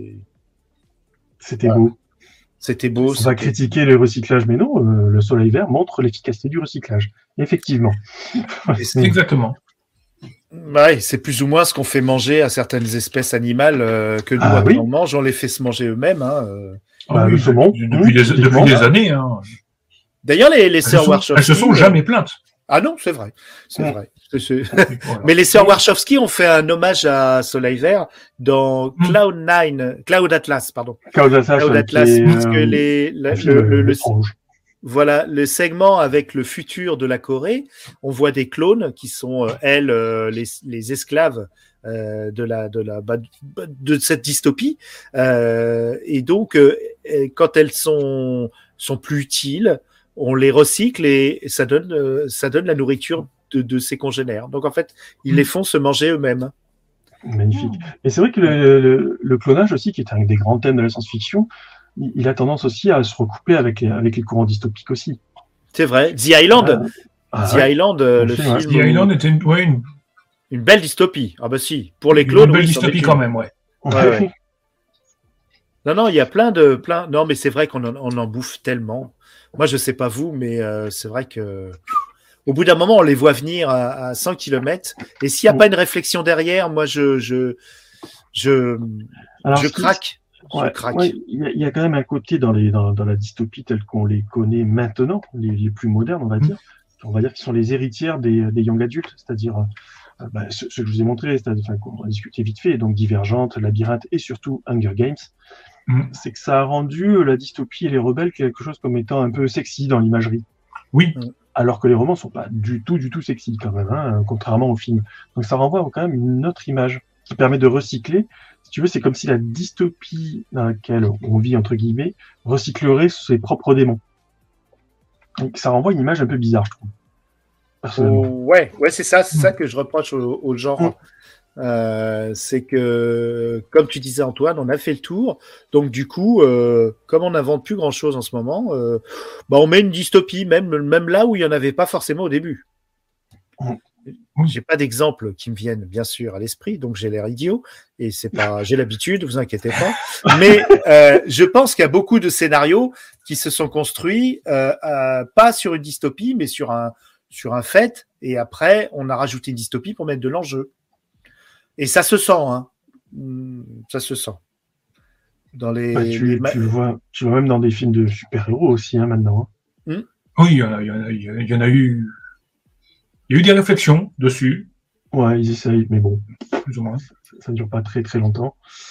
C'était beau. C'était beau. On va critiquer le recyclage, mais non, le Soleil Vert montre l'efficacité du recyclage. Effectivement. Exactement. Ouais, c'est plus ou moins ce qu'on fait manger à certaines espèces animales que nous, on mange, on les fait se manger eux-mêmes. Le saumon, depuis des années. D'ailleurs, les sœurs Warshawski... Elles se sont jamais plaintes. Ah non, c'est vrai. C'est vrai. Voilà. Mais les sœurs Wachowski ont fait un hommage à Soleil Vert dans Cloud Atlas, pardon. Cloud Atlas, Cloud Atlas, parce que voilà, le segment avec le futur de la Corée, on voit des clones qui sont, les esclaves de cette dystopie. Et donc, quand elles sont plus utiles, on les recycle et ça donne la nourriture de ses congénères. Donc, en fait, ils les font se manger eux-mêmes. Magnifique. Et c'est vrai que le clonage aussi, qui est un des grands thèmes de la science-fiction, il a tendance aussi à se recoupler avec les courants dystopiques aussi. C'est vrai. The Island. Island, le film. The Island était une belle dystopie. Ah bah si. Pour les clones, une belle dystopie quand même, ouais. Ouais. Non, il y a plein. Non, mais c'est vrai qu'on en bouffe tellement. Moi, je sais pas vous, mais c'est vrai que au bout d'un moment, on les voit venir à 100 km. Et s'il n'y a pas une réflexion derrière, moi, je craque. Ouais, il y a quand même un côté dans la dystopie telle qu'on les connaît maintenant, les plus modernes, on va dire. On va dire qu'ils sont les héritières des young adultes, c'est-à-dire ce que je vous ai montré, c'est-à-dire qu'on a discuté vite fait, donc Divergente, Labyrinthe et surtout Hunger Games. C'est que ça a rendu la dystopie et les rebelles quelque chose comme étant un peu sexy dans l'imagerie. Oui. Alors que les romans sont pas du tout sexy quand même, contrairement au film. Donc ça renvoie quand même une autre image qui permet de recycler. Si tu veux, c'est comme si la dystopie dans laquelle on vit, entre guillemets, recyclerait ses propres démons. Donc ça renvoie une image un peu bizarre, je trouve. Ouais, c'est ça que je reproche au genre. C'est que, comme tu disais Antoine, on a fait le tour. Donc du coup, comme on n'invente plus grand-chose en ce moment, on met une dystopie, même là où il n'y en avait pas forcément au début. J'ai pas d'exemple qui me viennent bien sûr à l'esprit, donc j'ai l'air idiot et c'est pas, j'ai l'habitude, vous inquiétez pas. Mais je pense qu'il y a beaucoup de scénarios qui se sont construits pas sur une dystopie, mais sur un fait, et après on a rajouté une dystopie pour mettre de l'enjeu. Et ça se sent, hein. Ça se sent. Dans tu le vois même dans des films de super-héros aussi, maintenant. Oui, il y en a eu. Il y a eu des réflexions dessus. Ouais, ils essayent, mais bon, plus ou moins. Ça ne dure pas très très longtemps.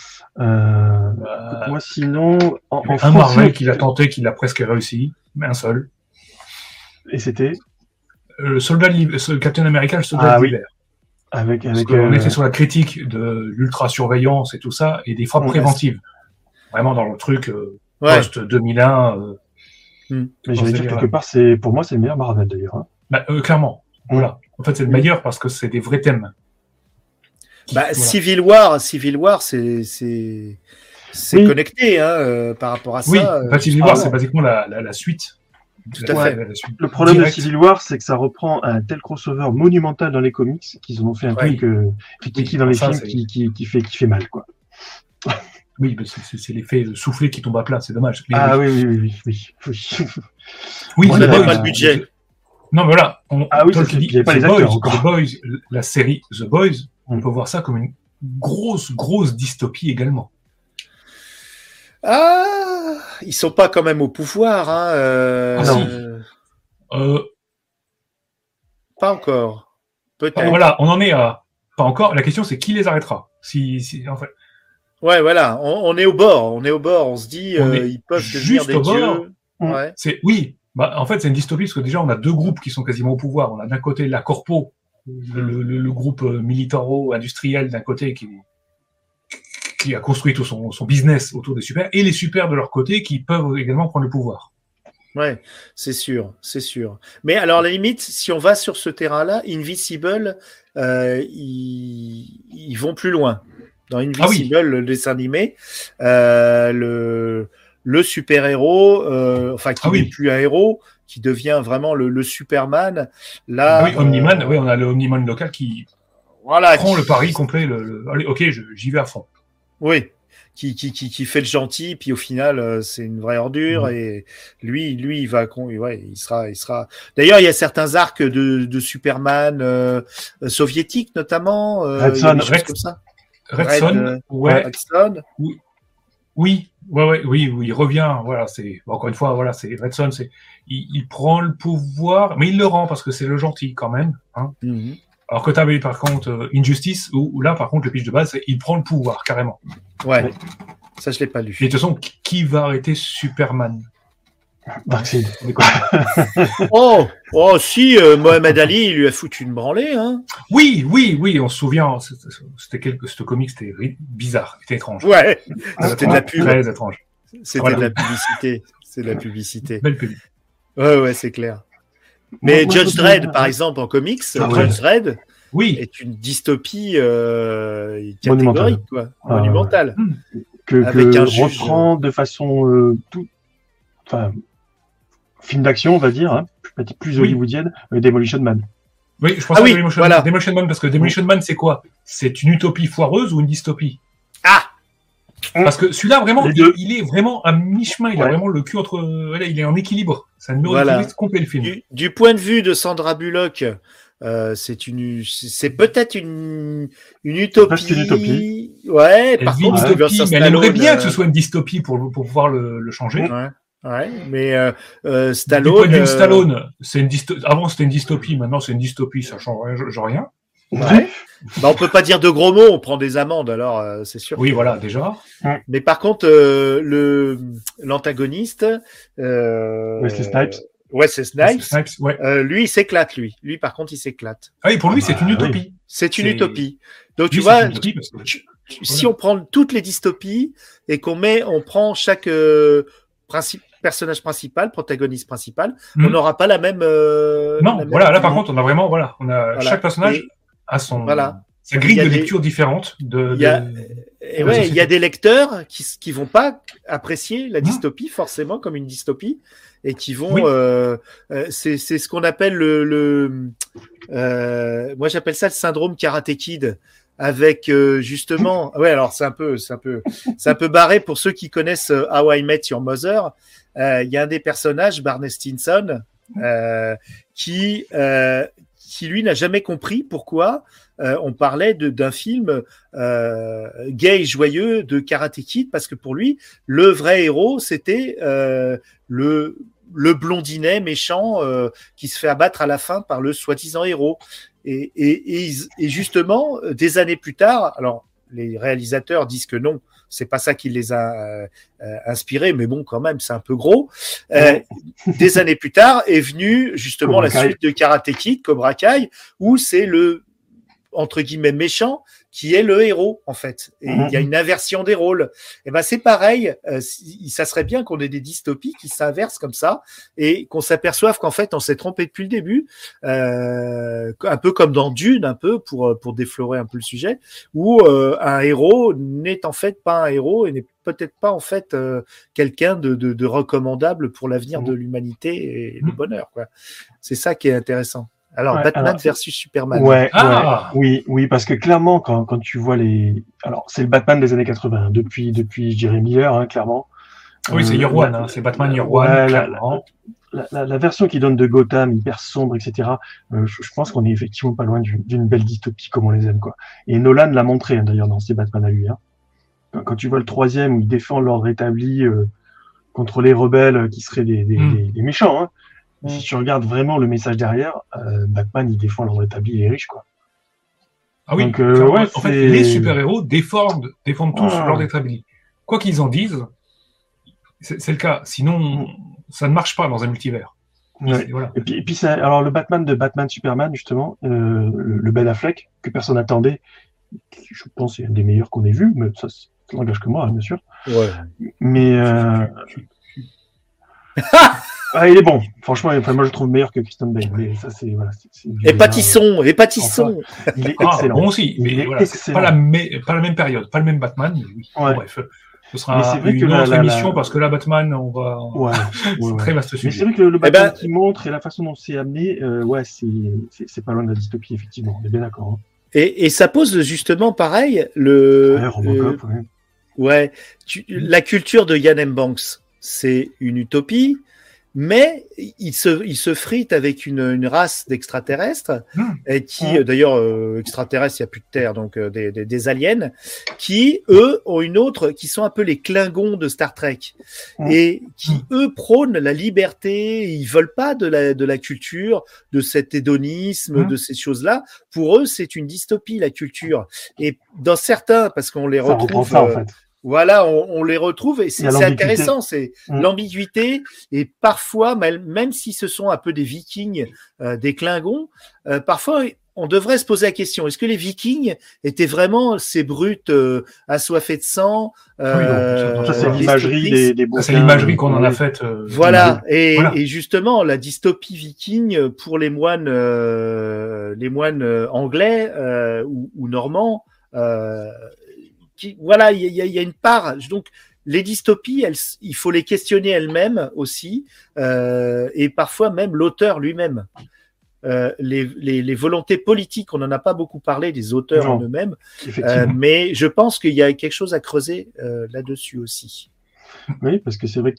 Moi, sinon, un Marvel qui l'a tenté, qui l'a presque réussi, mais un seul. Et c'était le Captain America, le soldat d'hiver. On était sur la critique de l'ultra-surveillance et tout ça, et des frappes préventives. Vraiment dans le truc post-2001. Mais j'allais dire, quelque part, pour moi, c'est le meilleur Marvel, d'ailleurs. Clairement. Voilà. En fait, c'est le meilleur parce que c'est des vrais thèmes. Civil War, c'est connecté par rapport à ça. Oui, Civil War, c'est basiquement la suite. Tout à fait. Le problème de Civil War, c'est que ça reprend un tel crossover monumental dans les comics qu'ils en ont fait un truc qui dans les films qui fait mal, quoi. Oui, mais c'est l'effet soufflé qui tombe à plat, c'est dommage. Mais oui. Oui, on n'avait pas le budget. Non, mais voilà, il n'y avait pas les acteurs encore. The Boys, la série The Boys, on peut voir ça comme une grosse dystopie également. Ils sont pas quand même au pouvoir, Pas encore. Peut-être. Voilà, on en est à pas encore. La question, c'est qui les arrêtera. En fait. Ouais, voilà, on est au bord. On se dit, ils peuvent devenir des dieux. Ouais. En fait, c'est une dystopie parce que déjà, on a deux groupes qui sont quasiment au pouvoir. On a d'un côté la Corpo, le groupe militaro-industriel d'un côté qui a construit tout son business autour des super, et les super de leur côté qui peuvent également prendre le pouvoir. Ouais, c'est sûr. Mais alors, à la limite, si on va sur ce terrain-là, Invincible, ils vont plus loin. Dans Invincible, le dessin animé, le super-héros, qui n'est plus un héros, qui devient vraiment le Superman. Là, Omniman, on a le Omniman local qui prend le pari complet. Allez, ok, j'y vais à fond. Oui, qui fait le gentil, puis au final, c'est une vraie ordure, et lui, il va, il sera. D'ailleurs, il y a certains arcs de Superman soviétiques, notamment. Redson, comme ça. Redson, Redson. Oui, il revient. Voilà, encore une fois, c'est Redson, il prend le pouvoir, mais il le rend parce que c'est le gentil quand même. Hein. Alors que tu avais par contre Injustice, où là par contre le pitch de base, c'est il prend le pouvoir carrément. Ouais. Ça, je l'ai pas lu. Et de toute façon, qui va arrêter Superman? Darkseid. Oh, si, Mohamed Ali, il lui a foutu une branlée, hein. Oui, on se souvient, ce comic, c'était bizarre, c'était étrange. Ouais, c'était de la pub. Très étrange. C'était de la publicité. C'est de la publicité. Belle pub. Ouais, c'est clair. Mais Moi, Judge je Dredd, dirais- par exemple, en comics, Dredd. Judge Dredd Oui, est une dystopie Monumentale. catégorique, quoi. Monumentale. que Avec un juge. reprend de façon film d'action, on va dire, hein, peut-être plus Oui. hollywoodienne, Demolition Man. oui, je pense Ah à oui, Demolition, voilà. Demolition Man, parce que Demolition Man, c'est quoi? C'est une utopie foireuse ou une dystopie? Ah, Parce que celui-là, vraiment, Les deux. il est vraiment à mi-chemin, il a Ouais. vraiment le cul entre... Voilà, il est en équilibre. C'est un numéro Voilà. d'équilibre complet, le film. du point de vue de Sandra Bullock, c'est peut-être une utopie. Presque une utopie. Ouais, Elle par vit contre, une Sylvester dystopie, mais elle aimerait Stallone, bien que ce soit une dystopie pour pouvoir le changer. Ouais, mais Du Stallone. point de vue de Stallone, avant c'était une dystopie, maintenant c'est une dystopie, ça change rien. Ouais. Bah, on peut pas dire de gros mots, on prend des amendes, alors c'est sûr. Oui, voilà, déjà. Mais par contre, l'antagoniste, Wesley Snipes. Wesley Snipes, Snipes, ouais. lui, il s'éclate, lui. Lui, par contre, il s'éclate. Ah oui, pour lui, Ah c'est bah, une oui. utopie. C'est une C'est- utopie. Donc, tu Lui, vois, c'est une utopie parce que- si on prend toutes les dystopies et on prend chaque personnage principal, protagoniste principal, on n'aura pas la même. Non, la même voilà, là par opinion. contre, on a vraiment, voilà, Voilà. chaque personnage Et- a sa Il grille y a de des- lecture différente Il y a- Et la ouais, il y a société. des lecteurs qui vont pas apprécier la dystopie forcément comme une dystopie et qui vont. Oui. C'est ce qu'on appelle moi j'appelle ça le syndrome Karate Kid. Avec justement, ouais, alors c'est un peu barré pour ceux qui connaissent How I Met Your Mother. Il y a un des personnages, Barney Stinson, qui lui n'a jamais compris pourquoi on parlait d'un film gay et joyeux de Karate Kid, parce que pour lui, le vrai héros, c'était le blondinet méchant qui se fait abattre à la fin par le soi-disant héros. Et justement, des années plus tard, alors les réalisateurs disent que non, c'est pas ça qui les a inspirés, mais bon, quand même, c'est un peu gros. Des années plus tard est venue justement Cobra la Kai. suite de Karate Kid, Cobra Kai, où c'est le entre guillemets méchant qui est le héros en fait. Et il y a une inversion des rôles. Et ben c'est pareil. Ça serait bien qu'on ait des dystopies qui s'inversent comme ça et qu'on s'aperçoive qu'en fait on s'est trompé depuis le début. Un peu comme dans Dune, un peu pour déflorer un peu le sujet, où un héros n'est en fait pas un héros et n'est peut-être pas en fait quelqu'un de recommandable pour l'avenir de l'humanité et le bonheur, quoi. C'est ça qui est intéressant. Alors, Ouais, Batman alors, versus Superman. Ouais, Ah oui, parce que clairement, quand tu vois alors c'est le Batman des années 80, depuis je dirais Miller, hein, clairement. Oui, c'est Year One, hein, c'est Batman Year One, ouais, clairement. la version qu'il donne de Gotham, hyper sombre, etc. Je pense qu'on est effectivement pas loin d'une belle dystopie comme on les aime, quoi. Et Nolan l'a montré, hein, d'ailleurs, dans ses Batman à lui. Hein. Quand tu vois le troisième où il défend l'ordre établi contre les rebelles qui seraient des méchants, hein. Si tu regardes vraiment le message derrière, Batman il défend l'ordre établi et les riches, quoi. Ah oui, Donc, clairement, ouais, en fait, c'est- les super-héros défendent tous Ah. l'ordre établi. Quoi qu'ils en disent, c'est le cas. Sinon, ça ne marche pas dans un multivers. Ouais. Voilà. Et puis ça, alors le Batman de Batman Superman, justement, le Ben Affleck, que personne n'attendait, qui, je pense, est un des meilleurs qu'on ait vu, mais ça n'engage que moi, hein, bien sûr. Ouais. Mais il est bon. Franchement, enfin, moi je le trouve meilleur que Christian Bale. Mais ça, c'est voilà. Et Pâtisson. Il est Ah, excellent. bon aussi, Il mais est voilà, c'est excellent. pas la même période, pas le même Batman, mais oui. Ouais. Bref, ce Mais sera c'est vrai que une autre la- émission parce que là, Batman, on va. Ouais. C'est ouais, un ouais. très vaste Mais sujet. c'est vrai que le Batman ben- qui montre et la façon dont c'est amené, ouais, c'est pas loin de la dystopie, effectivement. On est bien d'accord. Hein. Et ça pose justement pareil Ouais, Robocop, ouais. la culture de Yann M. Banks, c'est une utopie, mais il se frite avec une race d'extraterrestres, qui d'ailleurs extraterrestres, il n'y a plus de terre, donc des aliens, qui eux ont une autre, qui sont un peu les Klingons de Star Trek, et qui eux prônent la liberté. Ils veulent pas de la culture, de cet hédonisme, de ces choses-là. Pour eux, c'est une dystopie, la culture. Et dans certains, parce qu'on les retrouve. Ça, en fait. Voilà, on les retrouve et c'est intéressant, c'est l'ambiguïté, et parfois, même si ce sont un peu des Vikings, des Klingons, parfois on devrait se poser la question, est-ce que les Vikings étaient vraiment ces brutes assoiffés de sang? Ça c'est l'imagerie des bouquins. C'est l'imagerie qu'on en a faite. Voilà, et justement, la dystopie viking pour les moines anglais ou normands, voilà, il y a une part. Donc, les dystopies, il faut les questionner elles-mêmes aussi, et parfois même l'auteur lui-même. Les volontés politiques, on n'en a pas beaucoup parlé des auteurs en eux-mêmes, mais je pense qu'il y a quelque chose à creuser là-dessus aussi. Oui, parce que c'est vrai que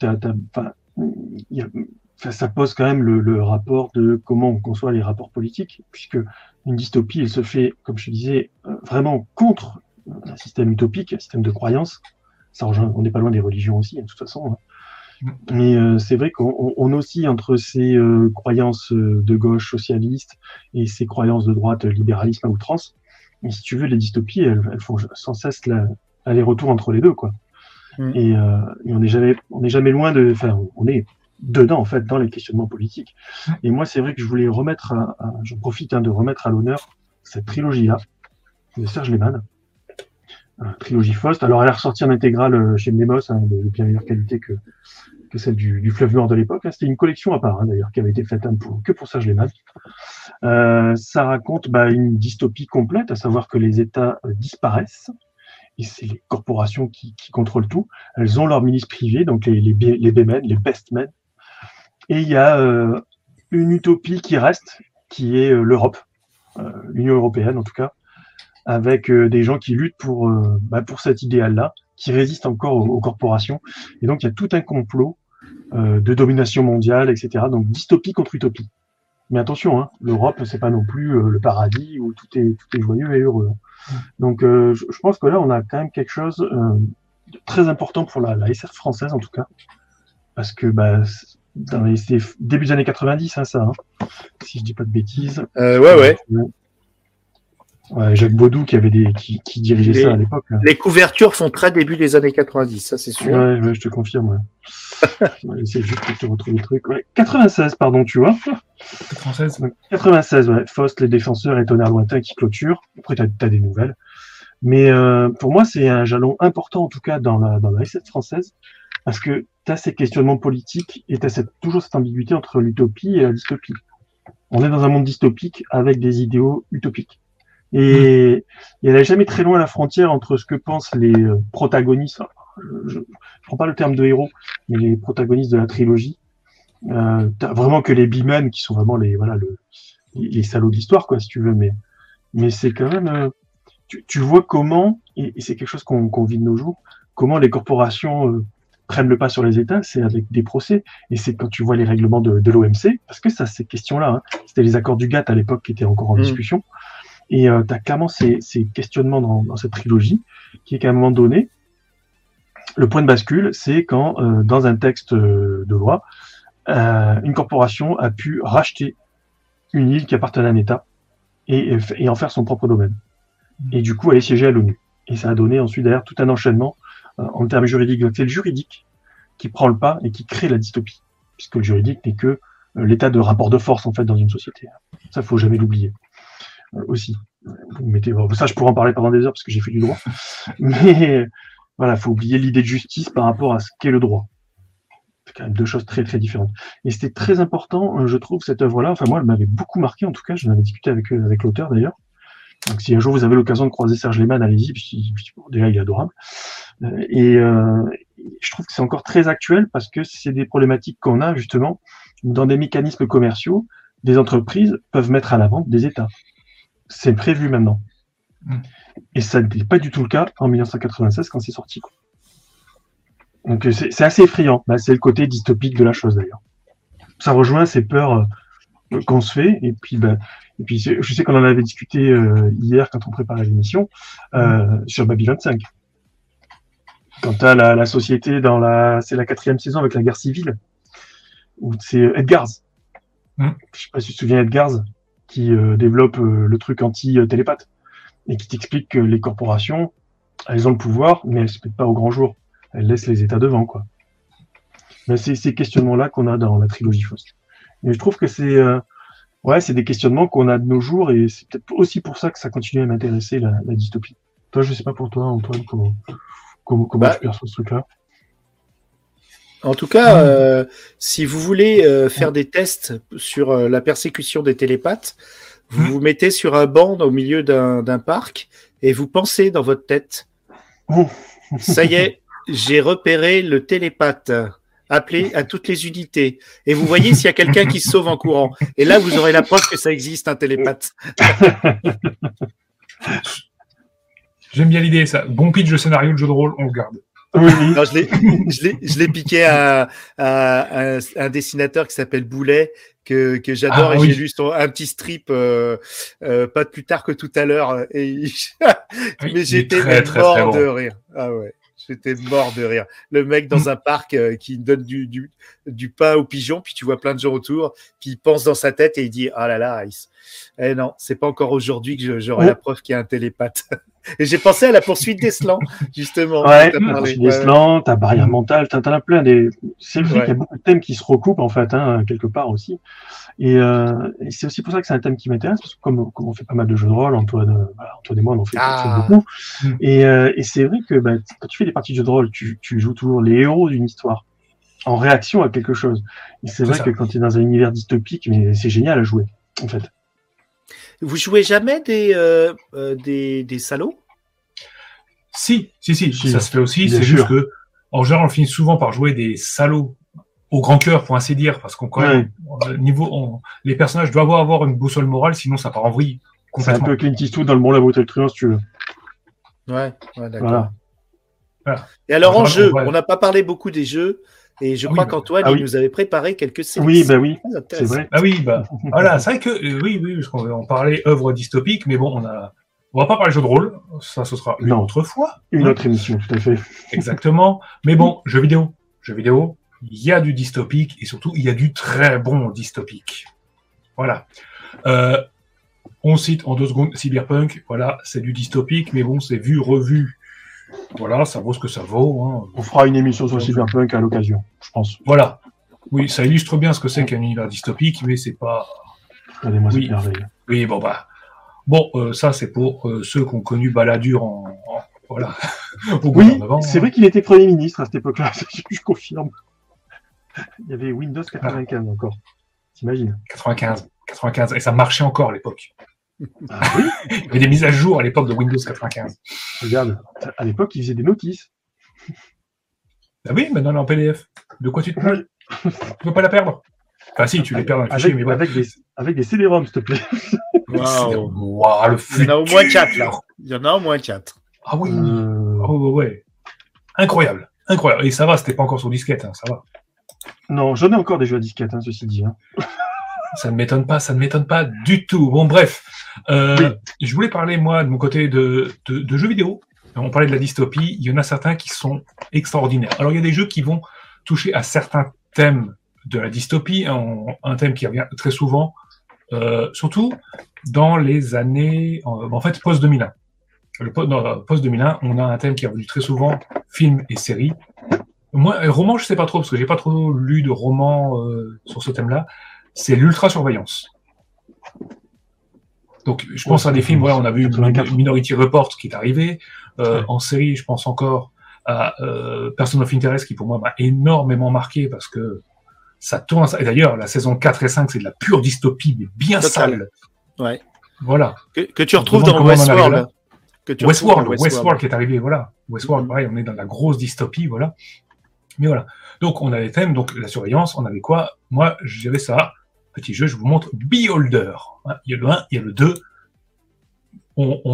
ça pose quand même le rapport de comment on conçoit les rapports politiques, puisque une dystopie, elle se fait, comme je disais, vraiment contre un système utopique, un système de croyance. Ça rejoint, on n'est pas loin des religions aussi, de toute façon. Mais c'est vrai qu'on oscille entre ces croyances de gauche socialiste et ces croyances de droite libéralisme à outrance. Mais si tu veux, les dystopies, elles font sans cesse l'aller-retour entre les deux, quoi. Et on n'est jamais loin de. Enfin, on est dedans, en fait, dans les questionnements politiques. Et moi, c'est vrai que je voulais j'en profite de remettre à l'honneur cette trilogie-là de Serge Lehmann. Trilogie Faust. Alors, elle est ressortie en intégrale chez Nemos, de bien meilleure qualité que celle du Fleuve Noir de l'époque. C'était une collection à part, d'ailleurs, qui avait été faite que pour Serge Lehmann. Ça raconte une dystopie complète, à savoir que les États disparaissent, et c'est les corporations qui contrôlent tout. Elles ont leurs milices privées, donc les B-men, les best men. Et il y a une utopie qui reste, qui est l'Europe, l'Union européenne en tout cas, avec des gens qui luttent pour cet idéal-là, qui résistent encore aux corporations. Et donc, il y a tout un complot de domination mondiale, etc. Donc, dystopie contre utopie. Mais attention, l'Europe, c'est pas non plus le paradis où tout est joyeux et heureux. Donc, je pense que là, on a quand même quelque chose de très important pour la SF française, en tout cas. Parce que c'est début des années 90, ça, si je dis pas de bêtises. Ouais, Jacques Baudou qui dirigeait ça à l'époque. Là. Les couvertures font très début des années 90, ça c'est sûr. Ouais, je te confirme. Ouais. C'est juste pour te retrouver le truc. Ouais. 96, pardon, tu vois. 96, ouais. Faust, les défenseurs et Tonnerre lointain qui clôturent. Après, t'as des nouvelles. Mais pour moi, c'est un jalon important, en tout cas, dans la SF française, parce que t'as ces questionnements politiques et t'as toujours cette ambiguïté entre l'utopie et la dystopie. On est dans un monde dystopique avec des idéaux utopiques. Et elle n'est jamais très loin la frontière entre ce que pensent les protagonistes. Je prends pas le terme de héros, mais les protagonistes de la trilogie. T'as vraiment que les B-men qui sont vraiment les salauds de l'histoire, quoi, si tu veux. Mais c'est quand même, tu vois comment, et c'est quelque chose qu'on vit de nos jours, comment les corporations prennent le pas sur les États, c'est avec des procès. Et c'est quand tu vois les règlements de l'OMC, parce que ça, ces questions-là, c'était les accords du GATT à l'époque qui étaient encore en discussion. Et tu as clairement ces questionnements dans cette trilogie, qui est qu'à un moment donné, le point de bascule, c'est quand, dans un texte de loi, une corporation a pu racheter une île qui appartenait à un État et en faire son propre domaine. Et du coup, aller siéger à l'ONU. Et ça a donné ensuite derrière tout un enchaînement en termes juridiques. Donc c'est le juridique qui prend le pas et qui crée la dystopie, puisque le juridique n'est que l'état de rapport de force en fait dans une société. Ça, faut jamais l'oublier. Aussi. Ça, je pourrais en parler pendant des heures parce que j'ai fait du droit. Mais voilà, faut oublier l'idée de justice par rapport à ce qu'est le droit. C'est quand même deux choses très très différentes. Et c'était très important, je trouve, cette œuvre-là. Enfin, moi, elle m'avait beaucoup marqué, en tout cas. J'en avais discuté avec l'auteur d'ailleurs. Donc, si un jour vous avez l'occasion de croiser Serge Lehmann, allez-y, déjà, il est adorable. Et je trouve que c'est encore très actuel parce que c'est des problématiques qu'on a justement dans des mécanismes commerciaux. Des entreprises peuvent mettre à la vente des États. C'est prévu maintenant. Et ça n'était pas du tout le cas en 1996 quand c'est sorti. Donc c'est assez effrayant. C'est le côté dystopique de la chose d'ailleurs. ça rejoint ces peurs qu'on se fait. Et puis, je sais qu'on en avait discuté hier quand on préparait l'émission sur Babylone 5. Quand tu as la société c'est la 4e saison avec la guerre civile, où c'est Edgars. Je sais pas si tu te souviens Edgars, qui développe le truc anti-télépathe et qui t'explique que les corporations, elles ont le pouvoir, mais elles se mettent pas au grand jour. Elles laissent les États devant, quoi. Mais c'est ces questionnements-là qu'on a dans la trilogie Faust. Et je trouve que c'est des questionnements qu'on a de nos jours, et c'est peut-être aussi pour ça que ça continue à m'intéresser, la dystopie. Toi, je sais pas pour toi, Antoine, comment tu perçois ce truc-là? En tout cas, si vous voulez faire des tests sur la persécution des télépathes, vous vous mettez sur un banc au milieu d'un parc et vous pensez dans votre tête, ça y est, j'ai repéré le télépathe. Appelez à toutes les unités. Et vous voyez s'il y a quelqu'un qui se sauve en courant. Et là, vous aurez la preuve que ça existe, un télépathe. J'aime bien l'idée, ça. Bon pitch de scénario, de jeu de rôle, on le garde. Oui. Non, je l'ai piqué à un dessinateur qui s'appelle Boulet, que j'adore, et j'ai lu un petit strip pas plus tard que tout à l'heure. Mais j'étais mort de rire. Ah ouais. J'étais mort de rire. Le mec dans un parc qui donne du pain aux pigeons, puis tu vois plein de gens autour, puis il pense dans sa tête et il dit « Ah là là, non, c'est pas encore aujourd'hui que j'aurai la preuve qu'il y a un télépathe. » Et j'ai pensé à la poursuite d'Eslan, justement. Ouais, la poursuite d'Eslan, ta barrière mentale, t'en as plein. C'est vrai qu'il y a beaucoup de thèmes qui se recoupent, en fait, quelque part aussi. Et c'est aussi pour ça que c'est un thème qui m'intéresse, parce que comme on fait pas mal de jeux de rôle, Antoine et moi, on en fait beaucoup. Et c'est vrai que quand tu fais des parties de jeux de rôle, tu joues toujours les héros d'une histoire, en réaction à quelque chose. Et c'est vrai que quand tu es dans un univers dystopique, mais c'est génial à jouer, en fait. Vous jouez jamais des salauds? Si, ça se fait aussi. C'est juste que, en général, on finit souvent par jouer des salauds au grand cœur, pour ainsi dire, parce qu'on les personnages doivent avoir une boussole morale, sinon ça part en vrille. C'est un peu Clint Eastwood dans Le Bon, la beauté et le truand, si tu veux. Ouais, d'accord. Voilà. Et alors en jeu, on n'a pas parlé beaucoup des jeux, et je crois qu'Antoine, il nous avait préparé quelques sélections. Oui, c'est vrai. Voilà, c'est vrai que, oui, parce qu'on parlait œuvres dystopiques, mais bon, on va pas parler jeux de rôle, ça ce sera une autre fois. Une autre émission, tout à fait. Exactement. Mais bon, jeux vidéo, il y a du dystopique, et surtout, il y a du très bon dystopique. Voilà. On cite en 2 secondes Cyberpunk, voilà, c'est du dystopique, mais bon, c'est vu, revu. Voilà, ça vaut ce que ça vaut. Hein. On fera une émission sur Cyberpunk à l'occasion, je pense. Voilà. Oui, ça illustre bien ce que c'est qu'un univers dystopique, mais c'est pas... Regardez-moi cette merveille. Oui, bon, ça, c'est pour ceux qui ont connu Balladur voilà. Oui, c'est vrai qu'il était Premier ministre à cette époque-là, je confirme. Il y avait Windows 95 encore. T'imagines ? 95, et ça marchait encore à l'époque. Ah oui ? Il y avait des mises à jour à l'époque de Windows 95. Regarde, à l'époque, ils faisaient des notices. Ah oui, maintenant, elle est en PDF. De quoi tu te plains ? Tu peux pas la perdre ? Enfin, si, tu les perds dans le fichier, mais bon. Avec des CD-ROM, s'il te plaît. Wow, le futur. Il y en a au moins 4, là. Il y en a au moins 4. Ah oui. Ouais. Incroyable. Et ça va, c'était pas encore sur disquette, hein, ça va. Non, j'en ai encore des jeux à disquette, ceci dit. Ça ne m'étonne pas du tout. Bon, bref. Je voulais parler, moi, de mon côté de jeux vidéo. On parlait de la dystopie. Il y en a certains qui sont extraordinaires. Alors, il y a des jeux qui vont toucher à certains thèmes de la dystopie. Un thème qui revient très souvent, surtout dans les années, post-2001. Post-2001, on a un thème qui est revenu très souvent, film et série. Moi, roman, je sais pas trop, parce que j'ai pas trop lu de romans sur ce thème-là. C'est l'ultra-surveillance. Donc, je pense à des films, on a vu Minority Report qui est arrivé. En série, je pense encore à Person of Interest qui, pour moi, m'a énormément marqué parce que ça tourne. Et d'ailleurs, la saison 4 et 5, c'est de la pure dystopie, mais bien sale. Ouais. Voilà. Que tu retrouves dans Westworld. Westworld qui est arrivé, voilà. Westworld, pareil, on est dans la grosse dystopie, voilà. Mais voilà. Donc, on a des thèmes, donc la surveillance, on avait quoi ? Moi, j'avais ça. Petit jeu, je vous montre Beholder. Il y a le 1, il y a le 2.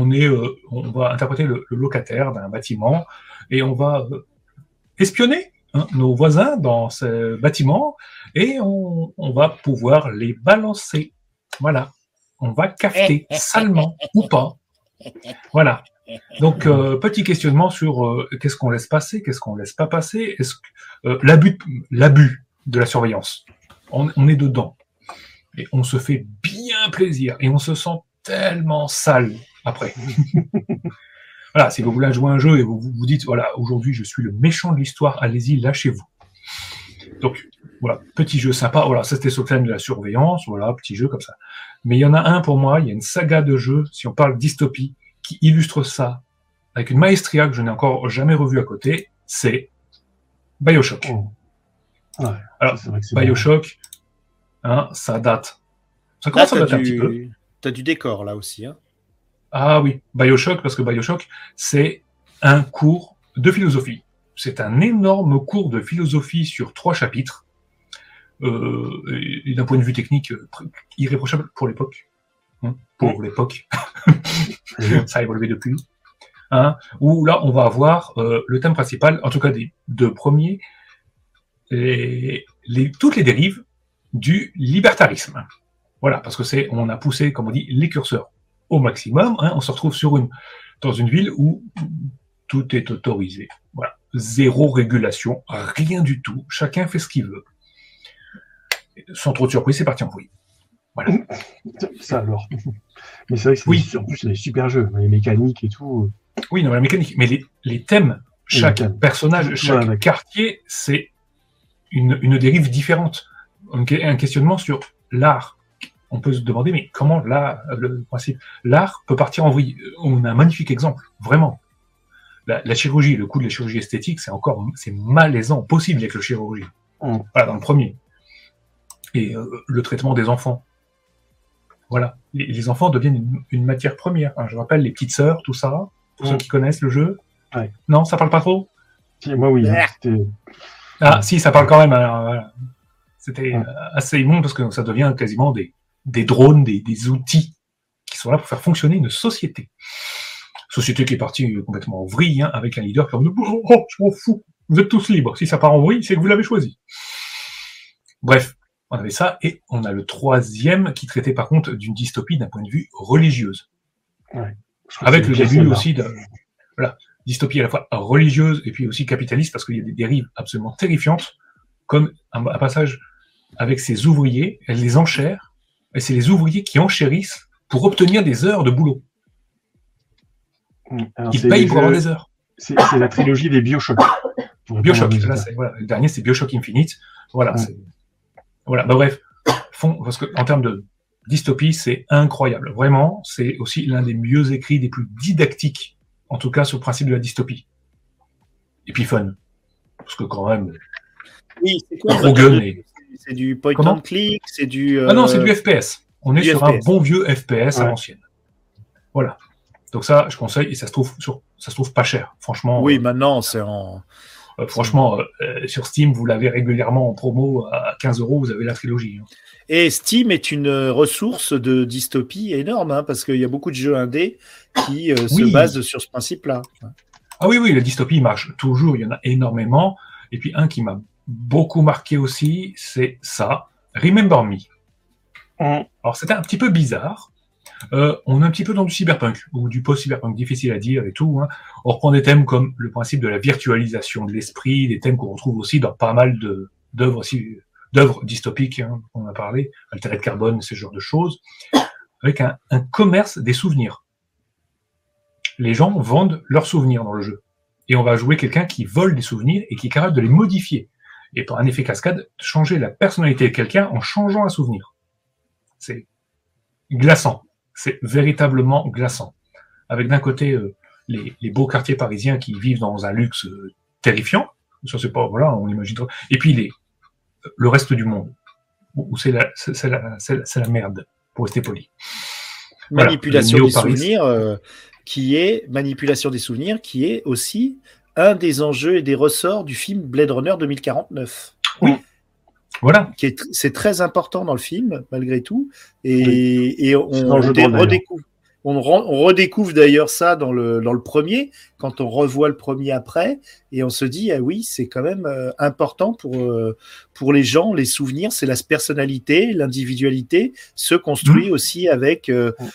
On va interpréter le locataire d'un bâtiment et on va espionner nos voisins dans ce bâtiment et on va pouvoir les balancer. Voilà. On va cafeter salement ou pas. Voilà. Donc, petit questionnement sur qu'est-ce qu'on laisse passer, qu'est-ce qu'on laisse pas passer. Est-ce que l'abus de la surveillance, on est dedans. Et on se fait bien plaisir et on se sent tellement sale après. Voilà, si vous voulez jouer un jeu et vous vous dites, voilà, aujourd'hui je suis le méchant de l'histoire, allez-y, lâchez-vous. Donc, voilà, petit jeu sympa. Voilà, ça c'était sur le thème de la surveillance, voilà, petit jeu comme ça. Mais il y en a un pour moi, il y a une saga de jeux, si on parle dystopie, qui illustre ça avec une maestria que je n'ai encore jamais revue à côté, c'est BioShock. Oh. Ouais, alors, c'est vrai que c'est BioShock, ça date. Ça commence à dater un petit peu. T'as du décor là aussi, hein. Ah oui, BioShock, parce que BioShock, c'est un cours de philosophie. C'est un énorme cours de philosophie sur 3 chapitres, et d'un point de vue technique, irréprochable pour l'époque. Pour l'époque. Ça a évolué depuis. Où là, on va avoir le thème principal, en tout cas des 2 premiers, toutes les dérives du libertarisme. Voilà, parce que on a poussé, comme on dit, les curseurs au maximum. On se retrouve dans une ville où tout est autorisé. Voilà, 0 régulation, rien du tout. Chacun fait ce qu'il veut. Sans trop de surprise, c'est parti en vrille. Voilà. Ça alors. Mais c'est vrai que en plus, c'est des super jeux, les mécaniques et tout. Oui, non, la mécanique, mais les thèmes, chaque personnage, chaque quartier, c'est une dérive différente. Un questionnement sur l'art. On peut se demander, mais comment le principe, l'art peut partir en vrille. On a un magnifique exemple, vraiment. La chirurgie, le coup de la chirurgie esthétique, c'est malaisant, possible avec le chirurgie. Voilà, dans le premier. Et le traitement des enfants. Voilà, les enfants deviennent une matière première. Je rappelle les petites sœurs, tout ça, pour ceux qui connaissent le jeu. Ouais. Non, ça parle pas trop. Si, moi oui. Si, ça parle quand même. Alors, voilà. C'était assez immonde parce que ça devient quasiment des drones, des outils qui sont là pour faire fonctionner une société. Société qui est partie complètement en vrille, avec un leader qui a dit « Oh, je m'en fous, vous êtes tous libres. Si ça part en vrille, c'est que vous l'avez choisi. » Bref, on avait ça, et on a le 3e qui traitait par contre d'une dystopie d'un point de vue religieuse. Ouais, avec le début aussi de dystopie à la fois religieuse et puis aussi capitaliste, parce qu'il y a des dérives absolument terrifiantes, comme un passage avec ses ouvriers, elle les enchère, et c'est les ouvriers qui enchérissent pour obtenir des heures de boulot. Alors, Ils payent pour avoir des heures. C'est la trilogie des BioShock. BioShock, là, le dernier c'est BioShock Infinite. Voilà, bref, parce que en termes de dystopie, c'est incroyable. Vraiment, c'est aussi l'un des mieux écrits, des plus didactiques, en tout cas sur le principe de la dystopie. Et puis fun. Parce que quand même... Oui, c'est quoi c'est du point and click, c'est du... Ah non, c'est du FPS. On est sur FPS. Un bon vieux FPS à l'ancienne. Voilà. Donc ça, je conseille, et ça se trouve pas cher, franchement. Oui, maintenant, c'est en... franchement, sur Steam, vous l'avez régulièrement en promo à 15 €, vous avez la trilogie. Et Steam est une ressource de dystopie énorme, parce qu'il y a beaucoup de jeux indés qui se basent sur ce principe-là. Ah oui, la dystopie marche toujours, il y en a énormément. Et puis un qui m'a beaucoup marqué aussi, c'est ça, Remember Me. Alors c'était un petit peu bizarre. On est un petit peu dans du cyberpunk, ou du post-cyberpunk, difficile à dire et tout. On reprend des thèmes comme le principe de la virtualisation de l'esprit, des thèmes qu'on retrouve aussi dans pas mal d'œuvres dystopiques, on a parlé, Altered Carbone, ce genre de choses, avec un commerce des souvenirs. Les gens vendent leurs souvenirs dans le jeu. Et on va jouer quelqu'un qui vole des souvenirs et qui est capable de les modifier. Et par un effet cascade, changer la personnalité de quelqu'un en changeant un souvenir. C'est glaçant. C'est véritablement glaçant. Avec d'un côté les beaux quartiers parisiens qui vivent dans un luxe terrifiant. Ça, c'est pas, voilà, on imagine. Et puis le reste du monde, où c'est la merde, pour rester poli. Manipulation des souvenirs, qui est aussi un des enjeux et des ressorts du film Blade Runner 2049. Oui. Voilà. C'est très important dans le film, malgré tout. Et on redécouvre. On redécouvre d'ailleurs ça dans le premier, quand on revoit le premier après, et on se dit, ah oui, c'est quand même important pour les gens, les souvenirs, c'est la personnalité, l'individualité se construit aussi avec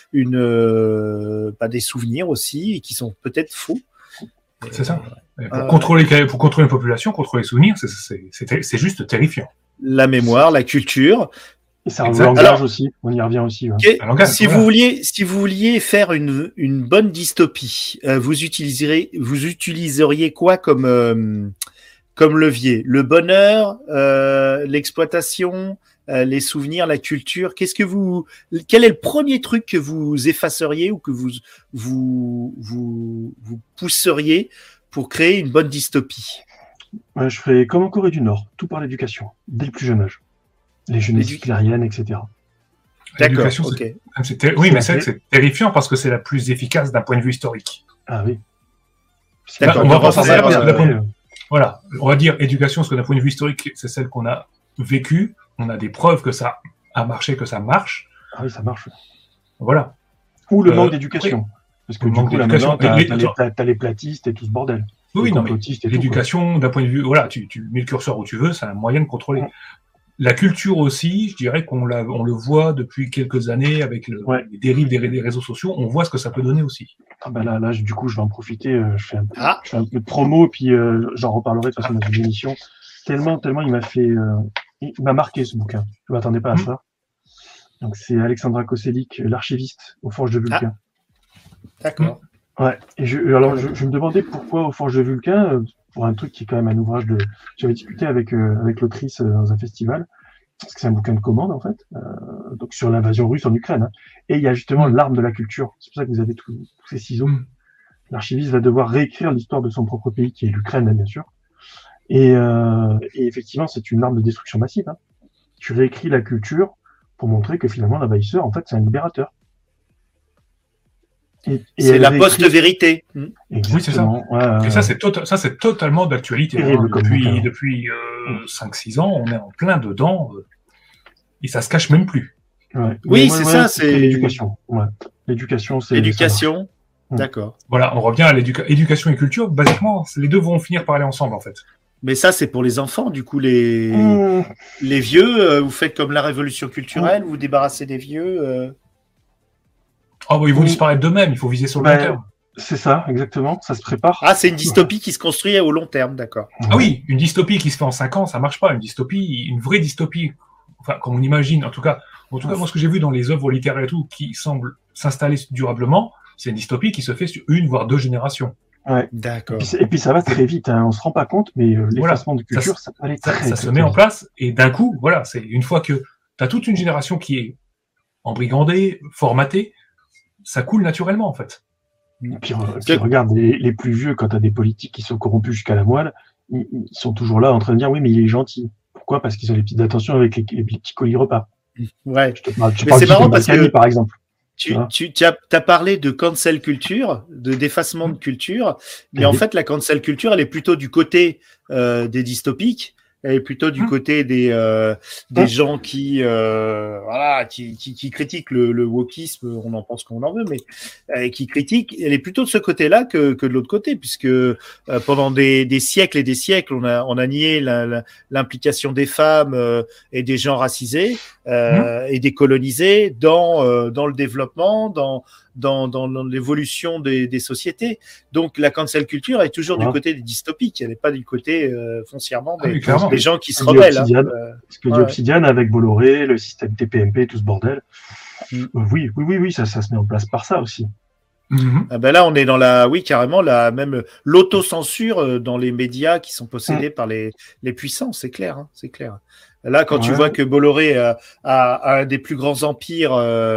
des souvenirs aussi, et qui sont peut-être faux. C'est ça. Pour contrôler une population, contrôler les souvenirs, c'est juste terrifiant. La mémoire, la culture. Et ça, le langage aussi, on y revient aussi. Ouais. Okay. Si vous vouliez faire une bonne dystopie, vous utiliseriez quoi comme levier? Le bonheur, l'exploitation, les souvenirs, la culture. Quel est le premier truc que vous effaceriez ou que vous pousseriez pour créer une bonne dystopie? Je ferais comme en Corée du Nord, tout par l'éducation, dès le plus jeune âge. Les jeunesses hitlériennes, etc. D'accord, oui, mais c'est terrifiant parce que c'est la plus efficace d'un point de vue historique. Ah oui. D'accord, on va dire éducation, parce que d'un point de vue historique, c'est celle qu'on a vécue. On a des preuves que ça a marché, que ça marche. Ah oui, ça marche. Voilà. Ou le manque d'éducation. Parce que du coup, là, maintenant, t'as les platistes et tout ce bordel. Oui, non, mais l'éducation, d'un point de vue, voilà, tu mets le curseur où tu veux, c'est un moyen de contrôler. La culture aussi, je dirais on le voit depuis quelques années avec les dérives des réseaux sociaux, on voit ce que ça peut donner aussi. Ah bah là, du coup, je vais en profiter, je fais un peu de promo, puis j'en reparlerai de toute façon dans une émission. Tellement il m'a marqué ce bouquin. Je ne m'attendais pas à ça. Donc c'est Alexandra Koselik, l'archiviste aux Forges de Vulcain. D'accord. Ouais. Et je me demandais pourquoi aux Forges de Vulcain, pour un truc qui est quand même un ouvrage j'avais discuté avec l'autrice dans un festival, parce que c'est un bouquin de commande en fait, donc sur l'invasion russe en Ukraine. Hein. Et il y a justement l'arme de la culture. C'est pour ça que vous avez tous ces ciseaux. L'archiviste va devoir réécrire l'histoire de son propre pays, qui est l'Ukraine, hein, bien sûr. Et effectivement, c'est une arme de destruction massive. Hein. Tu réécris la culture pour montrer que finalement l'envahisseur, en fait, c'est un libérateur. C'est la post-vérité. Oui, c'est ça. Ouais, et ça, c'est totalement d'actualité. Depuis 5-6 ans, on est en plein dedans. Et ça se cache même plus. Ouais. Oui, c'est ça. C'est l'éducation. Ouais. L'éducation, c'est... L'éducation, d'accord. Voilà, on revient à l'éducation et culture. Basiquement, les deux vont finir par aller ensemble, en fait. Mais ça, c'est pour les enfants. Du coup, les vieux, vous faites comme la révolution culturelle, vous débarrassez des vieux... ils vont disparaître d'eux-mêmes, il faut viser sur le long terme. C'est ça, exactement, ça se prépare. Ah, c'est une dystopie qui se construit au long terme, d'accord. Ah oui, une dystopie qui se fait en 5 ans, ça marche pas. Une vraie dystopie, enfin, comme on imagine, en tout cas, moi, ce que j'ai vu dans les œuvres littéraires et tout, qui semblent s'installer durablement, c'est une dystopie qui se fait sur 1 voire 2 générations. Ouais. D'accord. Et puis ça va très vite, hein. On se rend pas compte, mais l'effacement de culture, ça peut aller très vite. Ça se met en place, et d'un coup, voilà, c'est une fois que tu as toute une génération qui est embrigandée, formatée, ça coule naturellement, en fait. Et puis regarde, les plus vieux, quand tu as des politiques qui sont corrompus jusqu'à la moelle, ils sont toujours là en train de dire oui, mais il est gentil. Pourquoi ? Parce qu'ils ont les petites attentions avec les petits colis repas. Ouais. Je parle c'est marrant parce que, par exemple. Tu as parlé de cancel culture, de défacement de culture, mais en fait, la cancel culture, elle est plutôt du côté des dystopiques. Elle est plutôt du côté des gens qui critiquent le wokisme, on en pense qu'on en veut, mais qui critiquent. Elle est plutôt de ce côté-là que de l'autre côté, puisque pendant des siècles et des siècles, on a nié l'implication des femmes et des gens racisés et des colonisés dans le développement, dans l'évolution des sociétés. Donc la cancel culture est toujours du côté des dystopiques, elle n'est pas du côté foncièrement des gens qui se rebellent. Ce que dit Obsidian avec Bolloré, le système TPMP, tout ce bordel. Oui, ça se met en place par ça aussi. Ah ben là, on est dans carrément même l'autocensure dans les médias qui sont possédés par les puissants, c'est clair, hein, c'est clair. Là, quand tu vois que Bolloré a un des plus grands empires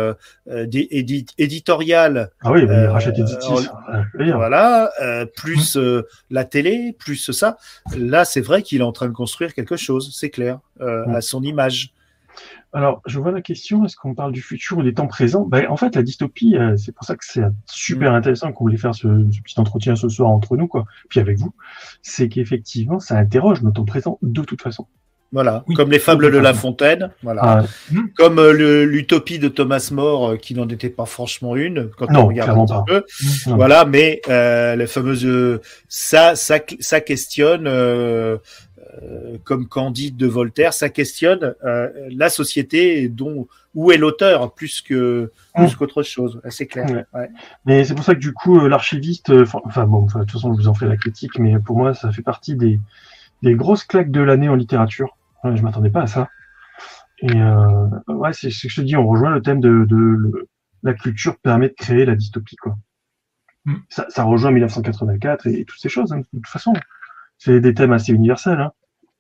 éditorial, il rachète Editis. Voilà, plus la télé, plus ça. Là, c'est vrai qu'il est en train de construire quelque chose, c'est clair, à son image. Alors, je vois la question, est-ce qu'on parle du futur ou des temps présents ? En fait, la dystopie, c'est pour ça que c'est super intéressant qu'on voulait faire ce petit entretien ce soir entre nous, quoi, puis avec vous, c'est qu'effectivement, ça interroge nos temps présents de toute façon. Voilà, Oui, comme les fables de La façon. Fontaine, voilà. Ah, Comme l'utopie de Thomas More, qui n'en était pas franchement une, quand Non, on regarde un clairement petit pas. peu. Non. Voilà, mais les fameuses, ça questionne, comme Candide de Voltaire, ça questionne la société dont où est l'auteur plus qu'autre chose. C'est clair. Ouais. Ouais. Mais c'est pour ça que du coup, l'archiviste, de toute façon, je vous en fais la critique, mais pour moi, ça fait partie des grosses claques de l'année en littérature. Je m'attendais pas à ça. Et ouais, c'est ce que je te dis, on rejoint le thème la culture permet de créer la dystopie, quoi. Ça rejoint 1984 et toutes ces choses, hein, de toute façon. C'est des thèmes assez universels, hein.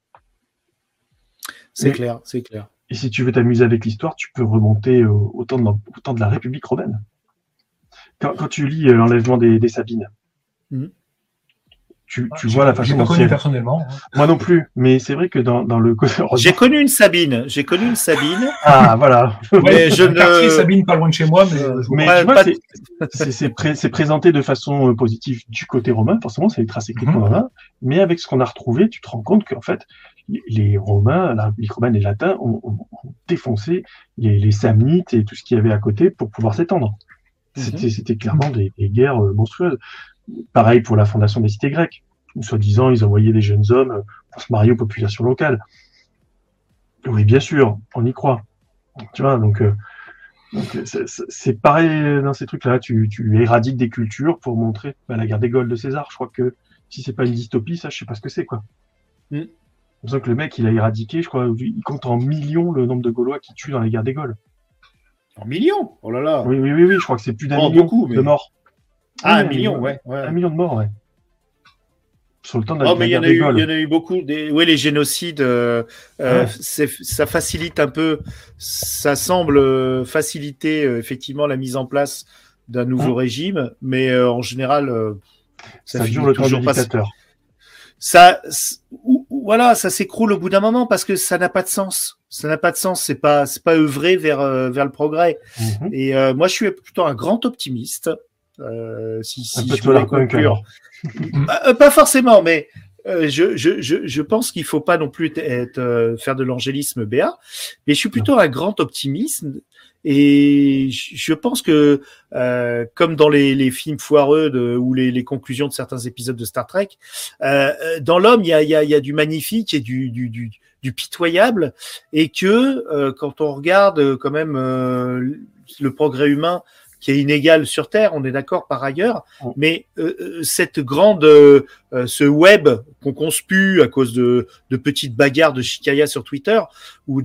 C'est Mais- clair, c'est clair. Et si tu veux t'amuser avec l'histoire, tu peux remonter au temps de la République romaine. Quand tu lis l'enlèvement des Sabines, Mhm. tu J'ai vois la pas façon dont connu c'est. personnellement. Moi non plus, mais c'est vrai que dans le côté. J'ai connu une Sabine. Ah, voilà. Mais je le quartier ne- Sabine, pas loin de chez moi, mais je vois Mais Ouais, tu vois, pas- c'est présenté de façon positive du côté romain. Forcément, c'est les traces écrites qu'on en a. Mais avec ce qu'on a retrouvé, tu te rends compte qu'en fait, les Romains, la République romaine et les Latins ont défoncé les Samnites et tout ce qu'il y avait à côté pour pouvoir s'étendre. C'était clairement des guerres monstrueuses. Pareil pour la fondation des cités grecques. Soi-disant, ils envoyaient des jeunes hommes pour se marier aux populations locales. Oui, bien sûr, on y croit. Tu vois, donc c'est pareil dans ces trucs-là. Tu éradiques des cultures pour montrer la guerre des Gaules de César. Je crois que si c'est pas une dystopie, ça, je sais pas ce que c'est, quoi. Mm. C'est pour ça que le mec, il a éradiqué, je crois, il compte en millions le nombre de Gaulois qui tuent dans la guerre des Gaules. En millions. Oh là là. Oui, je crois que c'est plus d'un Oh, million beaucoup, mais- de morts. Ah, Oui, un million, ouais. 1 million de morts, ouais. Sur le temps de la Oh, mais il y guerre en des Gaules. a eu beaucoup. Oui, les génocides, Ouais. ça facilite un peu, ça semble faciliter effectivement la mise en place d'un nouveau régime, mais en général, Ça finit dure le temps du toujours pas. dictateur. Voilà, ça s'écroule au bout d'un moment parce que ça n'a pas de sens. Ça n'a pas de sens. C'est pas œuvrer vers le progrès. Mhm. Et moi, je suis plutôt un grand optimiste. Si Un peu je voulais solarpunk, conclure. Pas forcément, mais je pense qu'il faut pas non plus faire de l'angélisme béat, mais je suis plutôt un grand optimiste et je pense que comme dans les films foireux ou les conclusions de certains épisodes de Star Trek, dans l'homme il y a du magnifique et du pitoyable, et que quand on regarde quand même le progrès humain qui est inégal sur Terre, on est d'accord par ailleurs, mais cette grande, ce web qu'on conspue à cause de petites bagarres de chicaya sur Twitter ou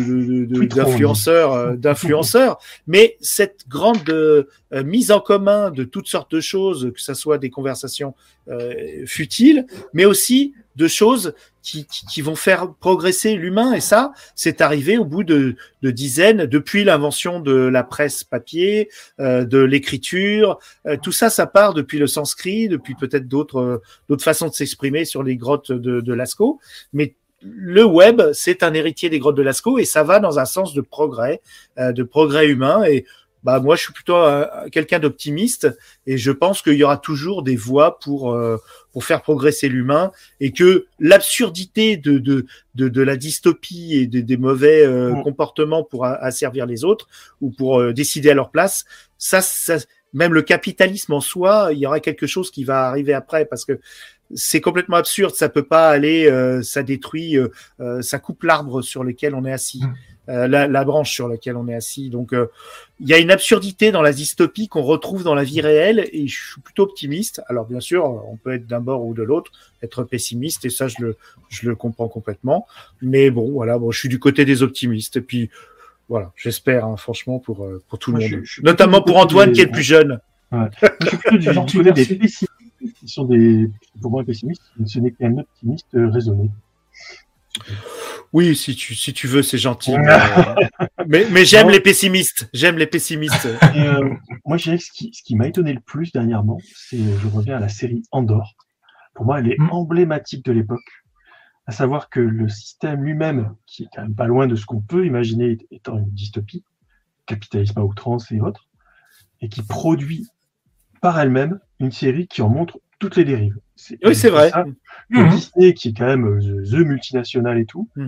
d'influenceurs, mais cette grande mise en commun de toutes sortes de choses, que ça soit des conversations futiles, mais aussi de choses qui vont faire progresser l'humain, et ça, c'est arrivé au bout de dizaines, depuis l'invention de la presse papier, de l'écriture, tout ça, ça part depuis le sanskrit, depuis peut-être d'autres façons de s'exprimer sur les grottes de Lascaux, mais le web, c'est un héritier des grottes de Lascaux, et ça va dans un sens de progrès humain, et moi, je suis plutôt quelqu'un d'optimiste, et je pense qu'il y aura toujours des voies pour faire progresser l'humain, et que l'absurdité de la dystopie et des mauvais comportements pour asservir les autres ou pour décider à leur place, ça, même le capitalisme en soi, il y aura quelque chose qui va arriver après, parce que c'est complètement absurde, ça peut pas aller, ça détruit, ça coupe l'arbre sur lequel on est assis. La branche sur laquelle on est assis. Donc, il y a une absurdité dans la dystopie qu'on retrouve dans la vie réelle, et je suis plutôt optimiste. Alors, bien sûr, on peut être d'un bord ou de l'autre, être pessimiste, et ça, je le comprends complètement. Mais bon, voilà, je suis du côté des optimistes. Et puis, voilà, j'espère, franchement, pour tout le monde. Notamment pour Antoine, qui est le plus jeune. Ouais. Je suis plutôt du côté des pessimistes, qui sont pour moi, pessimistes, ce n'est qu'un optimiste raisonné. Oui, si tu veux, c'est gentil. Mais j'aime les pessimistes. J'aime les pessimistes. Et, moi, je dirais que ce qui m'a étonné le plus dernièrement, je reviens à la série Andor. Pour moi, elle est emblématique de l'époque. À savoir que le système lui-même, qui est quand même pas loin de ce qu'on peut imaginer étant une dystopie, capitalisme à outrance et autres, et qui produit par elle-même une série qui en montre toutes les dérives. Oui, c'est vrai. Disney, qui est quand même the multinational et tout,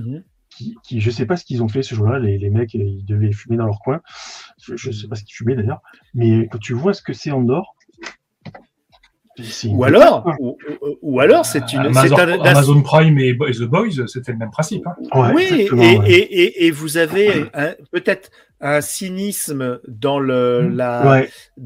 je sais pas ce qu'ils ont fait ce jour-là, les mecs, ils devaient fumer dans leur coin. Je sais pas ce qu'ils fumaient d'ailleurs, mais quand tu vois ce que c'est Andorre, ou alors, c'est une. Amazon Prime et The Boys, c'était le même principe. Hein. Ouais, oui, et vous avez peut-être un cynisme dans le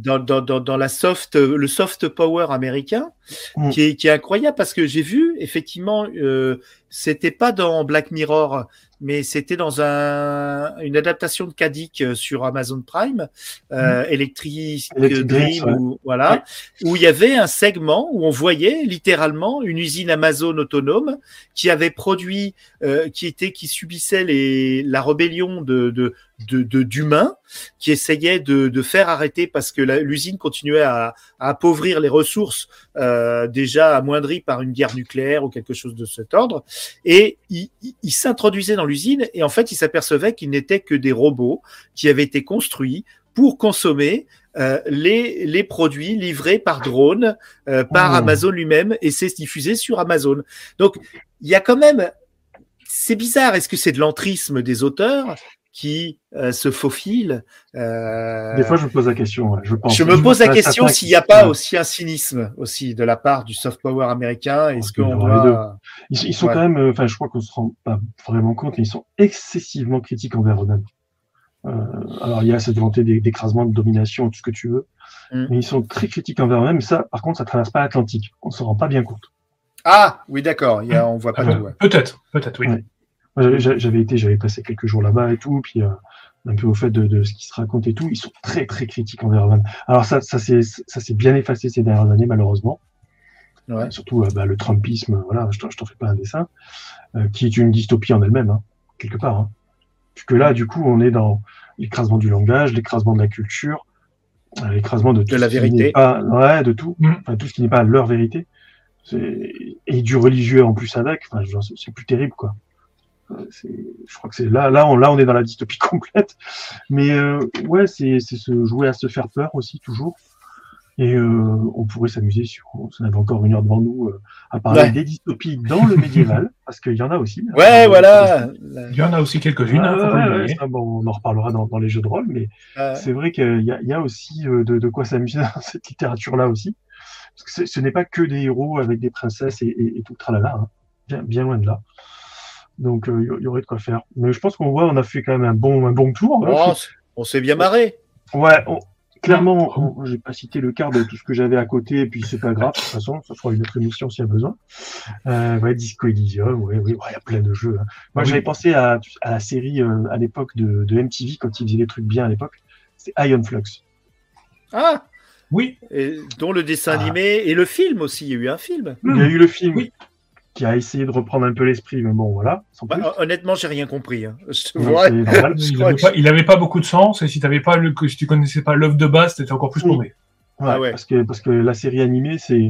soft power américain qui est incroyable, parce que j'ai vu effectivement, c'était pas dans Black Mirror, mais c'était dans une adaptation de Kadik sur Amazon Prime, Electric Dream, où il y avait un segment où on voyait littéralement une usine Amazon autonome qui avait produit, qui subissait la rébellion d'humains qui essayaient de faire arrêter, parce que l'usine continuait à appauvrir les ressources déjà amoindries par une guerre nucléaire ou quelque chose de cet ordre, et ils s'introduisaient dans l'usine, et en fait ils s'apercevaient qu'ils n'étaient que des robots qui avaient été construits pour consommer les produits livrés par drone par Amazon lui-même, et c'est diffusé sur Amazon. Donc il y a quand même, c'est bizarre, est-ce que c'est de l'entrisme des auteurs qui se faufilent? Des fois, je me pose la question. Je me pose la question s'il n'y a pas aussi un cynisme aussi de la part du soft power américain. Est-ce qu'on doit... Ils sont quand même, je crois qu'on se rend pas vraiment compte, mais ils sont excessivement critiques envers eux-mêmes. Alors, il y a cette volonté d'écrasement, de domination, tout ce que tu veux, mais ils sont très critiques envers eux-mêmes. Ça, par contre, ça traverse pas l'Atlantique. On s'en rend pas bien compte. Ah, oui, d'accord. On voit pas tout. Ouais. Peut-être, oui. Ouais. J'avais passé quelques jours là-bas et tout, puis un peu au fait de ce qui se raconte et tout. Ils sont très très critiques envers eux-mêmes. Alors ça s'est bien effacé ces dernières années, malheureusement. Ouais. Surtout le Trumpisme, voilà, je t'en fais pas un dessin, qui est une dystopie en elle-même, hein, quelque part. Hein. Puisque là, du coup, on est dans l'écrasement du langage, l'écrasement de la culture, l'écrasement de tout la vérité. De tout, tout ce qui n'est pas leur vérité. Et du religieux en plus avec, c'est plus terrible, quoi. Je crois que c'est là on est dans la dystopie complète, mais c'est se jouer à se faire peur aussi toujours, et on pourrait s'amuser si on avait encore 1 heure devant nous à parler des dystopies dans le médiéval, parce qu'il y en a aussi. Voilà. Il y en a aussi quelques-unes. On en reparlera dans les jeux de rôle, mais c'est vrai qu'il y a aussi de quoi s'amuser dans cette littérature-là aussi, parce que ce n'est pas que des héros avec des princesses et tout le tralala, hein. Bien loin de là. Donc, il y aurait de quoi faire. Mais je pense on a fait quand même un bon tour. On s'est bien marré. Ouais, clairement, j'ai pas cité le quart de tout ce que j'avais à côté, et puis c'est pas grave, de toute façon, ça fera une autre émission s'il y a besoin. Disco Elysium, il y a plein de jeux. Hein. Moi, j'avais pensé à la série à l'époque de MTV, quand ils faisaient des trucs bien à l'époque. C'est Ion Flux. Ah oui. Et dont le dessin animé et le film aussi. Il y a eu un film. Il y a eu le film, oui. Qui a essayé de reprendre un peu l'esprit, mais bon, voilà. Honnêtement, j'ai rien compris. Hein. Il n'avait pas beaucoup de sens, et si tu connaissais pas l'œuvre de base, t'étais encore plus paumé. Ouais. Parce que la série animée, c'est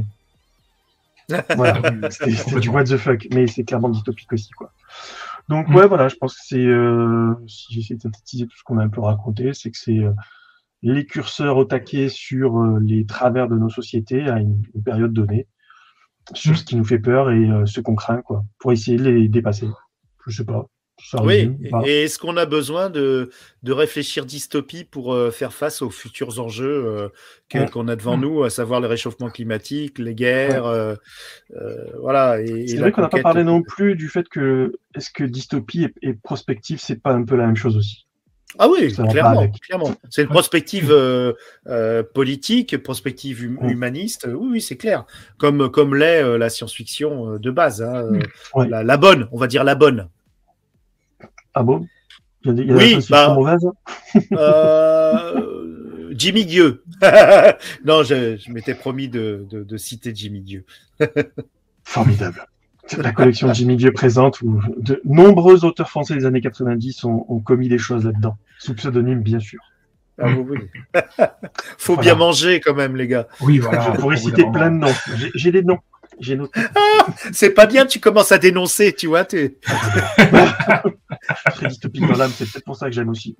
c'est du what the fuck, mais c'est clairement dystopique aussi, quoi. Donc voilà, je pense que c'est si j'essaie de synthétiser tout ce qu'on a un peu raconté, c'est que c'est les curseurs au taquet sur les travers de nos sociétés à une période donnée, sur ce qui nous fait peur et ce qu'on craint, quoi, pour essayer de les dépasser. Je sais pas. Et est-ce qu'on a besoin de réfléchir dystopie pour faire face aux futurs enjeux qu'on a devant nous, à savoir le réchauffement climatique, les guerres, voilà. C'est vrai qu'on n'a pas parlé non plus du fait que est-ce que dystopie et prospective, c'est pas un peu la même chose aussi? Ah oui, clairement. C'est une prospective politique, prospective humaniste. Oui, c'est clair. Comme l'est la science-fiction de base. Hein, la bonne, on va dire la bonne. Ah bon? Il y a des science-fiction mauvaise? Jimmy Dieu. Non, je m'étais promis de citer Jimmy Dieu. Formidable. La collection Jimmy Dieu présente, où de nombreux auteurs français des années 90 ont commis des choses là-dedans, sous pseudonyme bien sûr. Ah, oui. Faut bien manger quand même, les gars. Oui, voilà. Je pourrais citer plein de noms. J'ai des noms. J'ai noté. C'est pas bien, tu commences à dénoncer, tu vois. Je suis très dystopique dans l'âme, c'est peut-être pour ça que j'aime aussi.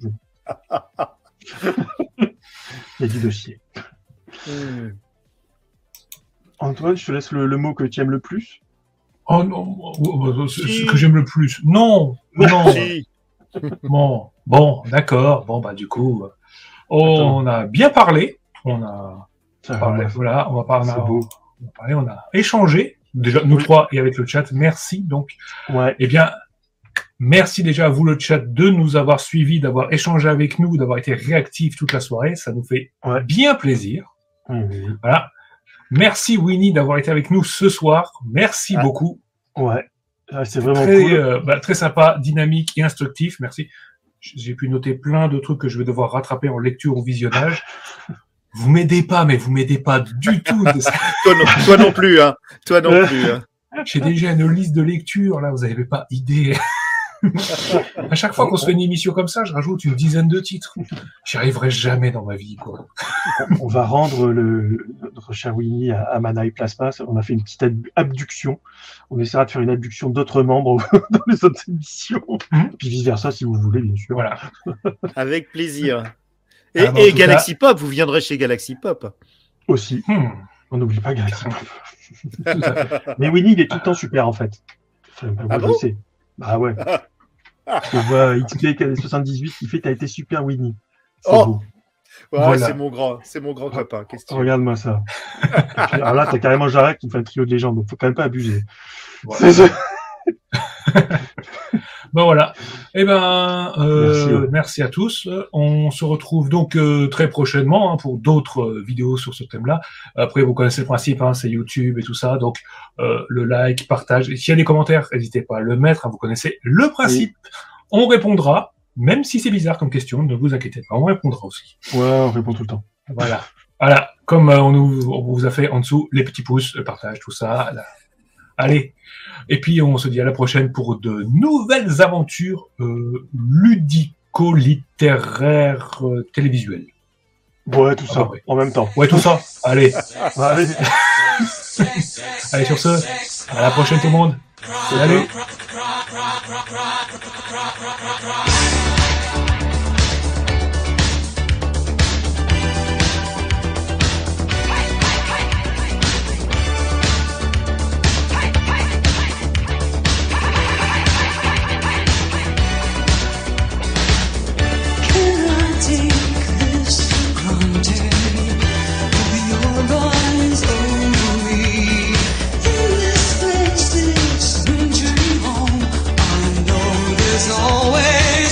Il y a du dossier. Antoine, je te laisse le mot que tu aimes le plus. Oh non, c'est ce que j'aime le plus. Non. Si. Bon, d'accord. Bon, bah du coup, on a bien parlé. On a parlé, voilà, on a échangé. Déjà, nous trois et avec le chat. Merci. Donc, eh bien, merci déjà à vous, le chat, de nous avoir suivis, d'avoir échangé avec nous, d'avoir été réactifs toute la soirée. Ça nous fait bien plaisir. Voilà. Merci Winnie d'avoir été avec nous ce soir. Merci beaucoup. Ouais, c'est vraiment cool. Très sympa, dynamique et instructif. Merci. J'ai pu noter plein de trucs que je vais devoir rattraper en lecture ou visionnage. Vous m'aidez pas du tout. Toi non plus, hein. J'ai déjà une liste de lecture, là, vous n'avez pas idée. À chaque fois qu'on se fait une émission comme ça, je rajoute une dizaine de titres. J'y arriverai jamais dans ma vie, quoi. On va rendre notre cher Winnie à Mana et Plasma. On a fait une petite abduction. On essaiera de faire une abduction d'autres membres dans les autres émissions. Puis vice versa, si vous voulez, bien sûr. Voilà. Avec plaisir. Et Galaxy Pop, vous viendrez chez Galaxy Pop. Aussi. On n'oublie pas Galaxy Pop. Mais Winnie, il est tout le temps super, en fait. Enfin, bon je sais. Bah ouais. Je vois XP 78 qui fait « T'as été super, Winnie ». Ouais, voilà. C'est mon grand copain. Regarde-moi ça. Puis, alors là, t'as carrément Jarek qui me fait un trio de légendes, donc faut quand même pas abuser. Voilà. Bon voilà. Merci à tous. On se retrouve donc très prochainement pour d'autres vidéos sur ce thème-là. Après, vous connaissez le principe, c'est YouTube et tout ça. Donc le like, partage. Et s'il y a des commentaires, n'hésitez pas à le mettre. Vous connaissez le principe. Oui. On répondra, même si c'est bizarre comme question. Ne vous inquiétez pas, on répondra aussi. Ouais, on répond tout le temps. Voilà. Comme on vous a fait en dessous les petits pouces, le partage, tout ça. Là. Allez. Et puis, on se dit à la prochaine pour de nouvelles aventures ludico-littéraires télévisuelles. Ouais, tout ça, en même temps. Ouais, tout ça. Allez. Allez, sur ce, à la prochaine tout le monde. Salut. Always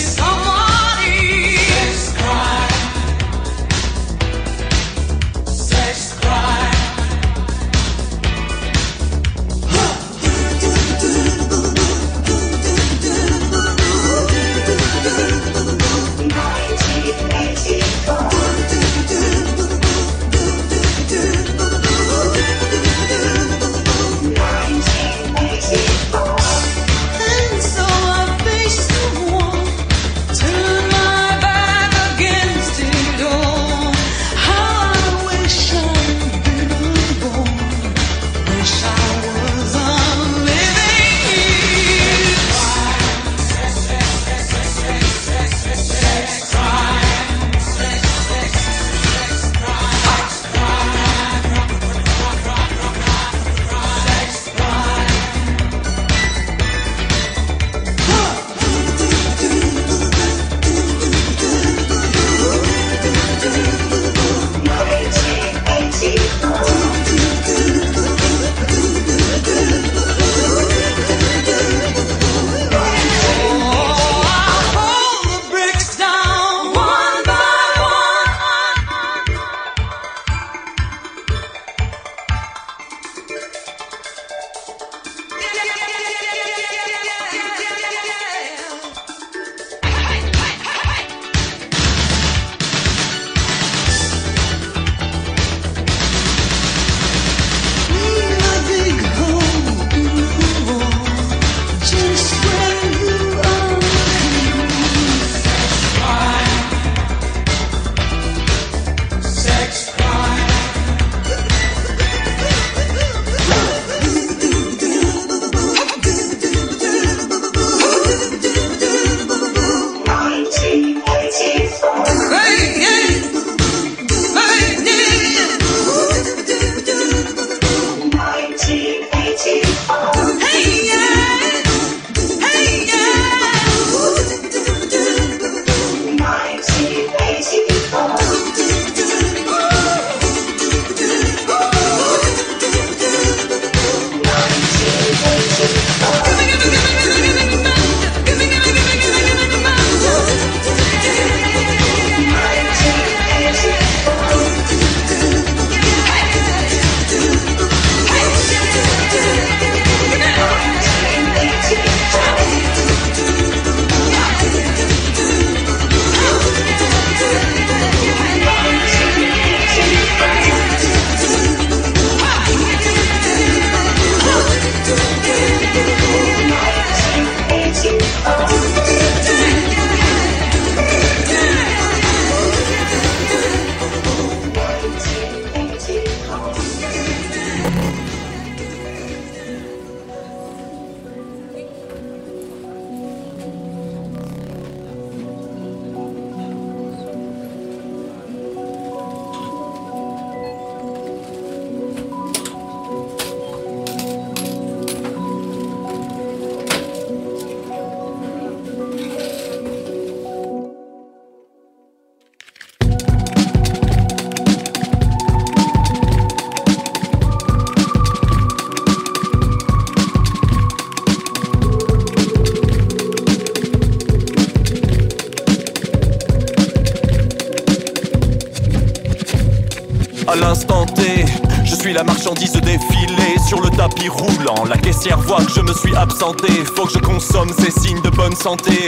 À l'instant T, je suis la marchandise défilée sur le tapis roulant. La caissière voit que je me suis absenté. Faut que je consomme ces signes de bonne santé.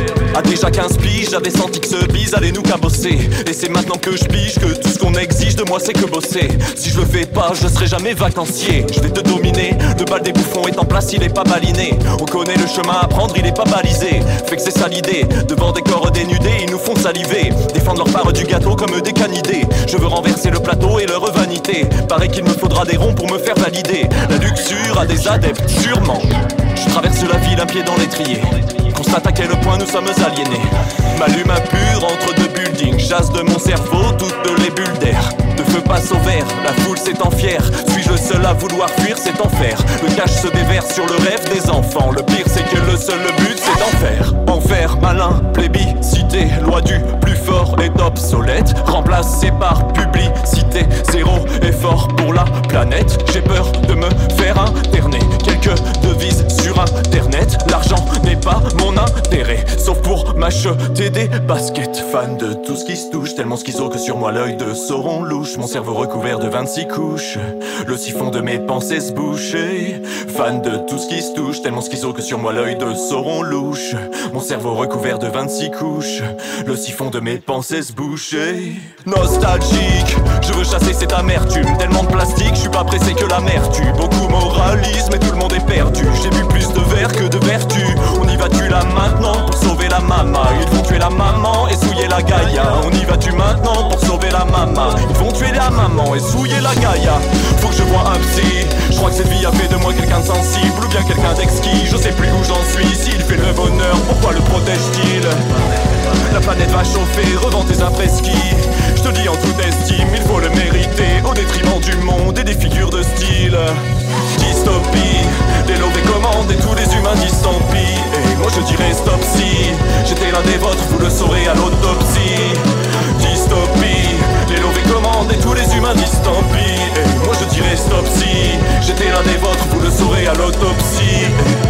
À déjà 15 piges, j'avais senti que ce bise allait nous cabosser. Et c'est maintenant que je pige que tout ce qu'on exige de moi c'est que bosser. Si je le fais pas, je serai jamais vacancier. Je vais te dominer, le bal des bouffons est en place, il est pas baliné. On connaît le chemin à prendre, il est pas balisé. Fait que c'est ça l'idée, devant des corps dénudés, ils nous font saliver. Défendre leur part du gâteau comme des canidés. Je veux renverser le plateau et leur vanité. Paraît qu'il me faudra des ronds pour me faire valider. La luxure a des adeptes, sûrement. Je traverse la ville un pied dans l'étrier. Constate à quel point nous sommes aliénés. M'allume un pur entre deux buildings. Chasse de mon cerveau toutes les bulles d'air. De feu passe au vert, la foule s'étend fière. Suis-je le seul à vouloir fuir cet enfer? Le cash se déverse sur le rêve des enfants. Le pire c'est que le seul but c'est d'en faire. Enfer, malin, plébiscité. Loi du plus fort est obsolète. Remplacé par publicité. Zéro effort pour la planète. J'ai peur de me faire interner. Quelques devises sur internet. L'argent n'est pas mon intérêt, sauf pour m'acheter des baskets. Fan de tout ce qui se touche, tellement schizo que sur moi l'œil de Sauron louche. Mon cerveau recouvert de 26 couches, le siphon de mes pensées se bouchait. Fan de tout ce qui se touche, tellement schizo que sur moi l'œil de Sauron louche. Mon cerveau recouvert de 26 couches, le siphon de mes pensées se bouchait. Nostalgique, je veux chasser cette amertume. Tellement de plastique, je suis pas pressé que la mer tue. Beaucoup moralisme et tout le monde est perdu. J'ai bu plus de verre que de vertu. On y va-tu là maintenant pour sauver la mama? Ils vont tuer la maman et souiller la Gaïa. On y va-tu maintenant pour sauver la mama? Ils vont tuer la maman et souiller la Gaïa. Faut que je voie un psy. Je crois que cette vie a fait de moi quelqu'un de sensible ou bien quelqu'un d'exquis. Je sais plus où j'en suis. S'il fait le bonheur, pourquoi le protège-t-il? La planète va chauffer, revends tes après-ski. Je te dis en toute estime, il faut le mériter. Au détriment du monde et des figures de style. Dystopie, les lovés commandent et tous les humains disent tant pis. Et moi je dirais stop si j'étais l'un des vôtres, vous le saurez à l'autopsie. Dystopie, les lovés commandent et tous les humains disent tant pis. Et moi je dirais stop si j'étais l'un des vôtres, vous le saurez à l'autopsie.